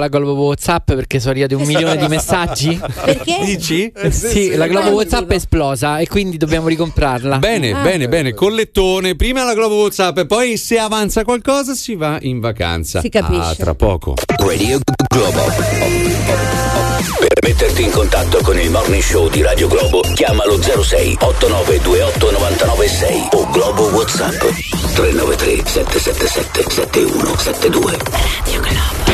la Globo WhatsApp perché sono arrivati un milione di messaggi. Perché? Dici? Eh, sì, sì, la Globo WhatsApp è esplosa e quindi dobbiamo ricomprarla. Bene, Ah. bene, bene. Collettone, prima la Globo WhatsApp e poi se avanza qualcosa si va in vacanza. Si capisce. Ah, tra poco. Radio Globo. Per metterti in contatto con il Morning Show di Radio Globo, chiamalo zero sei otto nove due otto nove nove sei o Globo WhatsApp tre nove tre sette sette sette sette uno sette due. Radio Globo.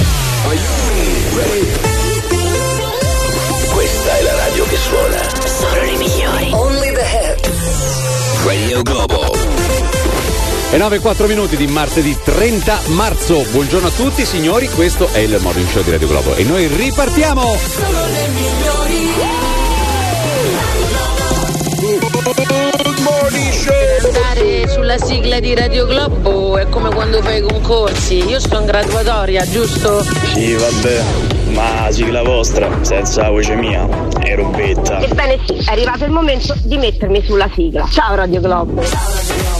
Questa è la radio che suona solo le migliori. Only the hits. Radio Globo. E nove e quattro minuti di martedì trenta marzo. Buongiorno a tutti signori, questo è il Morning Show di Radio Globo e noi ripartiamo. Solo le migliori. Morning Show. Andare sulla sigla di Radio Globo è come quando fai i concorsi. Io sto in graduatoria, giusto? Sì, vabbè, ma sigla vostra, senza la voce mia, è robetta. Ebbene sì, è arrivato il momento di mettermi sulla sigla. Ciao Radio Globo.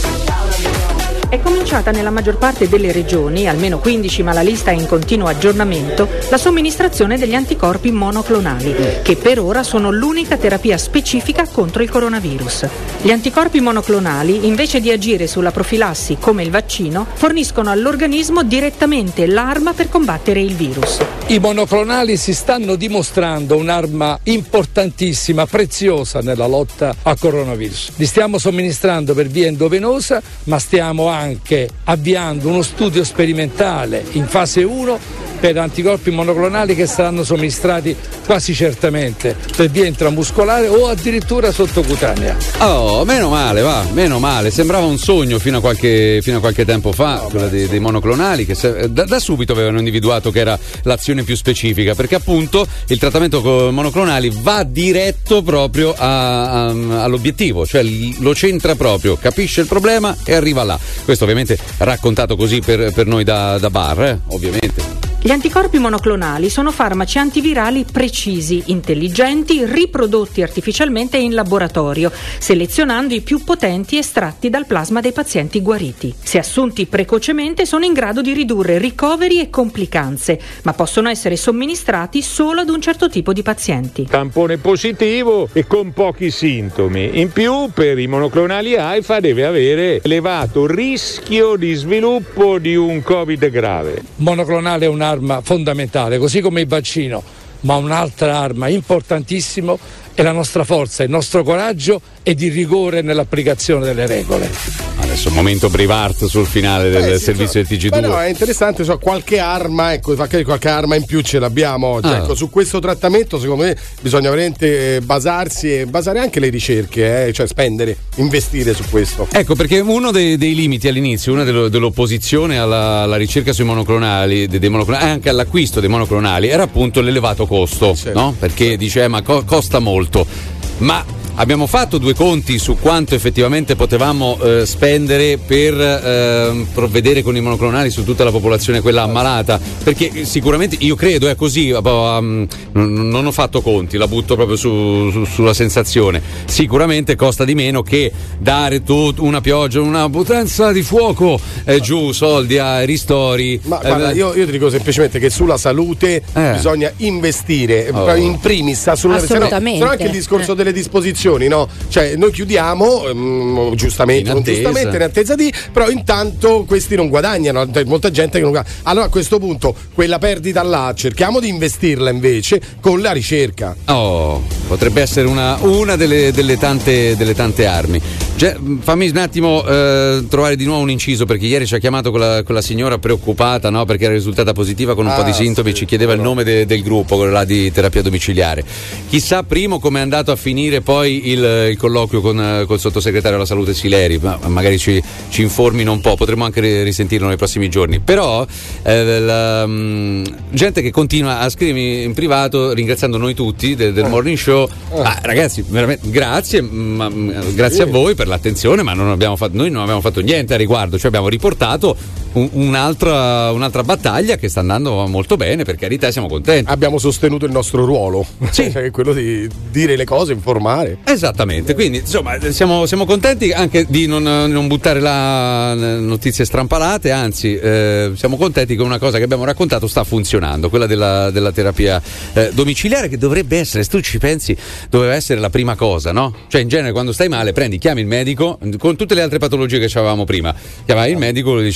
È cominciata nella maggior parte delle regioni, almeno quindici, ma la lista è in continuo aggiornamento, la somministrazione degli anticorpi monoclonali, che per ora sono l'unica terapia specifica contro il coronavirus. Gli anticorpi monoclonali, invece di agire sulla profilassi come il vaccino, forniscono all'organismo direttamente l'arma per combattere il virus. I monoclonali si stanno dimostrando un'arma importantissima, preziosa nella lotta al coronavirus. Li stiamo somministrando per via endovenosa, ma stiamo anche avviando uno studio sperimentale in fase uno per anticorpi monoclonali che saranno somministrati quasi certamente per via intramuscolare o addirittura sottocutanea. Oh, meno male, va, meno male. Sembrava un sogno fino a qualche, fino a qualche tempo fa, no, quella dei, dei monoclonali, che se, da, da subito avevano individuato che era l'azione più specifica, perché appunto il trattamento con monoclonali va diretto proprio a, a, all'obiettivo, cioè lo centra proprio, capisce il problema e arriva là. Questo ovviamente raccontato così per, per noi da, da bar, eh, ovviamente. Gli anticorpi monoclonali sono farmaci antivirali precisi, intelligenti, riprodotti artificialmente in laboratorio, selezionando i più potenti estratti dal plasma dei pazienti guariti. Se assunti precocemente sono in grado di ridurre ricoveri e complicanze, ma possono essere somministrati solo ad un certo tipo di pazienti. Tampone positivo e con pochi sintomi. In più, per i monoclonali AIFA deve avere elevato rischio di sviluppo di un Covid grave. Monoclonale è un'arma fondamentale, così come il vaccino, ma un'altra arma importantissima è la nostra forza, il nostro coraggio e di rigore nell'applicazione delle regole. Adesso un momento Brivart sul finale del eh, sì, servizio so, del T G due. No, è interessante, so, qualche arma, ecco, qualche arma in più ce l'abbiamo oggi. Ah. Ecco, su questo trattamento secondo me bisogna veramente basarsi e basare anche le ricerche, eh, cioè spendere, investire su questo. Ecco, perché uno dei, dei limiti all'inizio, una dello, dell'opposizione alla, alla ricerca sui monoclonali, dei, dei monoclonali, anche all'acquisto dei monoclonali, era appunto l'elevato costo, sì, no? Perché sì, dice, eh, ma co- costa molto. Ma abbiamo fatto due conti su quanto effettivamente potevamo eh, spendere per eh, provvedere con i monoclonali su tutta la popolazione, quella ammalata, perché sicuramente io credo è così, um, non ho fatto conti, la butto proprio su, su, sulla sensazione, sicuramente costa di meno che dare tut, una pioggia, una potenza di fuoco eh, giù soldi a ristori. Ma eh, guarda, io, io ti dico semplicemente che sulla salute eh. bisogna investire, oh. in primis assolutamente, assolutamente. Se no, se no anche il discorso eh. delle disposizioni, no? Cioè noi chiudiamo um, giustamente, non giustamente in attesa di, però intanto questi non guadagnano, c'è molta gente che non guadagna. Allora a questo punto quella perdita là cerchiamo di investirla invece con la ricerca. Oh, potrebbe essere una, una delle, delle, tante, delle tante armi. Cioè, fammi un attimo eh, trovare di nuovo un inciso, perché ieri ci ha chiamato quella, quella signora preoccupata, no? Perché era risultata positiva con un ah, po' di sintomi, sì, ci chiedeva no. il nome de, del gruppo, quello là di terapia domiciliare. Chissà primo come è andato a finire poi il, il colloquio con col sottosegretario alla salute Sileri, ma magari ci, ci informino un po', potremmo anche risentirlo nei prossimi giorni. Però eh, la, um, gente che continua a scrivermi in privato ringraziando noi tutti del, del Morning Show. Ah, ragazzi, veramente grazie, ma, grazie a voi per l'attenzione, ma non abbiamo fatto, noi non abbiamo fatto niente a riguardo, cioè abbiamo riportato un, un'altra, un'altra battaglia che sta andando molto bene, per carità, siamo contenti. Abbiamo sostenuto il nostro ruolo, sì. cioè quello di dire le cose, informare. Esattamente, quindi insomma siamo, siamo contenti anche di non, non buttare là notizie strampalate, anzi eh, siamo contenti che una cosa che abbiamo raccontato sta funzionando, quella della, della terapia eh, domiciliare, che dovrebbe essere, se tu ci pensi, doveva essere la prima cosa, no? Cioè in genere quando stai male prendi, chiami il medico con tutte le altre patologie che avevamo prima, chiamavi il medico e gli diceva guardi, allora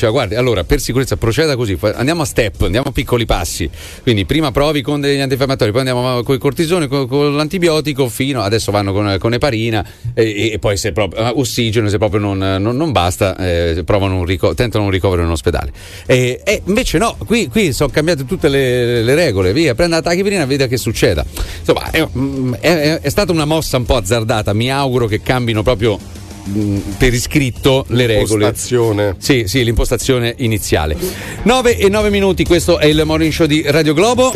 allora per sicurezza proceda così, andiamo a step, andiamo a piccoli passi, quindi prima provi con degli antinfiammatori, poi andiamo con il cortisone, con, con l'antibiotico, fino adesso vanno con, con eparina e, e poi se proprio ossigeno, se proprio non, non, non basta, eh, provano un rico- tentano un ricovero in ospedale. E, e invece no, qui, qui sono cambiate tutte le, le regole, via, prenda la tachipirina e veda che succeda. Insomma, è, è, è stata una mossa un po' azzardata, mi auguro che cambino proprio per iscritto le regole. L'impostazione. Sì, sì, l'impostazione iniziale. nove e nove minuti, questo è il Morning Show di Radio Globo.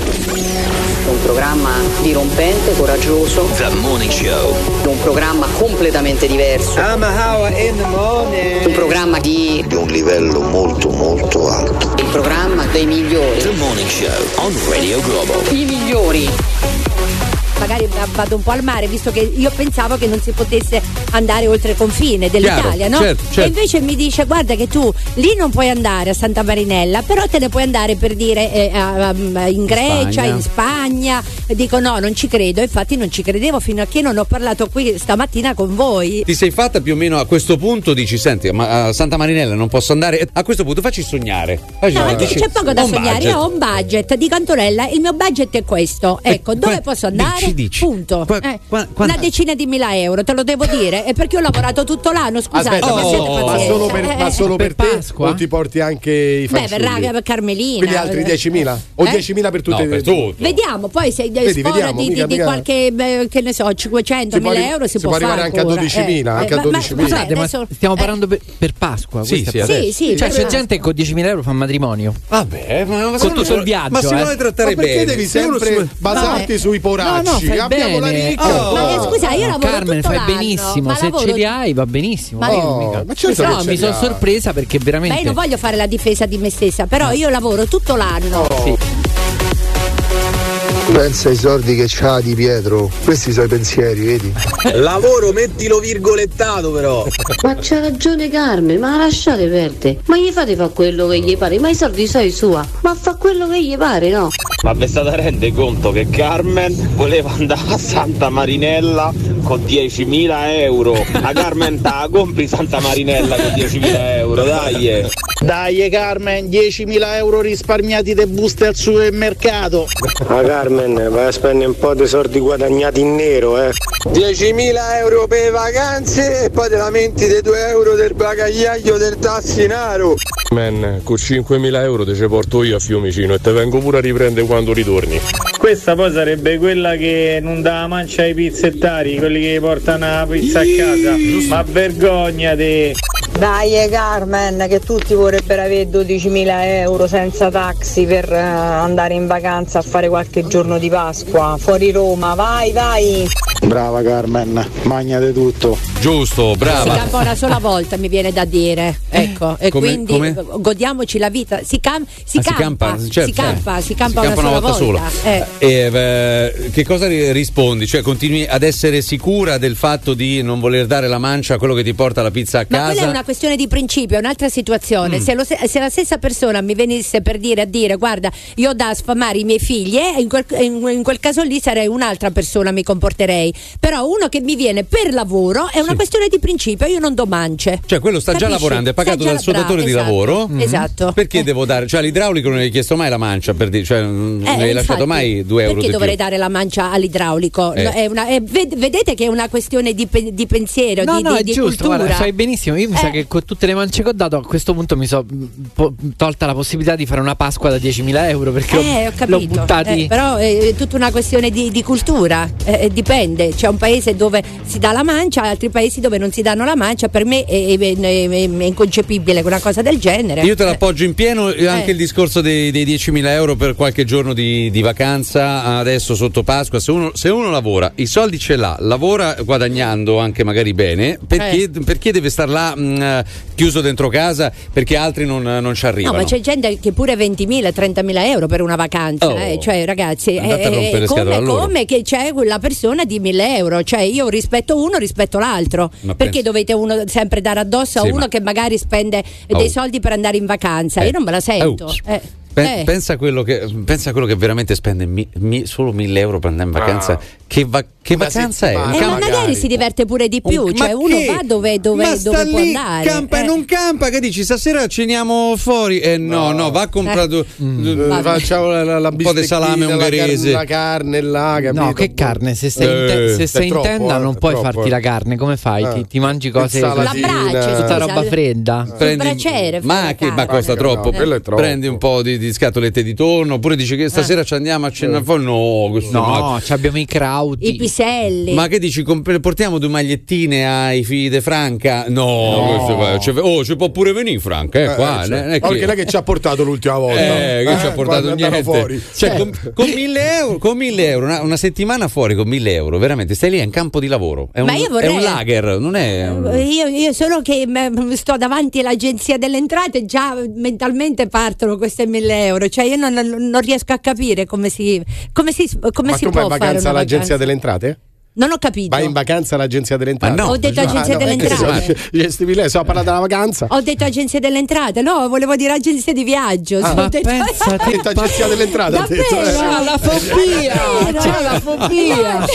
Un programma dirompente, coraggioso. The Morning Show. Un programma completamente diverso. I'm a hour in the morning. Un programma di di un livello molto molto alto. il programma dei migliori. The Morning Show on Radio Globo. I migliori. Magari vado un po' al mare, visto che io pensavo che non si potesse andare oltre il confine dell'Italia, Chiaro, no? certo, certo. E invece mi dice: guarda che tu lì non puoi andare a Santa Marinella, però te ne puoi andare, per dire, eh, a- a- in Grecia, Spagna. in Spagna. E dico no, non ci credo. Infatti non ci credevo fino a che non ho parlato qui stamattina con voi. Ti sei fatta più o meno a questo punto, dici senti, ma a Santa Marinella non posso andare, a questo punto facci sognare. Facci No, sognare. c'è, Dici, c'è poco da ho un sognare. budget. Io ho un budget, dico Antonella, il mio budget è questo. Ecco, dove qua- posso andare? dici, dici. Punto. Qua- Eh, qua- qua- Una decina di mila euro, te lo devo dire. È perché ho lavorato tutto l'anno, scusate. Aspetta, ma ma, siete ma pazienti. solo per, Eh, ma solo per, per te Pasqua? o ti porti anche i Beh, fanciulli? verrà Carmelina. Quindi altri diecimila? O Eh? diecimila per tutte No, per tutto. Vediamo, poi se Vedi, sfora vediamo, di, mica, di, di mica- qualche, beh, che ne so, cinquecento Si può mila arri- euro si, si può può arrivare fare anche a ancora. dodicimila, anche a ma- ma- dodicimila. vabbè, Scusate, ma adesso- stiamo eh, parlando per, per Pasqua. Sì, questa sì, è- adesso. Sì, sì, Cioè, per- c'è gente che con diecimila euro fa matrimonio. Vabbè, ma, ma Con uno tutto si- il viaggio, ma si eh. vuole trattare Ma perché bene? devi Se uno sempre si- basarti No, sui poracci? no, no, fai Abbiamo la bene. ricca. Oh. Ma che, scusa, io No, lavoro Carmen, tutto fai l'anno, benissimo. ma Se lavoro- ce li hai, va benissimo. Ma Vai, io- mica. ma certo no, che ce mi li sono ha. sorpresa perché veramente. Ma io non voglio fare la difesa di me stessa, però io lavoro tutto l'anno. Sì. Pensa ai soldi che c'ha Di Pietro, questi sono i pensieri, vedi? Lavoro, mettilo virgolettato però. Ma c'ha ragione Carmen, ma lasciate perdere. Ma gli fate fa quello che gli pare, ma i soldi sono i sua. Ma fa quello che gli pare, no? Ma vi state rendendo conto che Carmen voleva andare a Santa Marinella con diecimila euro? A Carmen ta compri Santa Marinella con diecimila euro, dai. Dai Carmen, diecimila euro risparmiati de buste al supermercato. Ma Carmen, vai a spendere un po' di soldi guadagnati in nero, eh. diecimila euro per le vacanze e poi te lamenti dei due euro del bagagliaio del tassinaro. Man, con cinquemila euro te ci porto io a Fiumicino e te vengo pure a riprendere quando ritorni. Questa poi sarebbe quella che non dà mancia ai pizzettari, quelli che portano la pizza a casa. Ma vergognate! Dai Carmen, che tutti vorrebbero avere dodicimila euro senza taxi per eh, andare in vacanza a fare qualche giorno di Pasqua fuori Roma. Vai, vai! Brava Carmen, magnate tutto. Giusto, Si brava. campa una sola volta, mi viene da dire. Ecco, e Come- quindi come? godiamoci la vita. Si, cam- si, Ah, si campa, campa, certo, si campa, eh. si campa Si una, campa una sola volta volta. Eh. E eh, che cosa ri- rispondi? Cioè, continui ad essere sicura del fatto di non voler dare la mancia a quello che ti porta la pizza a Ma casa? quella è una questione di principio, è un'altra situazione. Mm. Se, lo- se la stessa persona mi venisse per dire a dire guarda, io ho da sfamare i miei figli, eh, in, quel, in, in quel caso lì sarei un'altra persona, mi comporterei. Però uno che mi viene per lavoro è una Sì. questione di principio, io non do mance. Cioè, quello sta già Capisci? lavorando, è pagato Sta già- dal suo bravo, datore di esatto, lavoro. Esatto. Perché devo dare? Cioè, all'idraulico non gli hai chiesto mai la mancia per dire, cioè, non Eh, gli hai lasciato infatti, mai due euro perché di dovrei più? dare la mancia all'idraulico? Eh. No, è una- è- ved- vedete che è una questione di, pe- di pensiero, No, di, no, di, è di giusto, cultura. guarda, fai benissimo. Io mi sa Eh. che con tutte le mance che ho dato, a questo punto mi sono tolta la possibilità di fare una Pasqua da diecimila euro perché Eh, ho l'ho, l'ho capito. buttati. Eh, però è tutta una questione di, di cultura, eh, dipende. C'è un paese dove si dà la mancia, altri paesi dove non si danno la mancia. Per me è, è- è- è inconcepibile una cosa del genere. Io te l'appoggio in pieno, e anche Eh. il discorso dei, dei diecimila euro per qualche giorno di, di vacanza adesso sotto Pasqua. Se uno, se uno lavora, i soldi ce l'ha, lavora guadagnando anche magari bene, perché, Eh. perché deve star là mh, chiuso dentro casa perché altri non, non ci No, arrivano? ma c'è gente che pure ventimila, trentamila euro per una vacanza, Oh. eh, cioè ragazzi, Andate a eh, rompere le scatole come, a loro. come che c'è quella persona di mille euro, cioè io rispetto uno, rispetto l'altro, Ma perché penso- dovete uno sempre dare addosso Sì, a uno ma- che magari spende Oh. dei soldi per andare in vacanza, Eh. io non me la sento. Oh. Eh. Pe- Eh. pensa, quello che, pensa quello che veramente spende mi, mi- solo mille euro per andare in vacanza. Ah. Che, va- che Una vacanza è? settimana. Eh, Un ma campo- magari si diverte pure di più, Un- cioè ma uno che? va dove, dove, ma dove sta può lì, andare. campa e eh. non campa. Che dici? Stasera ceniamo fuori. Eh no, no, va a comprare du- du- vabbè. Facciamo la, la, la un po' di salame bistecchina, ungherese. La, car- la carne là, capito? No, che carne? Se sei, in, te- Eh, se sei è in troppo, tenda eh, non è puoi troppo, farti eh. la carne. Come fai? Ah. Ti, ti mangi cose Insalatina. La brace, tutta scusa, roba fredda. sul Prendi- braciere, fai ma la che ma carne. costa No, troppo. quello è troppo. Prendi un po' di, di scatolette di tonno. Oppure dici che stasera ci andiamo a cenare fuori. No, questo No, no. ci abbiamo i crauti. I piselli. Ma che dici? comp- portiamo due magliettine ai figli di Franca? No, questo va- cioè, oh, ci può pure venire Franca, eh, qua. Eh, cioè, non è che- Perché lei che ci ha portato l'ultima volta? Eh, che ci ha portato quando è andato niente. fuori. Cioè, con, con mille euro, con mille euro una, una settimana fuori con mille euro, veramente stai lì in campo di lavoro. È un, Ma io vorrei- è un lager, non è. un- Io, io solo che m- sto davanti all'agenzia delle entrate, già mentalmente partono queste mille euro. Cioè, io non, non riesco a capire come si, come si, come Ma si tu può vai in fare vacanza una all'agenzia vacanza. delle entrate? Non ho capito. Vai in vacanza all'agenzia delle entrate? Ma no, Ho detto Ah, agenzia no, delle è che se- entrate. Gesti lei, so parlare della vacanza. Ho detto agenzia delle entrate, no, volevo dire agenzia di viaggio. Ah, Ho ma detto- pensa te- Ha detto agenzia delle entrate, ha detto. Davvero? eh. C'ha la fobia, Davvero? c'ha la fobia.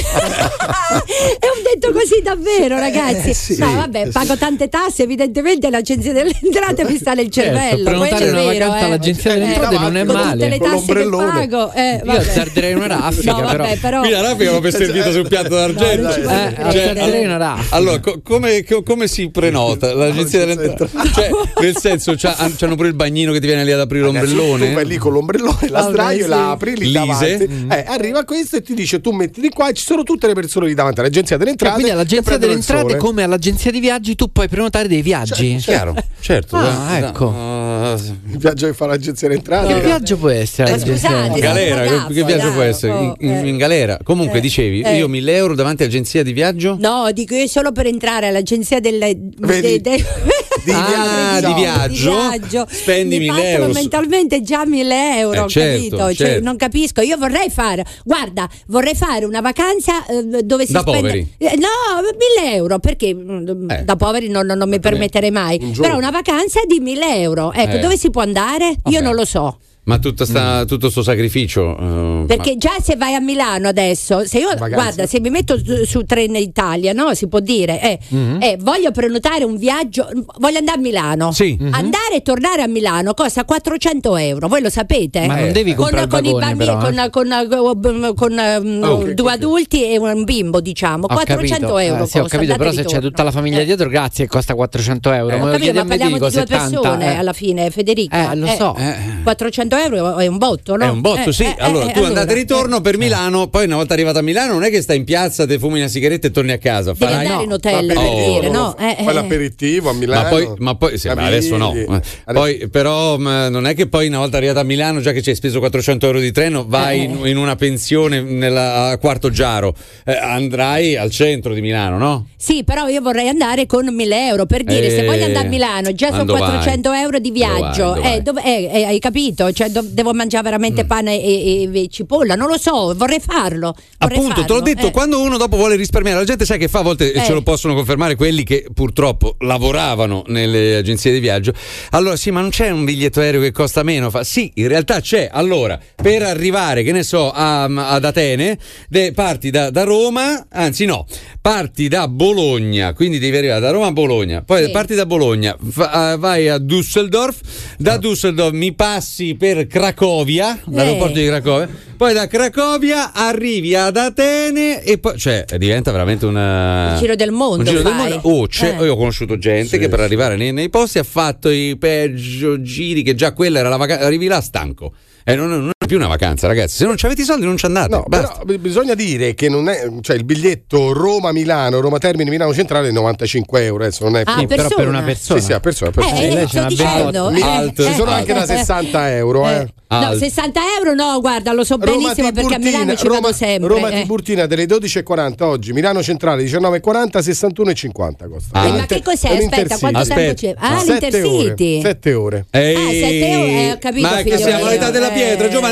E ho detto così davvero, ragazzi. Eh, sì. No, vabbè, pago tante tasse, evidentemente l'agenzia delle entrate mi sta nel cervello. prenotare quello è una vero, vacanza eh. all'agenzia delle Eh, entrate no, non è con male. tutte le Con tasse che l'ombrellone. pago. Eh, Io vabbè. azzarderei una raffica, No, però. vabbè, però. Qui la raffica l'ho per servita sul piatto d'argento. No, non ci Eh, posso azzarderei una raffica. Allora, co- come, co- come si prenota l'agenzia delle entrate? Cioè, nel senso, c'ha, han- c'hanno pure il bagnino che ti viene lì ad aprire l'ombrellone. Tu vai lì con l'ombrellone, la Vabbè, sdraio, sì. la apri lì Lise. davanti. Eh, arriva questo e ti dice: tu metti di qua e ci sono tutte le persone lì davanti all'agenzia delle Cioè, entrate. quindi che all'agenzia prendono delle il entrate, sole. come all'agenzia di viaggi, tu puoi prenotare dei viaggi. Chiaro, certo. Ah, da- ecco. da- Il viaggio che fa l'agenzia delle entrate. Che viaggio può essere? Ma l'agenzia delle scusate, entrate? galera, Ragazzo, che, che viaggio dai, può essere? In, oh, in- eh. in galera. Comunque, Eh, dicevi, eh. io mille euro davanti all'agenzia di viaggio? No, dico io solo per entrare all'agenzia delle Vedi? de- de- Di Ah, viaggio. di viaggio. di viaggio. Spendi Mi mille partono euro. mentalmente già mille euro, Eh, certo, capito? Cioè, certo. non capisco. Io vorrei fare, guarda, vorrei fare una vacanza eh, dove si Da spende poveri. Eh, no, mille euro perché mm, Eh. da poveri non, non- non mi permetterei mai. Un giorno. Però una vacanza di mille euro. Ecco, Eh. dove si può andare? Vabbè. Io non lo so. Ma tutto sta, tutto sto sacrificio. eh, Perché già se vai a Milano adesso, se io Vacanza. guarda, se mi metto su, su Treno Italia, no? Si può dire, eh, Mhm. eh, voglio prenotare un viaggio, voglio andare a Milano. Sì. Mhm. Andare e tornare a Milano costa quattrocento euro, voi lo sapete? Ma non devi comprare con, il con i vagone, bambini, però, eh. con, con, con, um, Oh, che- due che- adulti e un bimbo, diciamo, Ho quattrocento capito. euro. Eh, sì, ho costa, capito, andata però e se c'è ritorno. tutta la famiglia Eh. dietro, grazie, costa quattrocento euro. Ho Ma capito, chiedi a ma me, ti parliamo dico di due settanta. persone eh. alla fine, Federica. Eh, lo so. quattrocento euro è un botto, no? È un botto, Eh, sì. eh, allora, eh, tu andate e ritorno eh. per Milano, poi una volta arrivato a Milano non è che stai in piazza, te fumi una sigaretta e torni a casa. Devi Farai- andare in hotel per Oh. dire, no? Eh, Poi eh. l'aperitivo a Milano. Ma poi, ma poi sì, ma adesso no. Navigli. Poi, però, mh, non è che poi una volta arrivato a Milano, già che ci hai speso quattrocento euro di treno, vai Eh. in, in una pensione nella, a Quarto Giaro. Eh, andrai al centro di Milano, no? Sì, però io vorrei andare con mille euro per dire Eh, se voglio andare a Milano già sono quando vai? quattrocento euro di Dove vai? viaggio. Dove vai? Eh, dove- eh, eh, hai capito? Cioè, do- devo mangiare veramente pane e, e- e cipolla. Non lo so, vorrei farlo. vorrei Appunto, te farlo, l'ho detto, eh. quando uno dopo vuole risparmiare, la gente sai che fa a volte, e Eh. ce lo possono confermare quelli che purtroppo lavoravano nelle agenzie di viaggio. Allora, sì, ma non c'è un biglietto aereo che costa meno? Fa, sì, in realtà c'è. Allora, per arrivare, che ne so, a- ad Atene, de- parti da, da Roma, anzi no, parti da Bologna, quindi devi arrivare da Roma a Bologna, poi Sì. parti da Bologna, fa- vai a Düsseldorf, da Düsseldorf mi passi per Cracovia, l'aeroporto di Cracovia, poi da Cracovia arrivi ad Atene e poi, cioè, diventa veramente una... Il giro del mondo Un giro del fai. mondo. Oh, c'è- Eh. io ho conosciuto gente Sì, che per sì. arrivare nei, nei posti ha fatto i peggio giri, che già quella era la vacanza, arrivi là stanco. E non, non è più una vacanza, ragazzi. Se non avete i soldi non ci andate. No, basta. però b- bisogna dire che non è, cioè il biglietto Roma-Milano, Roma Termini, Milano Centrale è novantacinque euro, adesso non è Ah, più. persona? Però per una persona. Sì, sì, a persona, a persona. Eh, lei eh, ce sto n'ha dicendo. Mi- eh, alt. Ci sono eh, anche eh, da eh. sessanta euro, eh. No, Alt. sessanta euro no, guarda, lo so Roma benissimo perché a Milano ci Roma, vado sempre. Roma eh. Tiburtina delle dodici e quaranta oggi, Milano Centrale diciannove e quaranta, sessantuno e cinquanta costa. Ah. È Eh, un ma inter- che cos'è? è un Aspetta, intercity. quanto Aspetta. tempo c'è? Ah, Sette ore, l'Intercity. sette ore. Ehi, Ah, sette euro, eh, ho capito, ma che figlio siamo mio. all'età della Eh. pietra, Giovanni,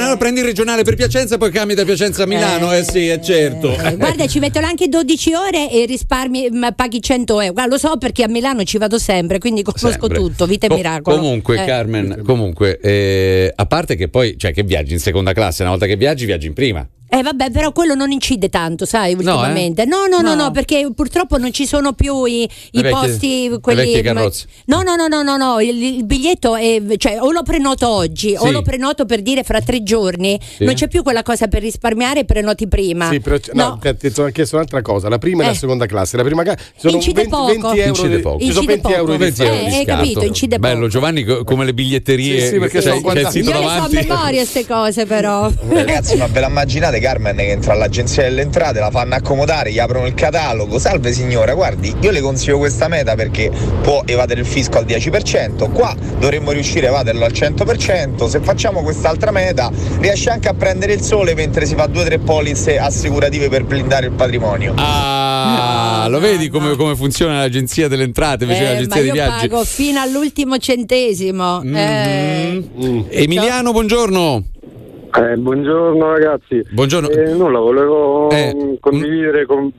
allora prendi il regionale per Piacenza, poi cambi da Piacenza a Milano. Eh, eh sì, è certo. Eh, guarda, ci mettono anche dodici ore e risparmi, ma paghi cento euro. Guarda, lo so perché a Milano ci vado sempre, quindi conosco sempre. Tutto, vita e Co- miracolo. Comunque, eh. Carmen, comunque, eh, a parte che poi, cioè che viaggi in seconda classe, una volta che viaggi, viaggi in prima. Eh vabbè, però quello non incide tanto, sai, ultimamente. No, eh? no, no, no, no, perché purtroppo non ci sono più i, i vecchie, posti, quelli. No, no, no, no, no, no, il, il biglietto è, cioè, o lo prenoto oggi, sì. o lo prenoto per dire fra tre giorni. Sì. Non c'è più quella cosa per risparmiare, prenoti prima. Sì, però no, no. ti ho chiesto un'altra cosa. La prima e eh. la seconda classe. La prima classe sono incide venti, poco. venti euro. Incide poco. Ci sono venti euro di scarto. Eh, hai capito, incide poco. Bello, Giovanni, come le biglietterie. Sì, sì, perché c'è, sono c'è il sito Io davanti. le so a memoria queste cose, però. Ragazzi, ma ve la immaginate Carmen che entra all'agenzia delle entrate, la fanno accomodare, gli aprono il catalogo, salve signora, guardi, io le consiglio questa meta perché può evadere il fisco al dieci per cento, qua dovremmo riuscire a evaderlo al cento per cento, se facciamo quest'altra meta riesce anche a prendere il sole mentre si fa due o tre polizze assicurative per blindare il patrimonio. Ah, no, lo vedi come, come funziona l'agenzia delle entrate invece eh, l'agenzia di viaggi? Ma io pago fino all'ultimo centesimo. Mm-hmm. Eh. Mm. Emiliano, buongiorno. Eh, buongiorno ragazzi. Buongiorno. Eh, nulla, volevo eh, condividere un, con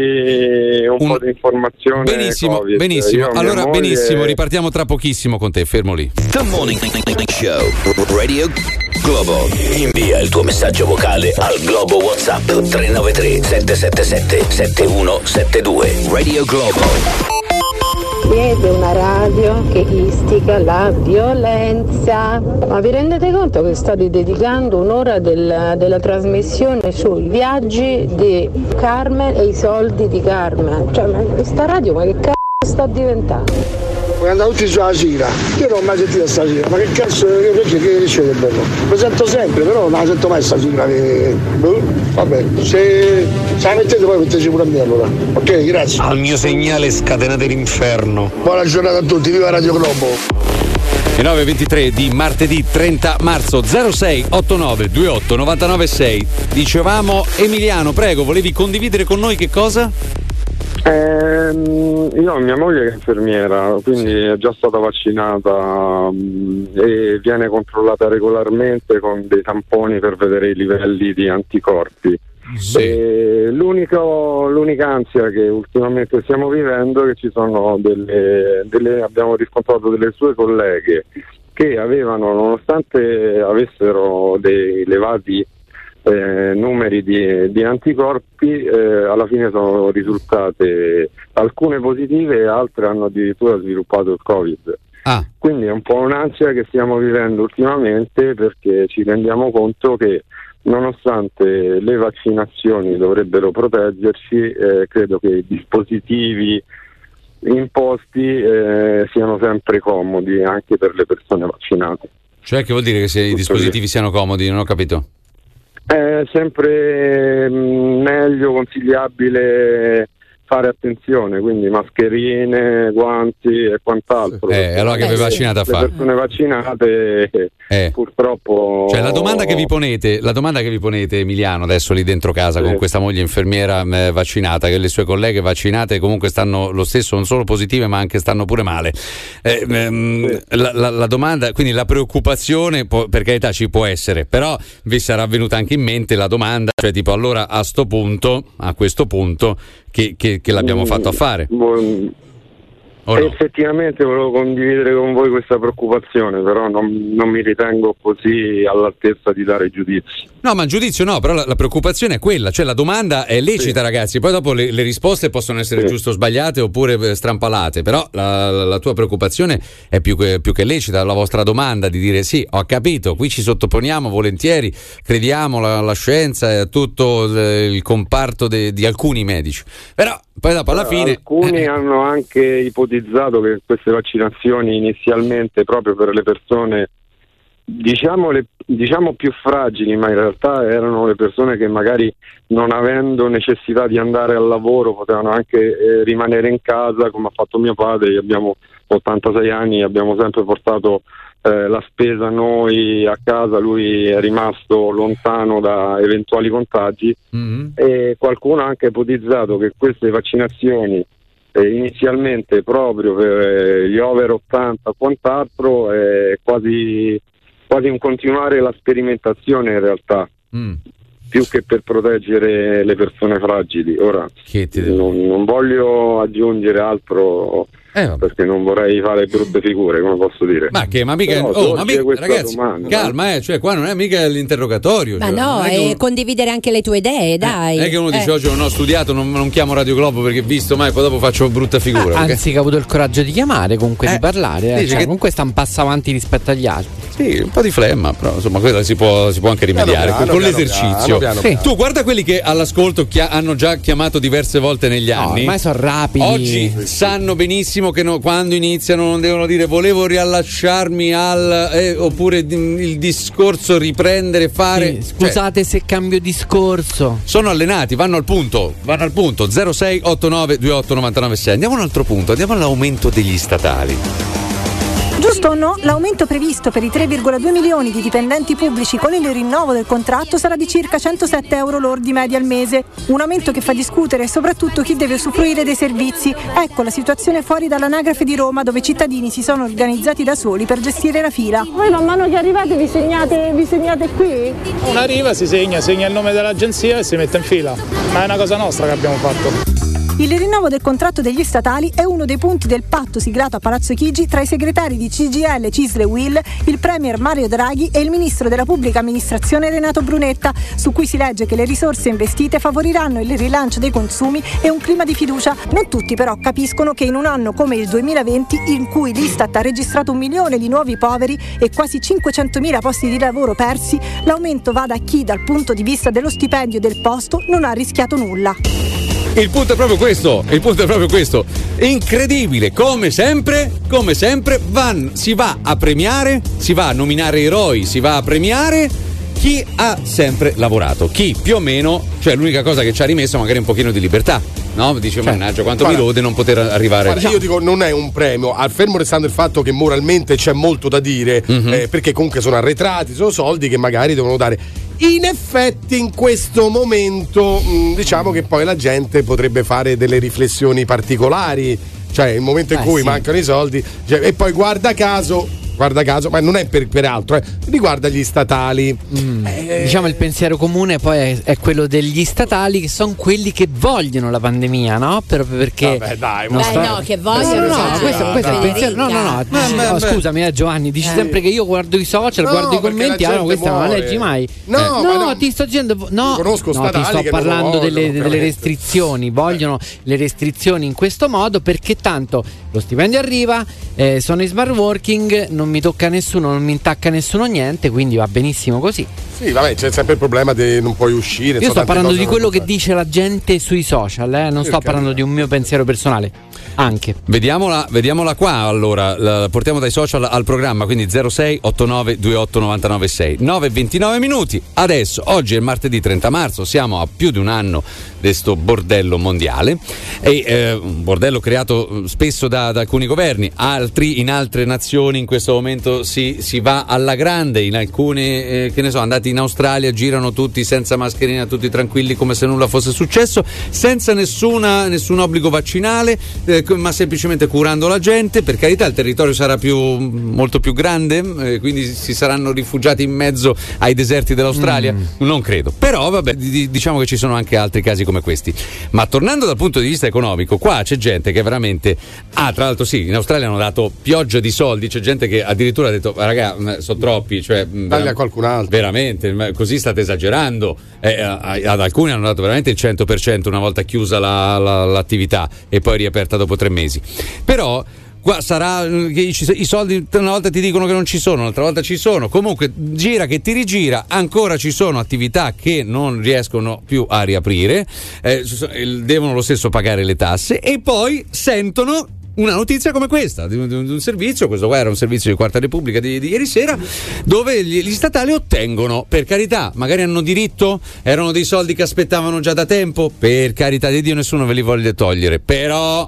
voi un, un po' di informazioni. Benissimo, COVID. benissimo. Io, allora, moglie... benissimo, ripartiamo tra pochissimo con te, fermo lì. The Morning Show Radio Globo. Invia il tuo messaggio vocale al Globo WhatsApp tre nove tre sette sette sette sette uno sette due. Radio Globo. Siete una radio che istiga la violenza. Ma vi rendete conto che state dedicando un'ora del, della trasmissione sui viaggi di Carmen e i soldi di Carmen? Cioè, ma questa radio ma che cazzo sta diventando? Vuoi andare tutti sulla sigla? Io non ho mai sentito sta sigla, ma che cazzo che, che riceve bello? Lo sento sempre, però non la sento mai sta sigla. Che... Vabbè, se, se la mettete poi metteci pure a me allora. Ok, grazie. Al mio segnale scatenate l'inferno. Buona giornata a tutti, viva Radio Globo. Le nove e ventitré di martedì trenta marzo. Zero sei ottantanove ventotto novantanove sei. Dicevamo, Emiliano, prego, volevi condividere con noi che cosa? Eh, io ho mia moglie che è infermiera, quindi sì. è già stata vaccinata mh, e viene controllata regolarmente con dei tamponi per vedere i livelli di anticorpi. Sì. E l'unico, l'unica ansia che ultimamente stiamo vivendo è che ci sono delle, delle abbiamo riscontrato delle sue colleghe che avevano, nonostante avessero dei elevati Eh, numeri di, di anticorpi, eh, alla fine sono risultate alcune positive e altre hanno addirittura sviluppato il Covid. Ah. Quindi è un po' un'ansia che stiamo vivendo ultimamente, perché ci rendiamo conto che nonostante le vaccinazioni dovrebbero proteggerci, eh, credo che i dispositivi imposti eh, siano sempre comodi anche per le persone vaccinate. Cioè, che vuol dire che se i dispositivi siano comodi? Non ho capito. È sempre mh, meglio, consigliabile fare attenzione, quindi mascherine, guanti e quant'altro. Eh, allora che vi vaccinate a fare? Le persone vaccinate eh. purtroppo. Cioè la domanda che vi ponete, la domanda che vi ponete, Emiliano, adesso lì dentro casa, sì. con questa moglie infermiera mh, vaccinata, che le sue colleghe vaccinate comunque stanno lo stesso, non solo positive ma anche stanno pure male. Eh, mh, sì. la, la, la domanda, quindi la preoccupazione, può, per carità ci può essere, però vi sarà venuta anche in mente la domanda, cioè tipo allora a sto punto, a questo punto, che, che, che l'abbiamo fatto a fare? Buon... Oh no. Effettivamente volevo condividere con voi questa preoccupazione, però non, non mi ritengo così all'altezza di dare giudizi. No, ma giudizio no, però la, la preoccupazione è quella, cioè la domanda è lecita, sì. ragazzi, poi dopo le, le risposte possono essere sì. giusto o sbagliate oppure strampalate, però la, la, la tua preoccupazione è più che, più che lecita, la vostra domanda di dire sì, ho capito, qui ci sottoponiamo volentieri, crediamo la, la scienza e tutto il comparto de, di alcuni medici, però poi dopo alla fine... Alcuni eh. hanno anche ipotizzato che queste vaccinazioni inizialmente proprio per le persone diciamo, le, diciamo più fragili, ma in realtà erano le persone che magari non avendo necessità di andare al lavoro potevano anche eh, rimanere in casa, come ha fatto mio padre. Abbiamo ottantasei anni, abbiamo sempre portato eh, la spesa noi a casa, lui è rimasto lontano da eventuali contagi, mm-hmm. e qualcuno ha anche ipotizzato che queste vaccinazioni eh, inizialmente proprio per eh, gli over ottanta o quant'altro eh, quasi quasi un continuare la sperimentazione in realtà. Mm. Più che per proteggere le persone fragili. Ora non, non voglio aggiungere altro eh, perché non vorrei fare brutte figure, come posso dire. Ma che, ma mica, oh, ma mica ragazzi, domanda, calma, eh, cioè qua non è mica l'interrogatorio. Ma cioè, no, è, è un... condividere anche le tue idee, dai. Eh, è che uno dice eh. oggi non ho studiato, non, non chiamo Radio Globo perché visto mai, poi dopo faccio brutta figura. Ah, perché... Anzi, che ha avuto il coraggio di chiamare, comunque eh, di parlare. Eh. Cioè, che... Comunque sta un passo avanti rispetto agli altri. Sì, un po' di flemma, però insomma quella si può, si può anche rimediare piano, con, piano, con piano, l'esercizio. Piano, piano, piano. Sì. Tu guarda quelli che all'ascolto chi hanno già chiamato diverse volte negli no, anni. Ormai sono rapidi. Oggi sanno benissimo che no, quando iniziano non devono dire volevo riallacciarmi al eh, oppure il discorso riprendere, fare. Sì, scusate cioè, se cambio discorso. Sono allenati, vanno al punto, vanno al punto. zero sei otto nove due otto nove nove sei. Andiamo a un altro punto, andiamo all'aumento degli statali. Giusto o no, l'aumento previsto per i tre virgola due milioni di dipendenti pubblici con il rinnovo del contratto sarà di circa centosette euro lordi media al mese. Un aumento che fa discutere soprattutto chi deve usufruire dei servizi. Ecco la situazione fuori dall'anagrafe di Roma, dove i cittadini si sono organizzati da soli per gestire la fila. Voi man mano che arrivate vi segnate, vi segnate qui? Uno arriva, si segna, segna il nome dell'agenzia e si mette in fila. Ma è una cosa nostra che abbiamo fatto. Il rinnovo del contratto degli statali è uno dei punti del patto siglato a Palazzo Chigi tra i segretari di C G I L, C I S L e U I L, il premier Mario Draghi e il ministro della pubblica amministrazione Renato Brunetta, su cui si legge che le risorse investite favoriranno il rilancio dei consumi e un clima di fiducia. Non tutti però capiscono che in un anno come il duemilaventi, in cui l'Istat ha registrato un milione di nuovi poveri e quasi cinquecentomila posti di lavoro persi, l'aumento vada a chi dal punto di vista dello stipendio e del posto non ha rischiato nulla. Il punto è proprio questo, il punto è proprio questo. Incredibile, come sempre, come sempre van, si va a premiare, si va a nominare eroi, si va a premiare chi ha sempre lavorato, chi più o meno, cioè l'unica cosa che ci ha rimesso magari un pochino di libertà. No? Dice, cioè, mannaggia, quanto guarda, mi lode non poter arrivare. Guarda, io dico, non è un premio, al fermo restando il fatto che moralmente c'è molto da dire, mm-hmm. eh, perché comunque sono arretrati, sono soldi che magari devono dare. In effetti in questo momento mh, diciamo che poi la gente potrebbe fare delle riflessioni particolari, cioè il momento in eh, cui sì. mancano i soldi, cioè, e poi guarda caso guarda caso, ma non è per, per altro, eh, riguarda gli statali. Mm. Eh, diciamo il pensiero comune poi è, è quello degli statali, che sono quelli che vogliono la pandemia, no? Proprio perché vabbè, dai, Beh, sta... no, che vogliono. No, no, no, questo, questo è il pensiero. No, no, no. Beh, beh, no scusami, eh, Giovanni, dici eh. sempre che io guardo i social, no, guardo i commenti, ah, no, questa non la leggi mai. No, eh. no, no, ti sto dicendo, no, conosco no, ti sto parlando vogliono, delle, delle restrizioni. Vogliono le restrizioni in questo modo perché tanto lo stipendio arriva, eh, sono in smart working, non mi tocca nessuno, non mi intacca nessuno niente, quindi va benissimo così. Sì, vabbè, c'è sempre il problema di non puoi uscire. Io sto parlando di quello che dice la gente sui social, eh? non sto parlando di un mio pensiero personale. Anche. Vediamola, vediamola qua allora, la portiamo dai social al programma, quindi zero sei otto nove due otto nove nove sei, nove e ventinove minuti. Adesso, oggi è martedì trenta marzo, siamo a più di un anno di sto bordello mondiale, e eh, un bordello creato spesso da, da alcuni governi, altri in altre nazioni in questo momento si, si va alla grande, in alcune eh, che ne so, andati in Australia, girano tutti senza mascherina, tutti tranquilli come se nulla fosse successo, senza nessuna, nessun obbligo vaccinale, eh, ma semplicemente curando la gente. Per carità, il territorio sarà più, molto più grande, eh, quindi si saranno rifugiati in mezzo ai deserti dell'Australia? Mm. Non credo, però vabbè, d- diciamo che ci sono anche altri casi come questi. Ma tornando dal punto di vista economico, qua c'è gente che veramente, ah tra l'altro sì, in Australia hanno dato pioggia di soldi, c'è gente che addirittura ha detto raga, sono troppi, cioè dagli a qualcun altro, veramente, così state esagerando. Eh, ad alcuni hanno dato veramente il cento per cento una volta chiusa la, la, l'attività e poi riaperta dopo tre mesi. Però qua sarà che i soldi una volta ti dicono che non ci sono, un'altra volta ci sono, comunque gira che ti rigira, ancora ci sono attività che non riescono più a riaprire, eh, devono lo stesso pagare le tasse e poi sentono una notizia come questa di un, di un servizio, questo qua era un servizio di Quarta Repubblica di, di ieri sera, dove gli, gli statali ottengono, per carità, magari hanno diritto, erano dei soldi che aspettavano già da tempo, per carità di Dio nessuno ve li voglia togliere, però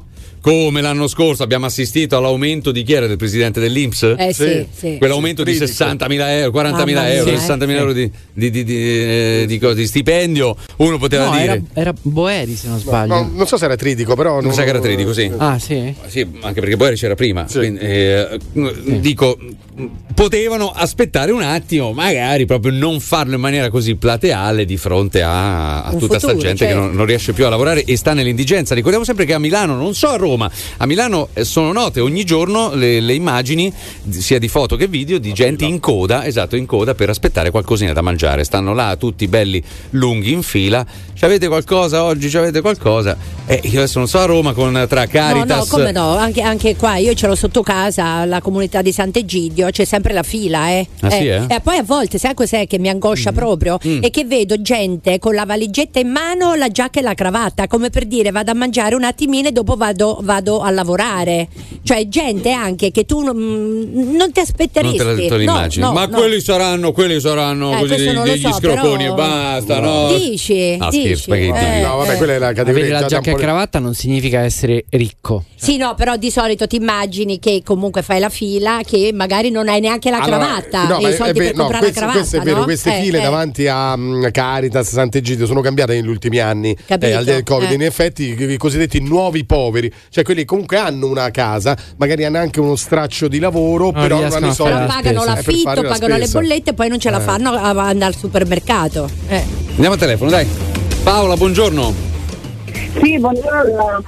come l'anno scorso abbiamo assistito all'aumento di chi era del presidente dell'I N P S? Eh sì, sì. Quell'aumento sì. di sessantamila euro, quarantamila ah, euro, sì, sessantamila sì. euro di, di, di, di, eh, di, di, di stipendio, uno poteva no, dire. Era, era Boeri, se non sbaglio. No, non so se era Tridico, però. Non non sa che era Tridico, sì. Ah, sì? Sì, anche perché Boeri c'era prima. Sì. Quindi, eh, sì. Dico, potevano aspettare un attimo, magari proprio non farlo in maniera così plateale di fronte a, a tutta futuro, sta gente certo. che non, non riesce più a lavorare e sta nell'indigenza. Ricordiamo sempre che a Milano, non so a Roma, a Milano sono note ogni giorno le, le immagini, sia di foto che video, di gente in coda, esatto, in coda per aspettare qualcosina da mangiare. Stanno là tutti belli lunghi in fila. Ci avete qualcosa oggi? Ci avete qualcosa? Eh, io adesso non so a Roma con tra Caritas. No, no, come no? Anche, anche qua io ce l'ho sotto casa, la comunità di Sant'Egidio, c'è sempre la fila, eh. Ah, eh. sì, eh? E poi a volte, sai cos'è che mi angoscia mm. proprio? Mm. È che vedo gente con la valigetta in mano, la giacca e la cravatta, come per dire vado a mangiare un attimino e dopo vado, vado a lavorare. Cioè gente anche che tu non, non ti aspetteresti. Non te la, te l'immagini. No, no, Ma no. quelli saranno, quelli saranno Eh, così questo non lo degli so, scroconi però- e basta, no? Dici, Ah, dici. scherzo, perché- Eh, No, vabbè, eh. quella è la categoria. Avere la già da giacca un e po' di- cravatta non significa essere ricco. Sì, no, però di solito ti immagini che comunque fai la fila, che magari non hai neanche la Allora, cravatta no, e ma i è- soldi è per vero, no, comprare questo, la cravatta. questo è vero, no? queste Eh, file eh. davanti a um, Caritas, Sant'Egidio sono cambiate negli ultimi anni, Capito? eh, al di là del Covid. Eh. In effetti i, i cosiddetti nuovi poveri, cioè quelli che comunque hanno una casa, magari hanno anche uno straccio di lavoro, Non però non riescono hanno i a soldi. Però la pagano spesa. Eh, per l'affitto, fare la pagano le spesa. bollette e poi non ce la Eh. fanno a a andare al supermercato. Eh. Andiamo al telefono, dai. Paola, buongiorno. Sì, buongiorno.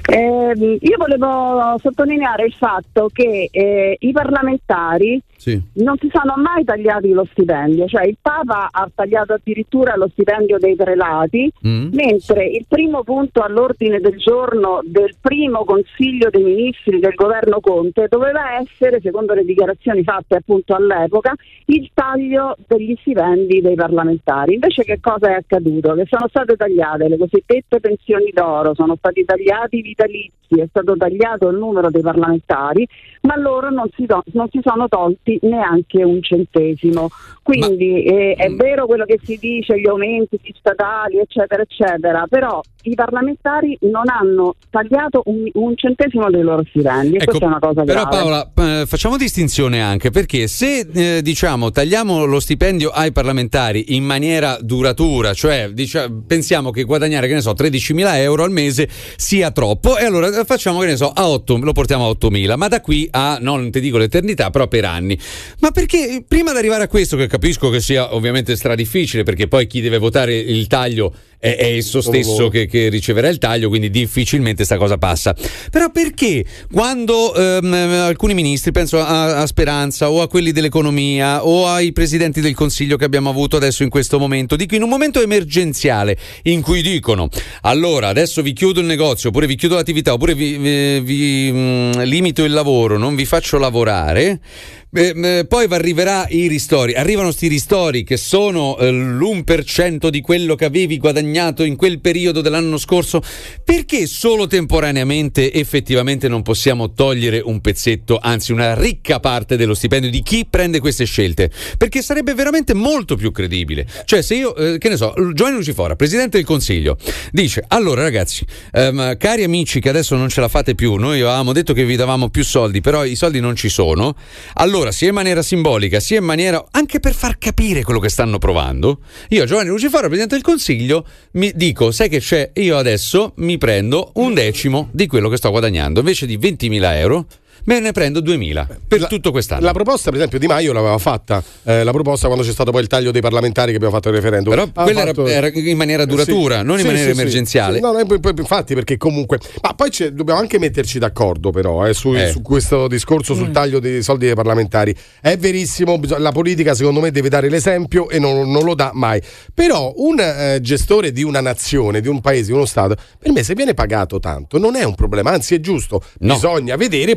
Eh, io volevo sottolineare il fatto che eh, i parlamentari Sì. non si sono mai tagliati lo stipendio, cioè il Papa ha tagliato addirittura lo stipendio dei prelati, Mm. mentre il primo punto all'ordine del giorno del primo Consiglio dei Ministri del governo Conte doveva essere, secondo le dichiarazioni fatte appunto all'epoca, il taglio degli stipendi dei parlamentari. Invece che cosa è accaduto? Che sono state tagliate le cosiddette pensioni d'oro, sono stati tagliati i vitalizi, è stato tagliato il numero dei parlamentari, ma loro non si, do- non si sono tolti neanche un centesimo. Quindi Ma... eh, è vero quello che si dice, gli aumenti statali eccetera eccetera, però i parlamentari non hanno tagliato un, un centesimo dei loro stipendi, e Ecco, questa è una cosa però grave. Paola, eh, facciamo distinzione anche, perché se eh, diciamo tagliamo lo stipendio ai parlamentari in maniera duratura, cioè diciamo, pensiamo che guadagnare, che ne so, tredicimila euro al mese sia troppo, e allora facciamo, che ne so, a otto, lo portiamo a ottomila, ma da qui a, non ti dico l'eternità, però per anni. Ma perché prima di arrivare a questo, che capisco che sia ovviamente stradifficile, perché poi chi deve votare il taglio è, è esso stesso che, che riceverà il taglio, quindi difficilmente sta cosa passa. Però perché quando ehm, alcuni ministri, penso a, a Speranza o a quelli dell'economia o ai presidenti del Consiglio che abbiamo avuto adesso in questo momento, dico in un momento emergenziale in cui dicono allora adesso vi chiudo il negozio, oppure vi chiudo l'attività, oppure vi, vi, vi mh, limito il lavoro, non vi faccio lavorare, Eh, poi arriverà i ristori, arrivano sti ristori che sono eh, l'uno per cento di quello che avevi guadagnato in quel periodo dell'anno scorso, perché solo temporaneamente effettivamente non possiamo togliere un pezzetto, anzi una ricca parte dello stipendio di chi prende queste scelte? Perché sarebbe veramente molto più credibile. Cioè se io, eh, che ne so, Giovanni Lucifora, Presidente del Consiglio, dice allora ragazzi, ehm, cari amici che adesso non ce la fate più, noi avevamo detto che vi davamo più soldi, però i soldi non ci sono, allora sia in maniera simbolica sia in maniera anche per far capire quello che stanno provando, io Giovanni Lucifora, Presidente del Consiglio, mi dico, sai che c'è, io adesso mi prendo un decimo di quello che sto guadagnando, invece di ventimila euro me ne prendo duemila per la, tutto quest'anno. La proposta, per esempio, Di Maio l'aveva fatta, eh, la proposta quando c'è stato poi il taglio dei parlamentari che abbiamo fatto il referendum. Però ha quella fatto... era, era in maniera duratura, sì, non in sì, maniera sì, emergenziale. Sì, no, no, infatti, perché comunque. Ma poi c'è, dobbiamo anche metterci d'accordo, però, eh, su, Eh. su questo discorso sul Mm. taglio dei soldi dei parlamentari. È verissimo, bisog- la politica, secondo me, deve dare l'esempio e non, non lo dà mai. Però un eh, gestore di una nazione, di un paese, di uno Stato, per me, se viene pagato tanto, non è un problema, anzi è giusto. No. Bisogna vedere poi,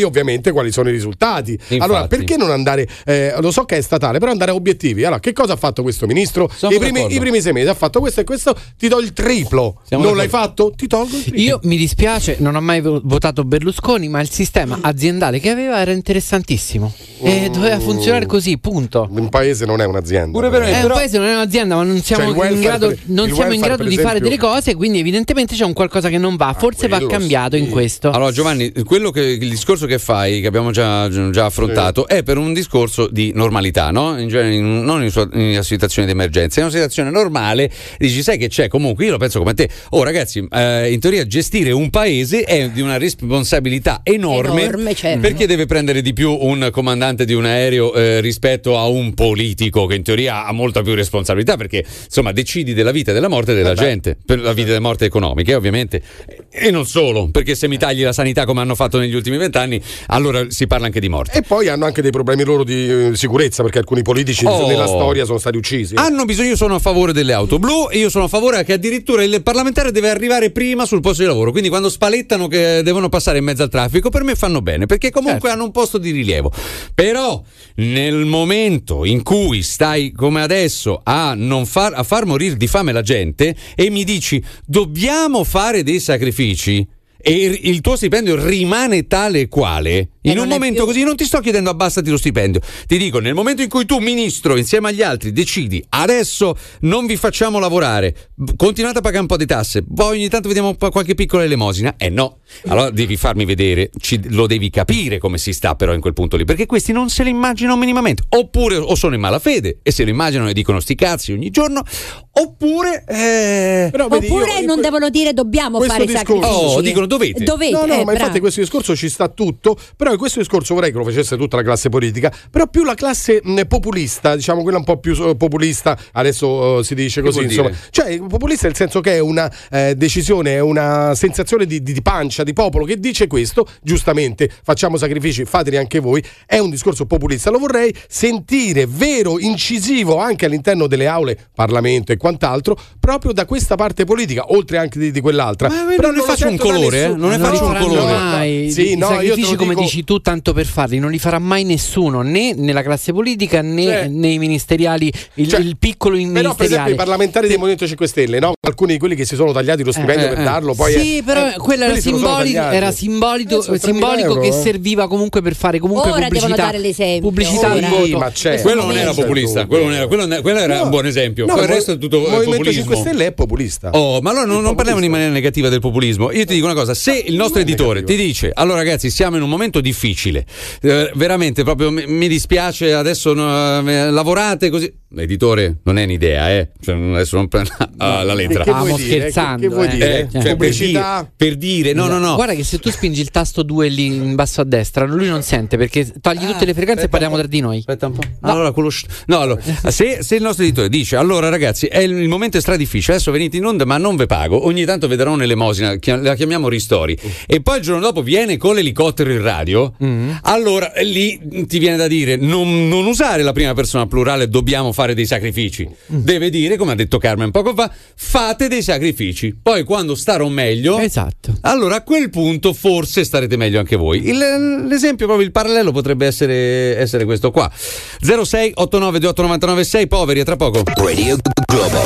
ovviamente quali sono i risultati. Infatti. Allora perché non andare, eh, lo so che è statale, però andare a obiettivi. Allora che cosa ha fatto questo ministro? I primi, I primi sei mesi ha fatto questo e questo, ti do il triplo. Siamo non d'accordo. L'hai fatto? Ti tolgo il triplo. Io mi dispiace, non ho mai votato Berlusconi, ma il sistema aziendale che aveva era interessantissimo e doveva funzionare così, punto. Un paese non è un'azienda. Pure per me, è però... un paese non è un'azienda, ma non siamo cioè in grado, per, non siamo in grado di esempio... fare delle cose, quindi evidentemente c'è un qualcosa che non va, forse ah, va cambiato sì. in questo. Allora Giovanni, quello che il discorso che fai, che abbiamo già, già affrontato, sì. è per un discorso di normalità, no? In genere, in, non in, in una situazione di emergenza, in una situazione normale dici sai che c'è, comunque io lo penso come te. Oh ragazzi, eh, in teoria gestire un paese è di una responsabilità enorme, enorme certo. perché deve prendere di più un comandante di un aereo eh, rispetto a un politico che in teoria ha molta più responsabilità, perché insomma decidi della vita e della morte della Vabbè. gente, per la vita e della morte economiche ovviamente, e non solo, perché se mi tagli la sanità come hanno fatto negli ultimi vent'anni allora si parla anche di morte. E poi hanno anche dei problemi loro di sicurezza, perché alcuni politici oh. nella storia sono stati uccisi. Hanno bisogno, io sono a favore delle auto blu e io sono a favore che addirittura il parlamentare deve arrivare prima sul posto di lavoro, quindi quando spalettano che devono passare in mezzo al traffico per me fanno bene, perché comunque certo. hanno un posto di rilievo. Però nel momento in cui stai come adesso a non far a far morire di fame la gente e mi dici dobbiamo fare dei sacrifici e il tuo stipendio rimane tale e quale, in un momento più... così non ti sto chiedendo abbassati lo stipendio, ti dico nel momento in cui tu ministro insieme agli altri decidi adesso non vi facciamo lavorare, continuate a pagare un po' di tasse, poi ogni tanto vediamo qualche piccola elemosina, eh no, allora devi farmi vedere, ci, lo devi capire come si sta però in quel punto lì, perché questi non se lo immaginano minimamente, oppure o sono in malafede e se lo immaginano e dicono sti cazzi ogni giorno, oppure eh... però, vedi, oppure io, non que... devono dire dobbiamo fare discorso... sacrifici, oh, dicono dovete, dovete no no eh, ma infatti bravo. questo discorso ci sta tutto, però in questo discorso vorrei che lo facesse tutta la classe politica, però più la classe mh, populista, diciamo quella un po' più uh, populista, adesso uh, si dice così, insomma, cioè populista nel senso che è una eh, decisione, è una sensazione di, di, di pancia, di popolo che dice questo, giustamente facciamo sacrifici, fateli anche voi, è un discorso populista, lo vorrei sentire vero, incisivo anche all'interno delle aule Parlamento e quant'altro, proprio da questa parte politica, oltre anche di, di quell'altra. Ma però non ne faccio un colore, eh? non ne non faccio un colore. Mai. Sì, I no, sacrifici io come dico... dici tu tanto per farli non li farà mai nessuno, né nella classe politica né cioè, nei ministeriali, il, cioè, il piccolo in però ministeriale. per esempio i parlamentari del Movimento cinque Stelle, no? Alcuni di quelli che si sono tagliati lo stipendio eh, per eh, darlo poi sì è, però eh, quello era simbolico, era simbolico, eh, simbolico euro, che eh. serviva comunque per fare comunque ora pubblicità, devono dare l'esempio pubblicità ora. Sì, ma c'è. quello non era populista, quello, non era, quello, quello era no, un buon esempio, no, poi il resto è tutto il Movimento populismo. cinque Stelle è populista. Oh, ma allora non, non parliamo in maniera negativa del populismo. Io ti dico una cosa, se il nostro editore ti dice allora ragazzi siamo in un momento difficile, eh, veramente proprio mi, mi dispiace adesso no, eh, lavorate così, l'editore non è un'idea eh cioè, adesso non prenda ah, la lettera, stavamo scherzando, che, che vuoi eh. dire? Eh, cioè, pubblicità per dire, per dire no no no guarda che se tu spingi il tasto due lì in basso a destra lui non sente perché togli tutte le frequenze e parliamo tra di noi. Aspetta un po'. No. Allora, quello sh- no, allora se, se il nostro editore dice allora ragazzi è il, il momento è stra difficile, adesso venite in onda ma non ve pago, ogni tanto vedrò un'elemosina, la chiamiamo ristori, e poi il giorno dopo viene con l'elicottero in radio, mm. allora lì ti viene da dire non, non usare la prima persona plurale dobbiamo fare dei sacrifici, mm. deve dire come ha detto Carmen poco fa, fate dei sacrifici, poi quando starò meglio esatto allora a quel punto forse starete meglio anche voi. Il, l'esempio proprio il parallelo potrebbe essere, essere questo qua. zero sei otto nove due otto nove nove sei poveri, a tra poco. Radio Globo.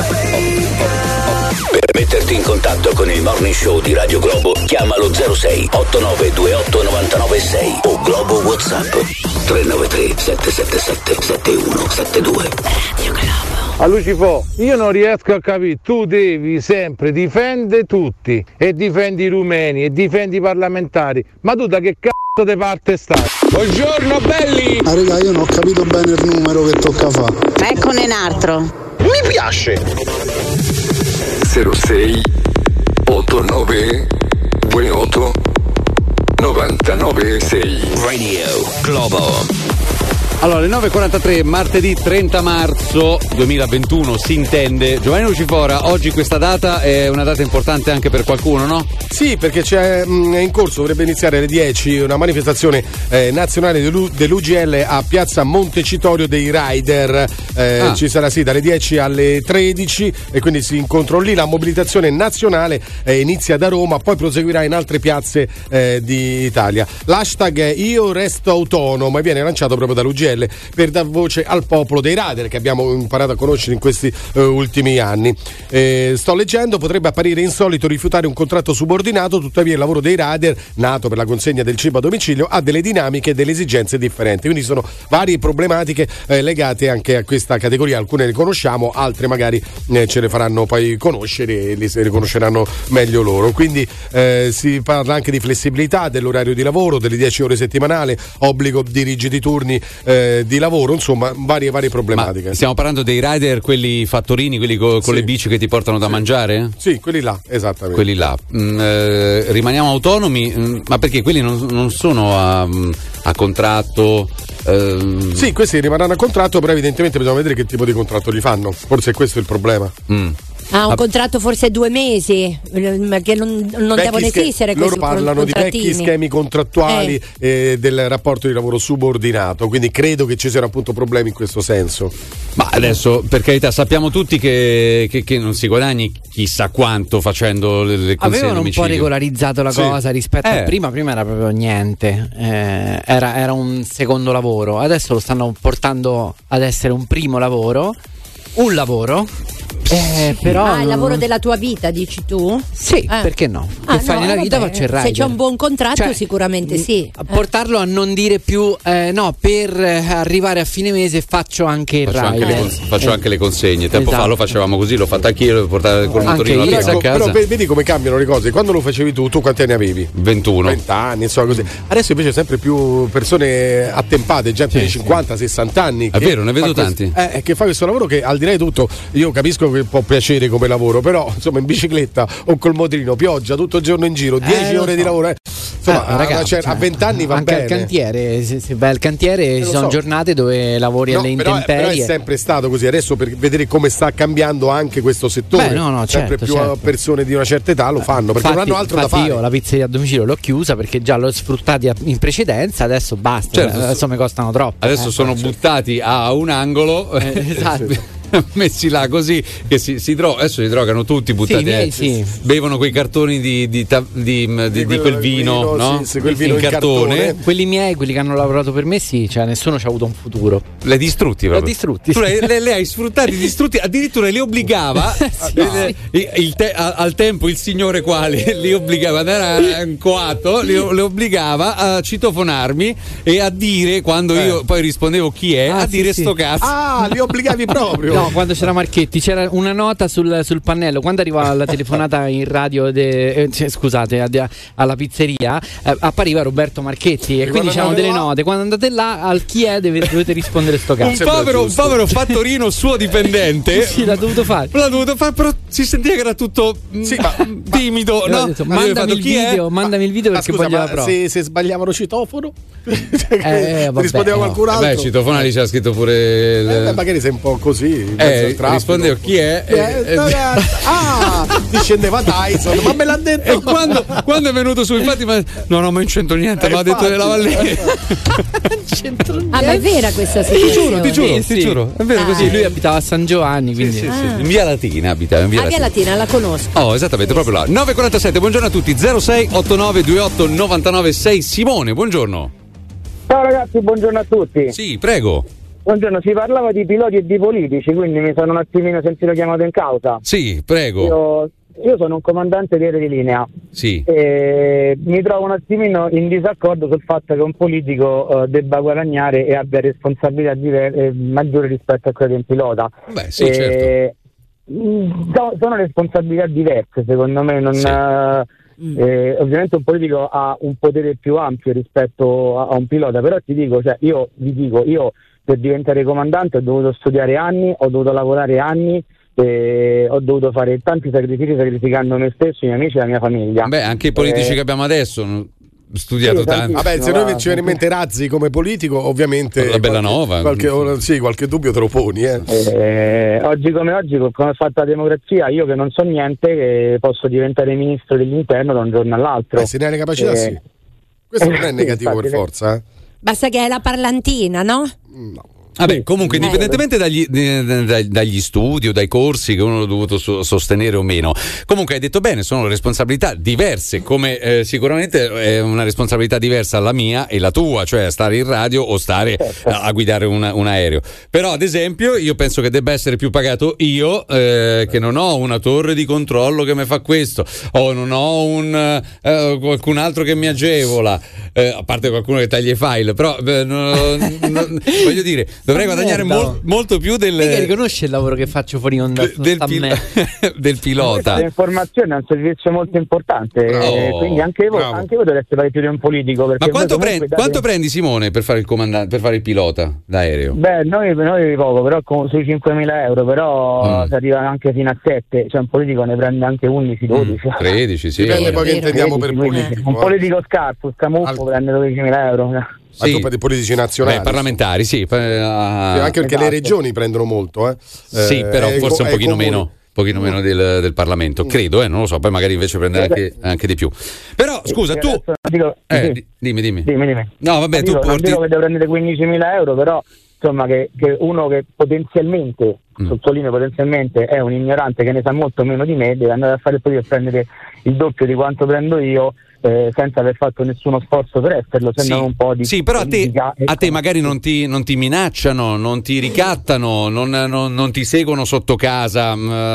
Per metterti in contatto con il Morning Show di Radio Globo chiamalo zero sei otto nove due otto nove nove sei o Globo WhatsApp tre nove tre sette sette sette sette uno sette due. Radio Globo. A Lucifo, io non riesco a capire, tu devi sempre difendere tutti e difendi i rumeni e difendi i parlamentari, ma tu da che cazzo di parte stai? Buongiorno belli! Ah raga, io non ho capito bene il numero che tocca fare. Eccone un altro. Mi piace! zero sei otto nove due otto nove nove sei. Radio Globo. Allora, le nove e quarantatré, martedì trenta marzo duemilaventuno, si intende. Giovanni Lucifora, oggi questa data è una data importante anche per qualcuno, no? Sì, perché c'è mh, è in corso, dovrebbe iniziare alle dieci, una manifestazione eh, nazionale dell'U- dell'U G L a piazza Montecitorio dei Rider. Eh, Ah. Ci sarà sì dalle dieci alle tredici e quindi si incontrano lì. La mobilitazione nazionale eh, inizia da Roma, poi proseguirà in altre piazze eh, d'Italia. L'hashtag è Io resto autonomo e viene lanciato proprio dall'U G L per dar voce al popolo dei Rider che abbiamo imparato a conoscere in questi uh, ultimi anni. Eh, sto leggendo, potrebbe apparire insolito rifiutare un contratto subordinato, tuttavia il lavoro dei Rider, nato per la consegna del cibo a domicilio, ha delle dinamiche e delle esigenze differenti, quindi sono varie problematiche eh, legate anche a questa categoria. Alcune le conosciamo, altre magari eh, ce le faranno poi conoscere e le, le conosceranno meglio loro. Quindi eh, si parla anche di flessibilità dell'orario di lavoro, delle dieci ore settimanali, obbligo di rigidi turni eh, di lavoro, insomma varie varie problematiche. Ma stiamo parlando dei rider, quelli fattorini, quelli co- con Sì. le bici che ti portano da Sì. mangiare? Sì, quelli là, esattamente. Quelli là. Mm, eh, rimaniamo autonomi, mm, ma perché quelli non, non sono a, a contratto? ehm, Sì, questi rimarranno a contratto, però evidentemente bisogna vedere che tipo di contratto gli fanno. Forse è questo il problema. mm. Ha un Ah. contratto forse due mesi, perché non, non Vecchi devono sch- esistere loro questi parlano di vecchi contrattini. schemi contrattuali eh, del rapporto di lavoro subordinato, quindi credo che ci siano appunto problemi in questo senso. Ma adesso, per carità, sappiamo tutti che, che, che non si guadagni chissà quanto facendo le, le consegne a Avevano un po' domicilio. regolarizzato la Sì. cosa rispetto Eh. a prima, prima era proprio niente, eh, era, era un secondo lavoro, adesso lo stanno portando ad essere un primo lavoro, un lavoro, eh, però... Ah, il non- lavoro della tua vita, dici tu? Sì, Eh. perché no? Ah, Che fai no, nella vita vabbè, faccio il rider. se c'è un buon contratto Cioè, sicuramente sì. Portarlo a non dire più eh, no, per eh, arrivare a fine mese faccio anche il Faccio, anche le, rider. cons- faccio Eh. anche le consegne. Tempo Esatto. fa lo facevamo così, l'ho fatto anch'io, l'ho portato col Anche motorino la io. pizza a Ecco, casa. però ve- vedi come cambiano le cose. Quando lo facevi tu, tu quanti anni avevi? ventuno. venti anni, insomma così. Adesso invece sempre più persone attempate, gente Sì, di sì. cinquanta sessanta anni. È che vero, ne vedo fa questo- tanti. Eh, che fa questo lavoro che al di là di tutto io capisco che può piacere come lavoro, però insomma in bicicletta o col motorino, pioggia, tutto il giorno in giro, dieci lo ora so. di lavoro. eh. Insomma, Eh, a, ragazzi, una cer- a cioè, venti anni va anche bene. al cantiere, se, se vai al cantiere ci lo sono so. giornate dove lavori No, alle però, però è intemperie. sempre stato così. Adesso per vedere come sta cambiando anche questo settore, Beh, no, no, sempre certo, più certo. persone di una certa età lo fanno perché Infatti- non hanno altro da infatti fare. io la pizzeria a domicilio l'ho chiusa perché già l'ho sfruttati a- in precedenza, adesso basta, Certo, adesso mi costano troppo. Adesso eh. sono buttati a un angolo, Eh, esatto. messi là così che si, si dro- adesso si drogano tutti buttati, i miei eh. sì. bevono quei cartoni di, di, ta- di- di- di quello- quel vino, vino, no? sì, sì, quel vino in in cartone, cartone. Quelli miei, quelli che hanno lavorato per me, sì, cioè nessuno ci ha avuto un futuro. li hai distrutti L'ho proprio. distrutti. Tu le, le- le hai sfruttati, distrutti, addirittura li obbligava eh, il- il te- a- al tempo il signore quale li obbligava ad andare a un coato, li, li obbligava a citofonarmi e a dire, quando io poi rispondevo chi è, Ah, a sì, dire sì. sto cazzo. Ah, li obbligavi proprio. No, quando c'era Marchetti c'era una nota sul, sul pannello. Quando arrivava la telefonata in radio, de, eh, cioè, scusate, a- alla pizzeria, eh, appariva Roberto Marchetti e, E quindi quando c'erano delle andate là- note. Quando andate là, al chi è deve- dovete rispondere sto Un cazzo. povero, un povero fattorino suo dipendente Sì, l'ha dovuto fare. l'ha dovuto fare, però si sentiva che era tutto mm, Sì, ma- timido, Io ho no? detto, Allora mandami fatto, il chi è? video, mandami il video Ma perché scusa, voglio la ma prova. se, se sbagliavano citofono? Cioè, Eh, vabbè, rispondeva no. qualcun altro? Beh, citofonali c'ha scritto pure il- Eh, beh, magari sei un po' così in mezzo eh, al traffico. rispondevo chi è Eh, e, e- ah, mi scendeva Tyson, ma me l'ha detto. e quando, quando è venuto su, infatti, ma, no, no, ma non c'entro niente, Eh, mi ha detto infatti. della Vallée. Ah, ma è vera questa Ti situazione? giuro, ti giuro, Sì, ti sì. giuro, è vero Ah, così. Lui abitava a San Giovanni, quindi Sì, sì, in via Latina abitava, in via Ah, via Latina. Latina, la conosco. Oh, esattamente, proprio là. nove e quarantasette, buongiorno a tutti. zero sei ottantanove ventotto novantanove sei. Simone, buongiorno. Ciao ragazzi, buongiorno a tutti. Sì, prego. Buongiorno, si parlava di piloti e di politici, quindi mi sono un attimino sentito chiamato in causa. Sì, prego. Io, io sono un comandante di aerei di linea Sì. e mi trovo un attimino in disaccordo sul fatto che un politico eh, debba guadagnare e abbia responsabilità diver- eh, maggiori rispetto a quelle di un pilota. Beh, sì, Eh, certo. mh, so- sono responsabilità diverse, secondo me. Non, Sì. eh, eh, ovviamente un politico ha un potere più ampio rispetto a, a un pilota, però ti dico, cioè, io vi dico, io per diventare comandante ho dovuto studiare anni, ho dovuto lavorare anni, eh, ho dovuto fare tanti sacrifici sacrificando me stesso, i miei amici e la mia famiglia. Beh, anche i politici Eh, che abbiamo adesso, no? studiato Sì, tanto. Vabbè, se noi ci viene in mente Razzi come politico, ovviamente la Bellanova. Qualche, qualche, sì, qualche dubbio te lo poni. Eh. Eh, oggi come oggi, come ha fatto la democrazia, io che non so niente, che posso diventare ministro dell'interno da un giorno all'altro. Eh, se ne hai le capacità, eh, sì. Questo non è negativo infatti, per forza. Eh. Basta che è la parlantina, no? No. Vabbè, comunque, indipendentemente dagli, dagli, dagli studi o dai corsi che uno ha dovuto so, sostenere o meno, comunque hai detto bene, sono responsabilità diverse, come eh, sicuramente è una responsabilità diversa la mia e la tua, cioè stare in radio o stare a, a guidare una, un aereo. Però, ad esempio, io penso che debba essere più pagato io, eh, che non ho una torre di controllo che mi fa questo, o non ho un eh, qualcun altro che mi agevola, eh, a parte qualcuno che taglia i file, però eh, no, no, voglio dire. Dovrei guadagnare mol, molto più del. Perché riconosce il lavoro che faccio fuori onda del, pil- del pilota. L'informazione è un servizio molto importante, Bravo, quindi anche voi, anche voi dovreste fare più di un politico. Ma quanto, prendi, date... quanto prendi, Simone, per fare il comandante, per fare il pilota d'aereo? Beh, noi, noi poco, però con, sui cinquemila euro, però mm. si arriva anche fino a sette, cioè un politico ne prende anche undici dodici. Mm, tredici, sì. Dipende poi che intendiamo per politico. Un politico scarso, scamuffo, Al... prende dodicimila euro. Sì. Ma tu per dei politici nazionali, beh, parlamentari, sì. Uh, anche perché esatto. le regioni prendono molto, eh. Sì, eh, però forse un pochino comune. meno. Un pochino meno del, del Parlamento, credo, eh, non lo so, poi magari invece prende anche, anche di più. Però scusa, tu dico, eh, sì. dimmi, dimmi. Dimmi, dimmi. No, vabbè, dico, tu non porti... dico che devo prendere quindicimila euro, però insomma che, che uno che potenzialmente, mm. sottolineo potenzialmente, è un ignorante che ne sa molto meno di me, deve andare a fare il politico e prendere il doppio di quanto prendo io. Eh, senza aver fatto nessuno sforzo per esserlo, se sì, non un po' di sì, però a te, a te magari non ti, non ti minacciano, non ti ricattano, non, non, non ti seguono sotto casa,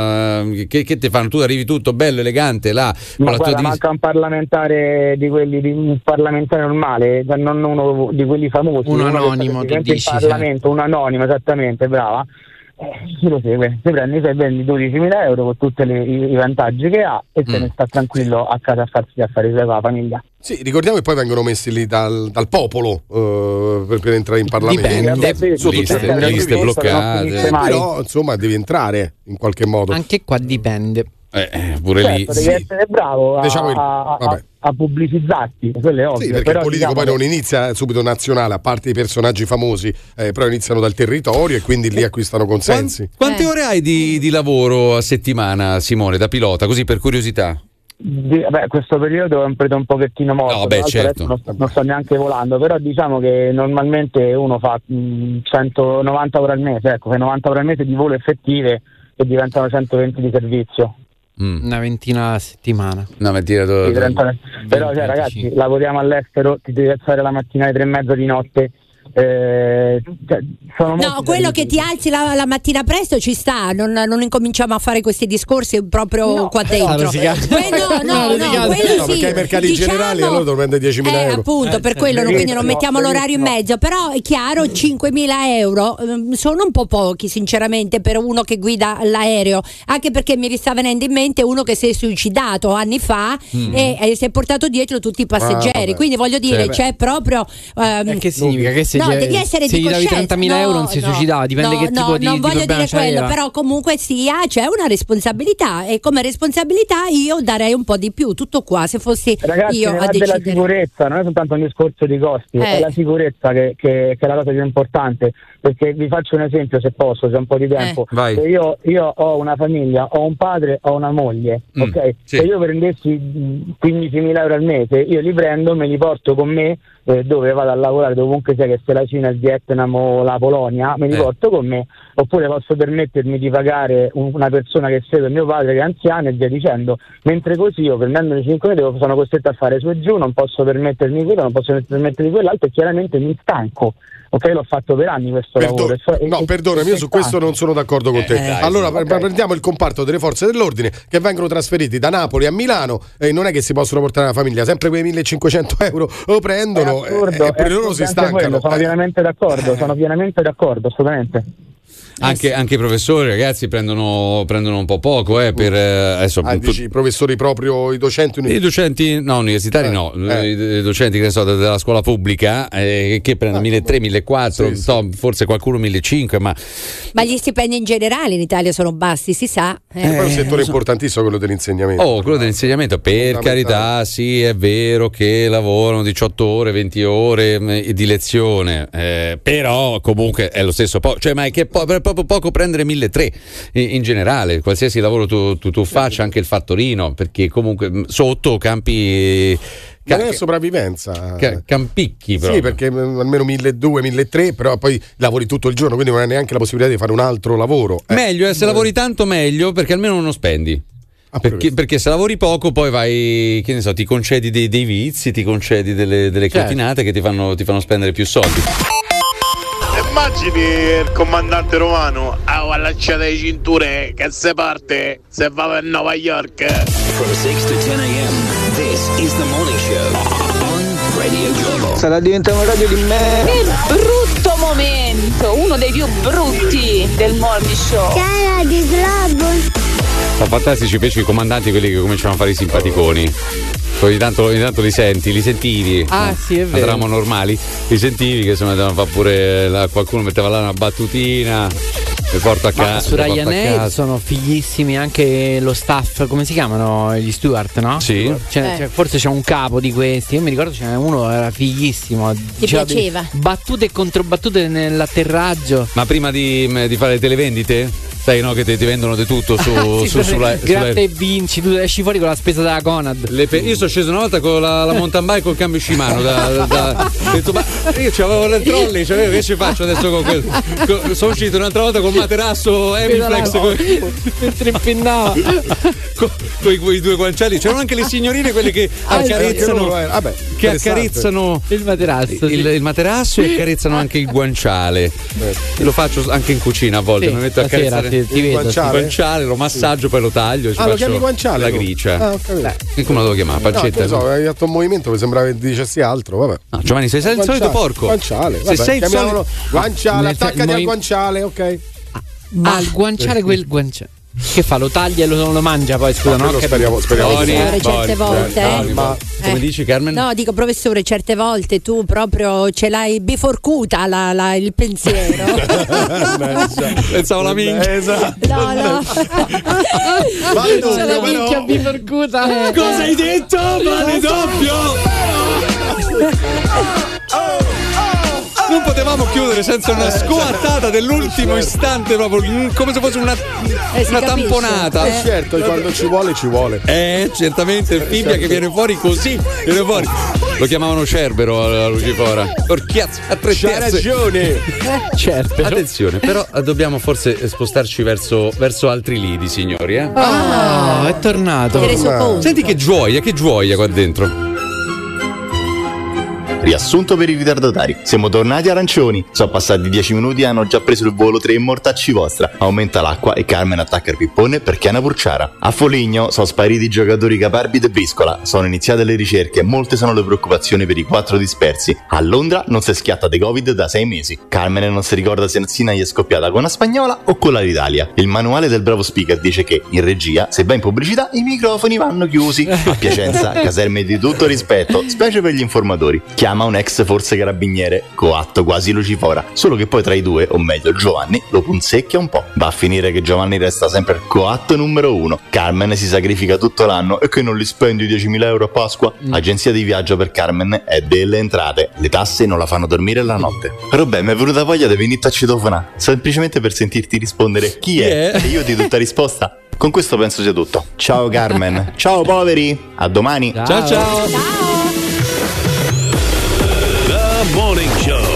uh, che, che ti fanno? Tu arrivi tutto bello, elegante là. Ma con guarda, la tua manca un parlamentare di quelli di un parlamentare normale, non uno di quelli famosi, un anonimo, tu dici, in Parlamento, un anonimo, esattamente, brava. Eh, chi lo segue, si prende i suoi prendi dodicimila euro con tutti i, i vantaggi che ha e mm. se ne sta tranquillo a casa a farsi affari suoi con la famiglia. Sì, ricordiamo che poi vengono messi lì dal, dal popolo uh, per, per entrare in Parlamento. Dipende, su liste, tutte liste bloccate. Però insomma devi entrare in qualche modo. Anche qua dipende. Eh, pure certo, lì devi sì. essere bravo a, diciamo il, a, a, a pubblicizzarti, quello è ovvio. Sì, perché però il politico diciamo poi non inizia subito nazionale, a parte i personaggi famosi, eh, però iniziano dal territorio e quindi lì acquistano consensi. Quante eh. ore hai di, di lavoro a settimana, Simone, da pilota, così per curiosità? Di, beh, questo periodo è un periodo un pochettino morto, no, beh, certo. non, sto, non sto neanche volando, però diciamo che normalmente uno fa mh, centonovanta ore al mese, ecco, che novanta ore al mese di volo effettive e diventano centoventi di servizio. Mm. Una ventina a settimana. Una ventina do... sì, trenta... Però cioè, ragazzi, lavoriamo all'estero, ti devi alzare la mattina alle tre e mezza di notte. Eh, cioè, sono no, quello che ti alzi la, la mattina presto ci sta, non, non incominciamo a fare questi discorsi proprio no, qua dentro. Que- no, no, no, no, quello no, sì, perché ai mercati diciamo, generali allora devono prendere diecimila eh, euro. appunto, eh, per quello, no, quindi non mettiamo no, l'orario in no. mezzo, però è chiaro, cinquemila euro um, sono un po' pochi sinceramente per uno che guida l'aereo, anche perché mi sta venendo in mente uno che si è suicidato anni fa mm. e, e si è portato dietro tutti i passeggeri, ah, quindi voglio dire cioè, c'è proprio um, eh, che significa? Che se no, devi essere se di gli davi trentamila no, euro non si no, suicidava, dipende no, che tipo no, di, non di voglio dire quello, però comunque sia c'è una responsabilità e come responsabilità io darei un po' di più, tutto qua, se fossi ragazzi, io a decidere. La sicurezza non è soltanto un discorso di costi, eh. è la sicurezza che, che, che è la cosa più importante, perché vi faccio un esempio se posso, c'è un po' di tempo. Eh. Se io, io ho una famiglia, ho un padre, ho una moglie, mm, ok? Sì. Se io prendessi quindicimila euro al mese, io li prendo, me li porto con me eh, dove vado a lavorare, dovunque sia, che sia la Cina, il Vietnam o la Polonia, me li eh. porto con me, oppure posso permettermi di pagare un, una persona che segue mio padre che è anziano e via dicendo, mentre così io prendendone cinque mila sono costretto a fare su e giù, non posso permettermi quello, non posso permettermi quell'altro e chiaramente mi stanco. Ok, l'ho fatto per anni questo Perdo- lavoro. So, no, perdonami, io su questo non sono d'accordo con te. Eh, dai, allora, sì, okay. prendiamo il comparto delle forze dell'ordine che vengono trasferiti da Napoli a Milano e non è che si possono portare la famiglia, sempre quei millecinquecento euro lo prendono assurdo, e, e per loro si stancano. Quello, sono eh. pienamente d'accordo, sono pienamente d'accordo, assolutamente. Anche, anche i professori, ragazzi, prendono, prendono un po' poco eh, per eh, adesso, ah, dici, i professori proprio, i docenti i docenti no, universitari eh, no eh. i docenti che ne so della scuola pubblica eh, che prendono ah, milletremila, millequattrocento sì, so, sì. forse qualcuno millecinquecento, ma ma gli stipendi in generale in Italia sono bassi, si sa eh. Eh, poi è un settore so. importantissimo quello dell'insegnamento. Oh, quello dell'insegnamento, per carità, sì, è vero che lavorano diciotto ore, venti ore di lezione, eh, però comunque è lo stesso po- cioè ma è che po- proprio poco prendere milletrecento in, in generale, qualsiasi lavoro tu, tu, tu faccia, anche il fattorino, perché comunque sotto campi non è sopravvivenza, Ca- campicchi proprio. Sì, perché almeno milleduecento, milletrecento, però poi lavori tutto il giorno, quindi non hai neanche la possibilità di fare un altro lavoro. Eh. Meglio, eh, se lavori tanto meglio, perché almeno non lo spendi. Ah, perché, perché se lavori poco poi vai, che ne so, ti concedi dei, dei vizi, ti concedi delle, delle certo. cretinate che ti fanno, ti fanno spendere più soldi. Immagini il comandante romano a oh, allacciare le cinture che se parte, se va per New York. From six to ten a.m. This is the morning show on Radio Globo. Sarà diventata una radio di me. Che brutto momento, uno dei più brutti del morning show. Cara di Globo. Sono fantastici invece i comandanti, quelli che cominciano a fare i simpaticoni. Ogni tanto, ogni tanto li senti, li sentivi. Ah, sì, è vero. Eravamo normali, li sentivi che insomma mettevano a fare pure la, qualcuno metteva là una battutina. Mi porto a casa. Su Ryanair sono fighissimi anche lo staff, come si chiamano gli steward, no? Sì. Cioè, eh. cioè, forse c'è un capo di questi. Io mi ricordo c'è uno era fighissimo. Ti piaceva? Battute e controbattute nell'atterraggio. Ma prima di, di fare le televendite? Sai, no, che ti, ti vendono di tutto su, ah, sì, su, sulla, gratta sulla... e vinci, tu esci fuori con la spesa della Conad. Le pe- io sono sceso una volta con la, la mountain bike col cambio Shimano da, da, da, detto, ma io c'avevo le trolley, c'avevo, che ci faccio adesso con quello? Con, sono uscito un'altra volta con materasso Everflex mentre impennava con, con i, i due guanciali. C'erano anche le signorine, quelle che ah, accarezzano loro, eh. Vabbè, che accarezzano il materasso il, il materasso e accarezzano anche il guanciale. Eh. Lo faccio anche in cucina a volte, sì, mi metto a accarezzare ti, ti il vedo, guanciale, sì. guanciale, lo massaggio, poi lo taglio e ci ah, faccio lo chiami guanciale, la no? gricia. Ah, okay. Beh, come lo devo chiamare? Pancetta? No, so, hai fatto un movimento, mi sembrava che dicessi altro. Vabbè. No, Giovanni, sei, sei il solito porco. Guanciale, se sei il solito guanciale, attaccati movi... al guanciale, ok. Ma ah, il guanciale, quel guanciale. Che fa? Lo taglia e lo, lo mangia poi, scusa, no? Che speriamo, speriamo. Professore, certe volte, eh. Ma come eh. dici, Carmen? No, dico, professore, certe volte tu proprio ce l'hai biforcuta la, la, il pensiero. Pensavo la minchia. Esatto. No, no. Vale doppio, c'è la minchia biforcuta. Eh. Cosa hai detto? Vale doppio. Non potevamo chiudere senza una scoattata dell'ultimo istante, proprio come se fosse una, eh, una tamponata. Eh. Certo, quando ci vuole, ci vuole. Eh, certamente il fibbia che viene fuori così, viene fuori. Lo chiamavano Cerbero a Lucifora. Orchiazzo, a tre C'ha ragione. Certo. Attenzione, però dobbiamo forse spostarci verso, verso altri lidi, signori. Eh? Ah, oh, è tornato. Senti che gioia, che gioia qua dentro. Riassunto per i ritardatari. Siamo tornati arancioni. Sono passati dieci minuti e hanno già preso il volo tre mortacci vostra. Aumenta l'acqua e Carmen attacca il pippone perché è una purciara. A Foligno sono spariti i giocatori Caparbi de Briscola. Sono iniziate le ricerche e molte sono le preoccupazioni per i quattro dispersi. A Londra non si è schiatta di Covid da sei mesi. Carmen non si ricorda se Nazzina gli è scoppiata con la spagnola o con l'Italia. Il manuale del bravo speaker dice che in regia, se va in pubblicità, i microfoni vanno chiusi. A Piacenza, caserme di tutto rispetto, specie per gli informatori. Chiama un ex forze carabiniere, coatto quasi Lucifora, solo che poi tra i due, o meglio Giovanni, lo punzecchia un po'. Va a finire che Giovanni resta sempre il coatto numero uno. Carmen si sacrifica tutto l'anno e che non li spendi diecimila euro a Pasqua. Mm. Agenzia di viaggio per Carmen è delle entrate, le tasse non la fanno dormire la notte. Però beh, mi è venuta voglia di venire a citofonare, semplicemente per sentirti rispondere chi è, yeah. E io ti do tutta risposta. Con questo penso sia tutto. Ciao Carmen. Ciao poveri, a domani. Ciao ciao, ciao. Morning Show.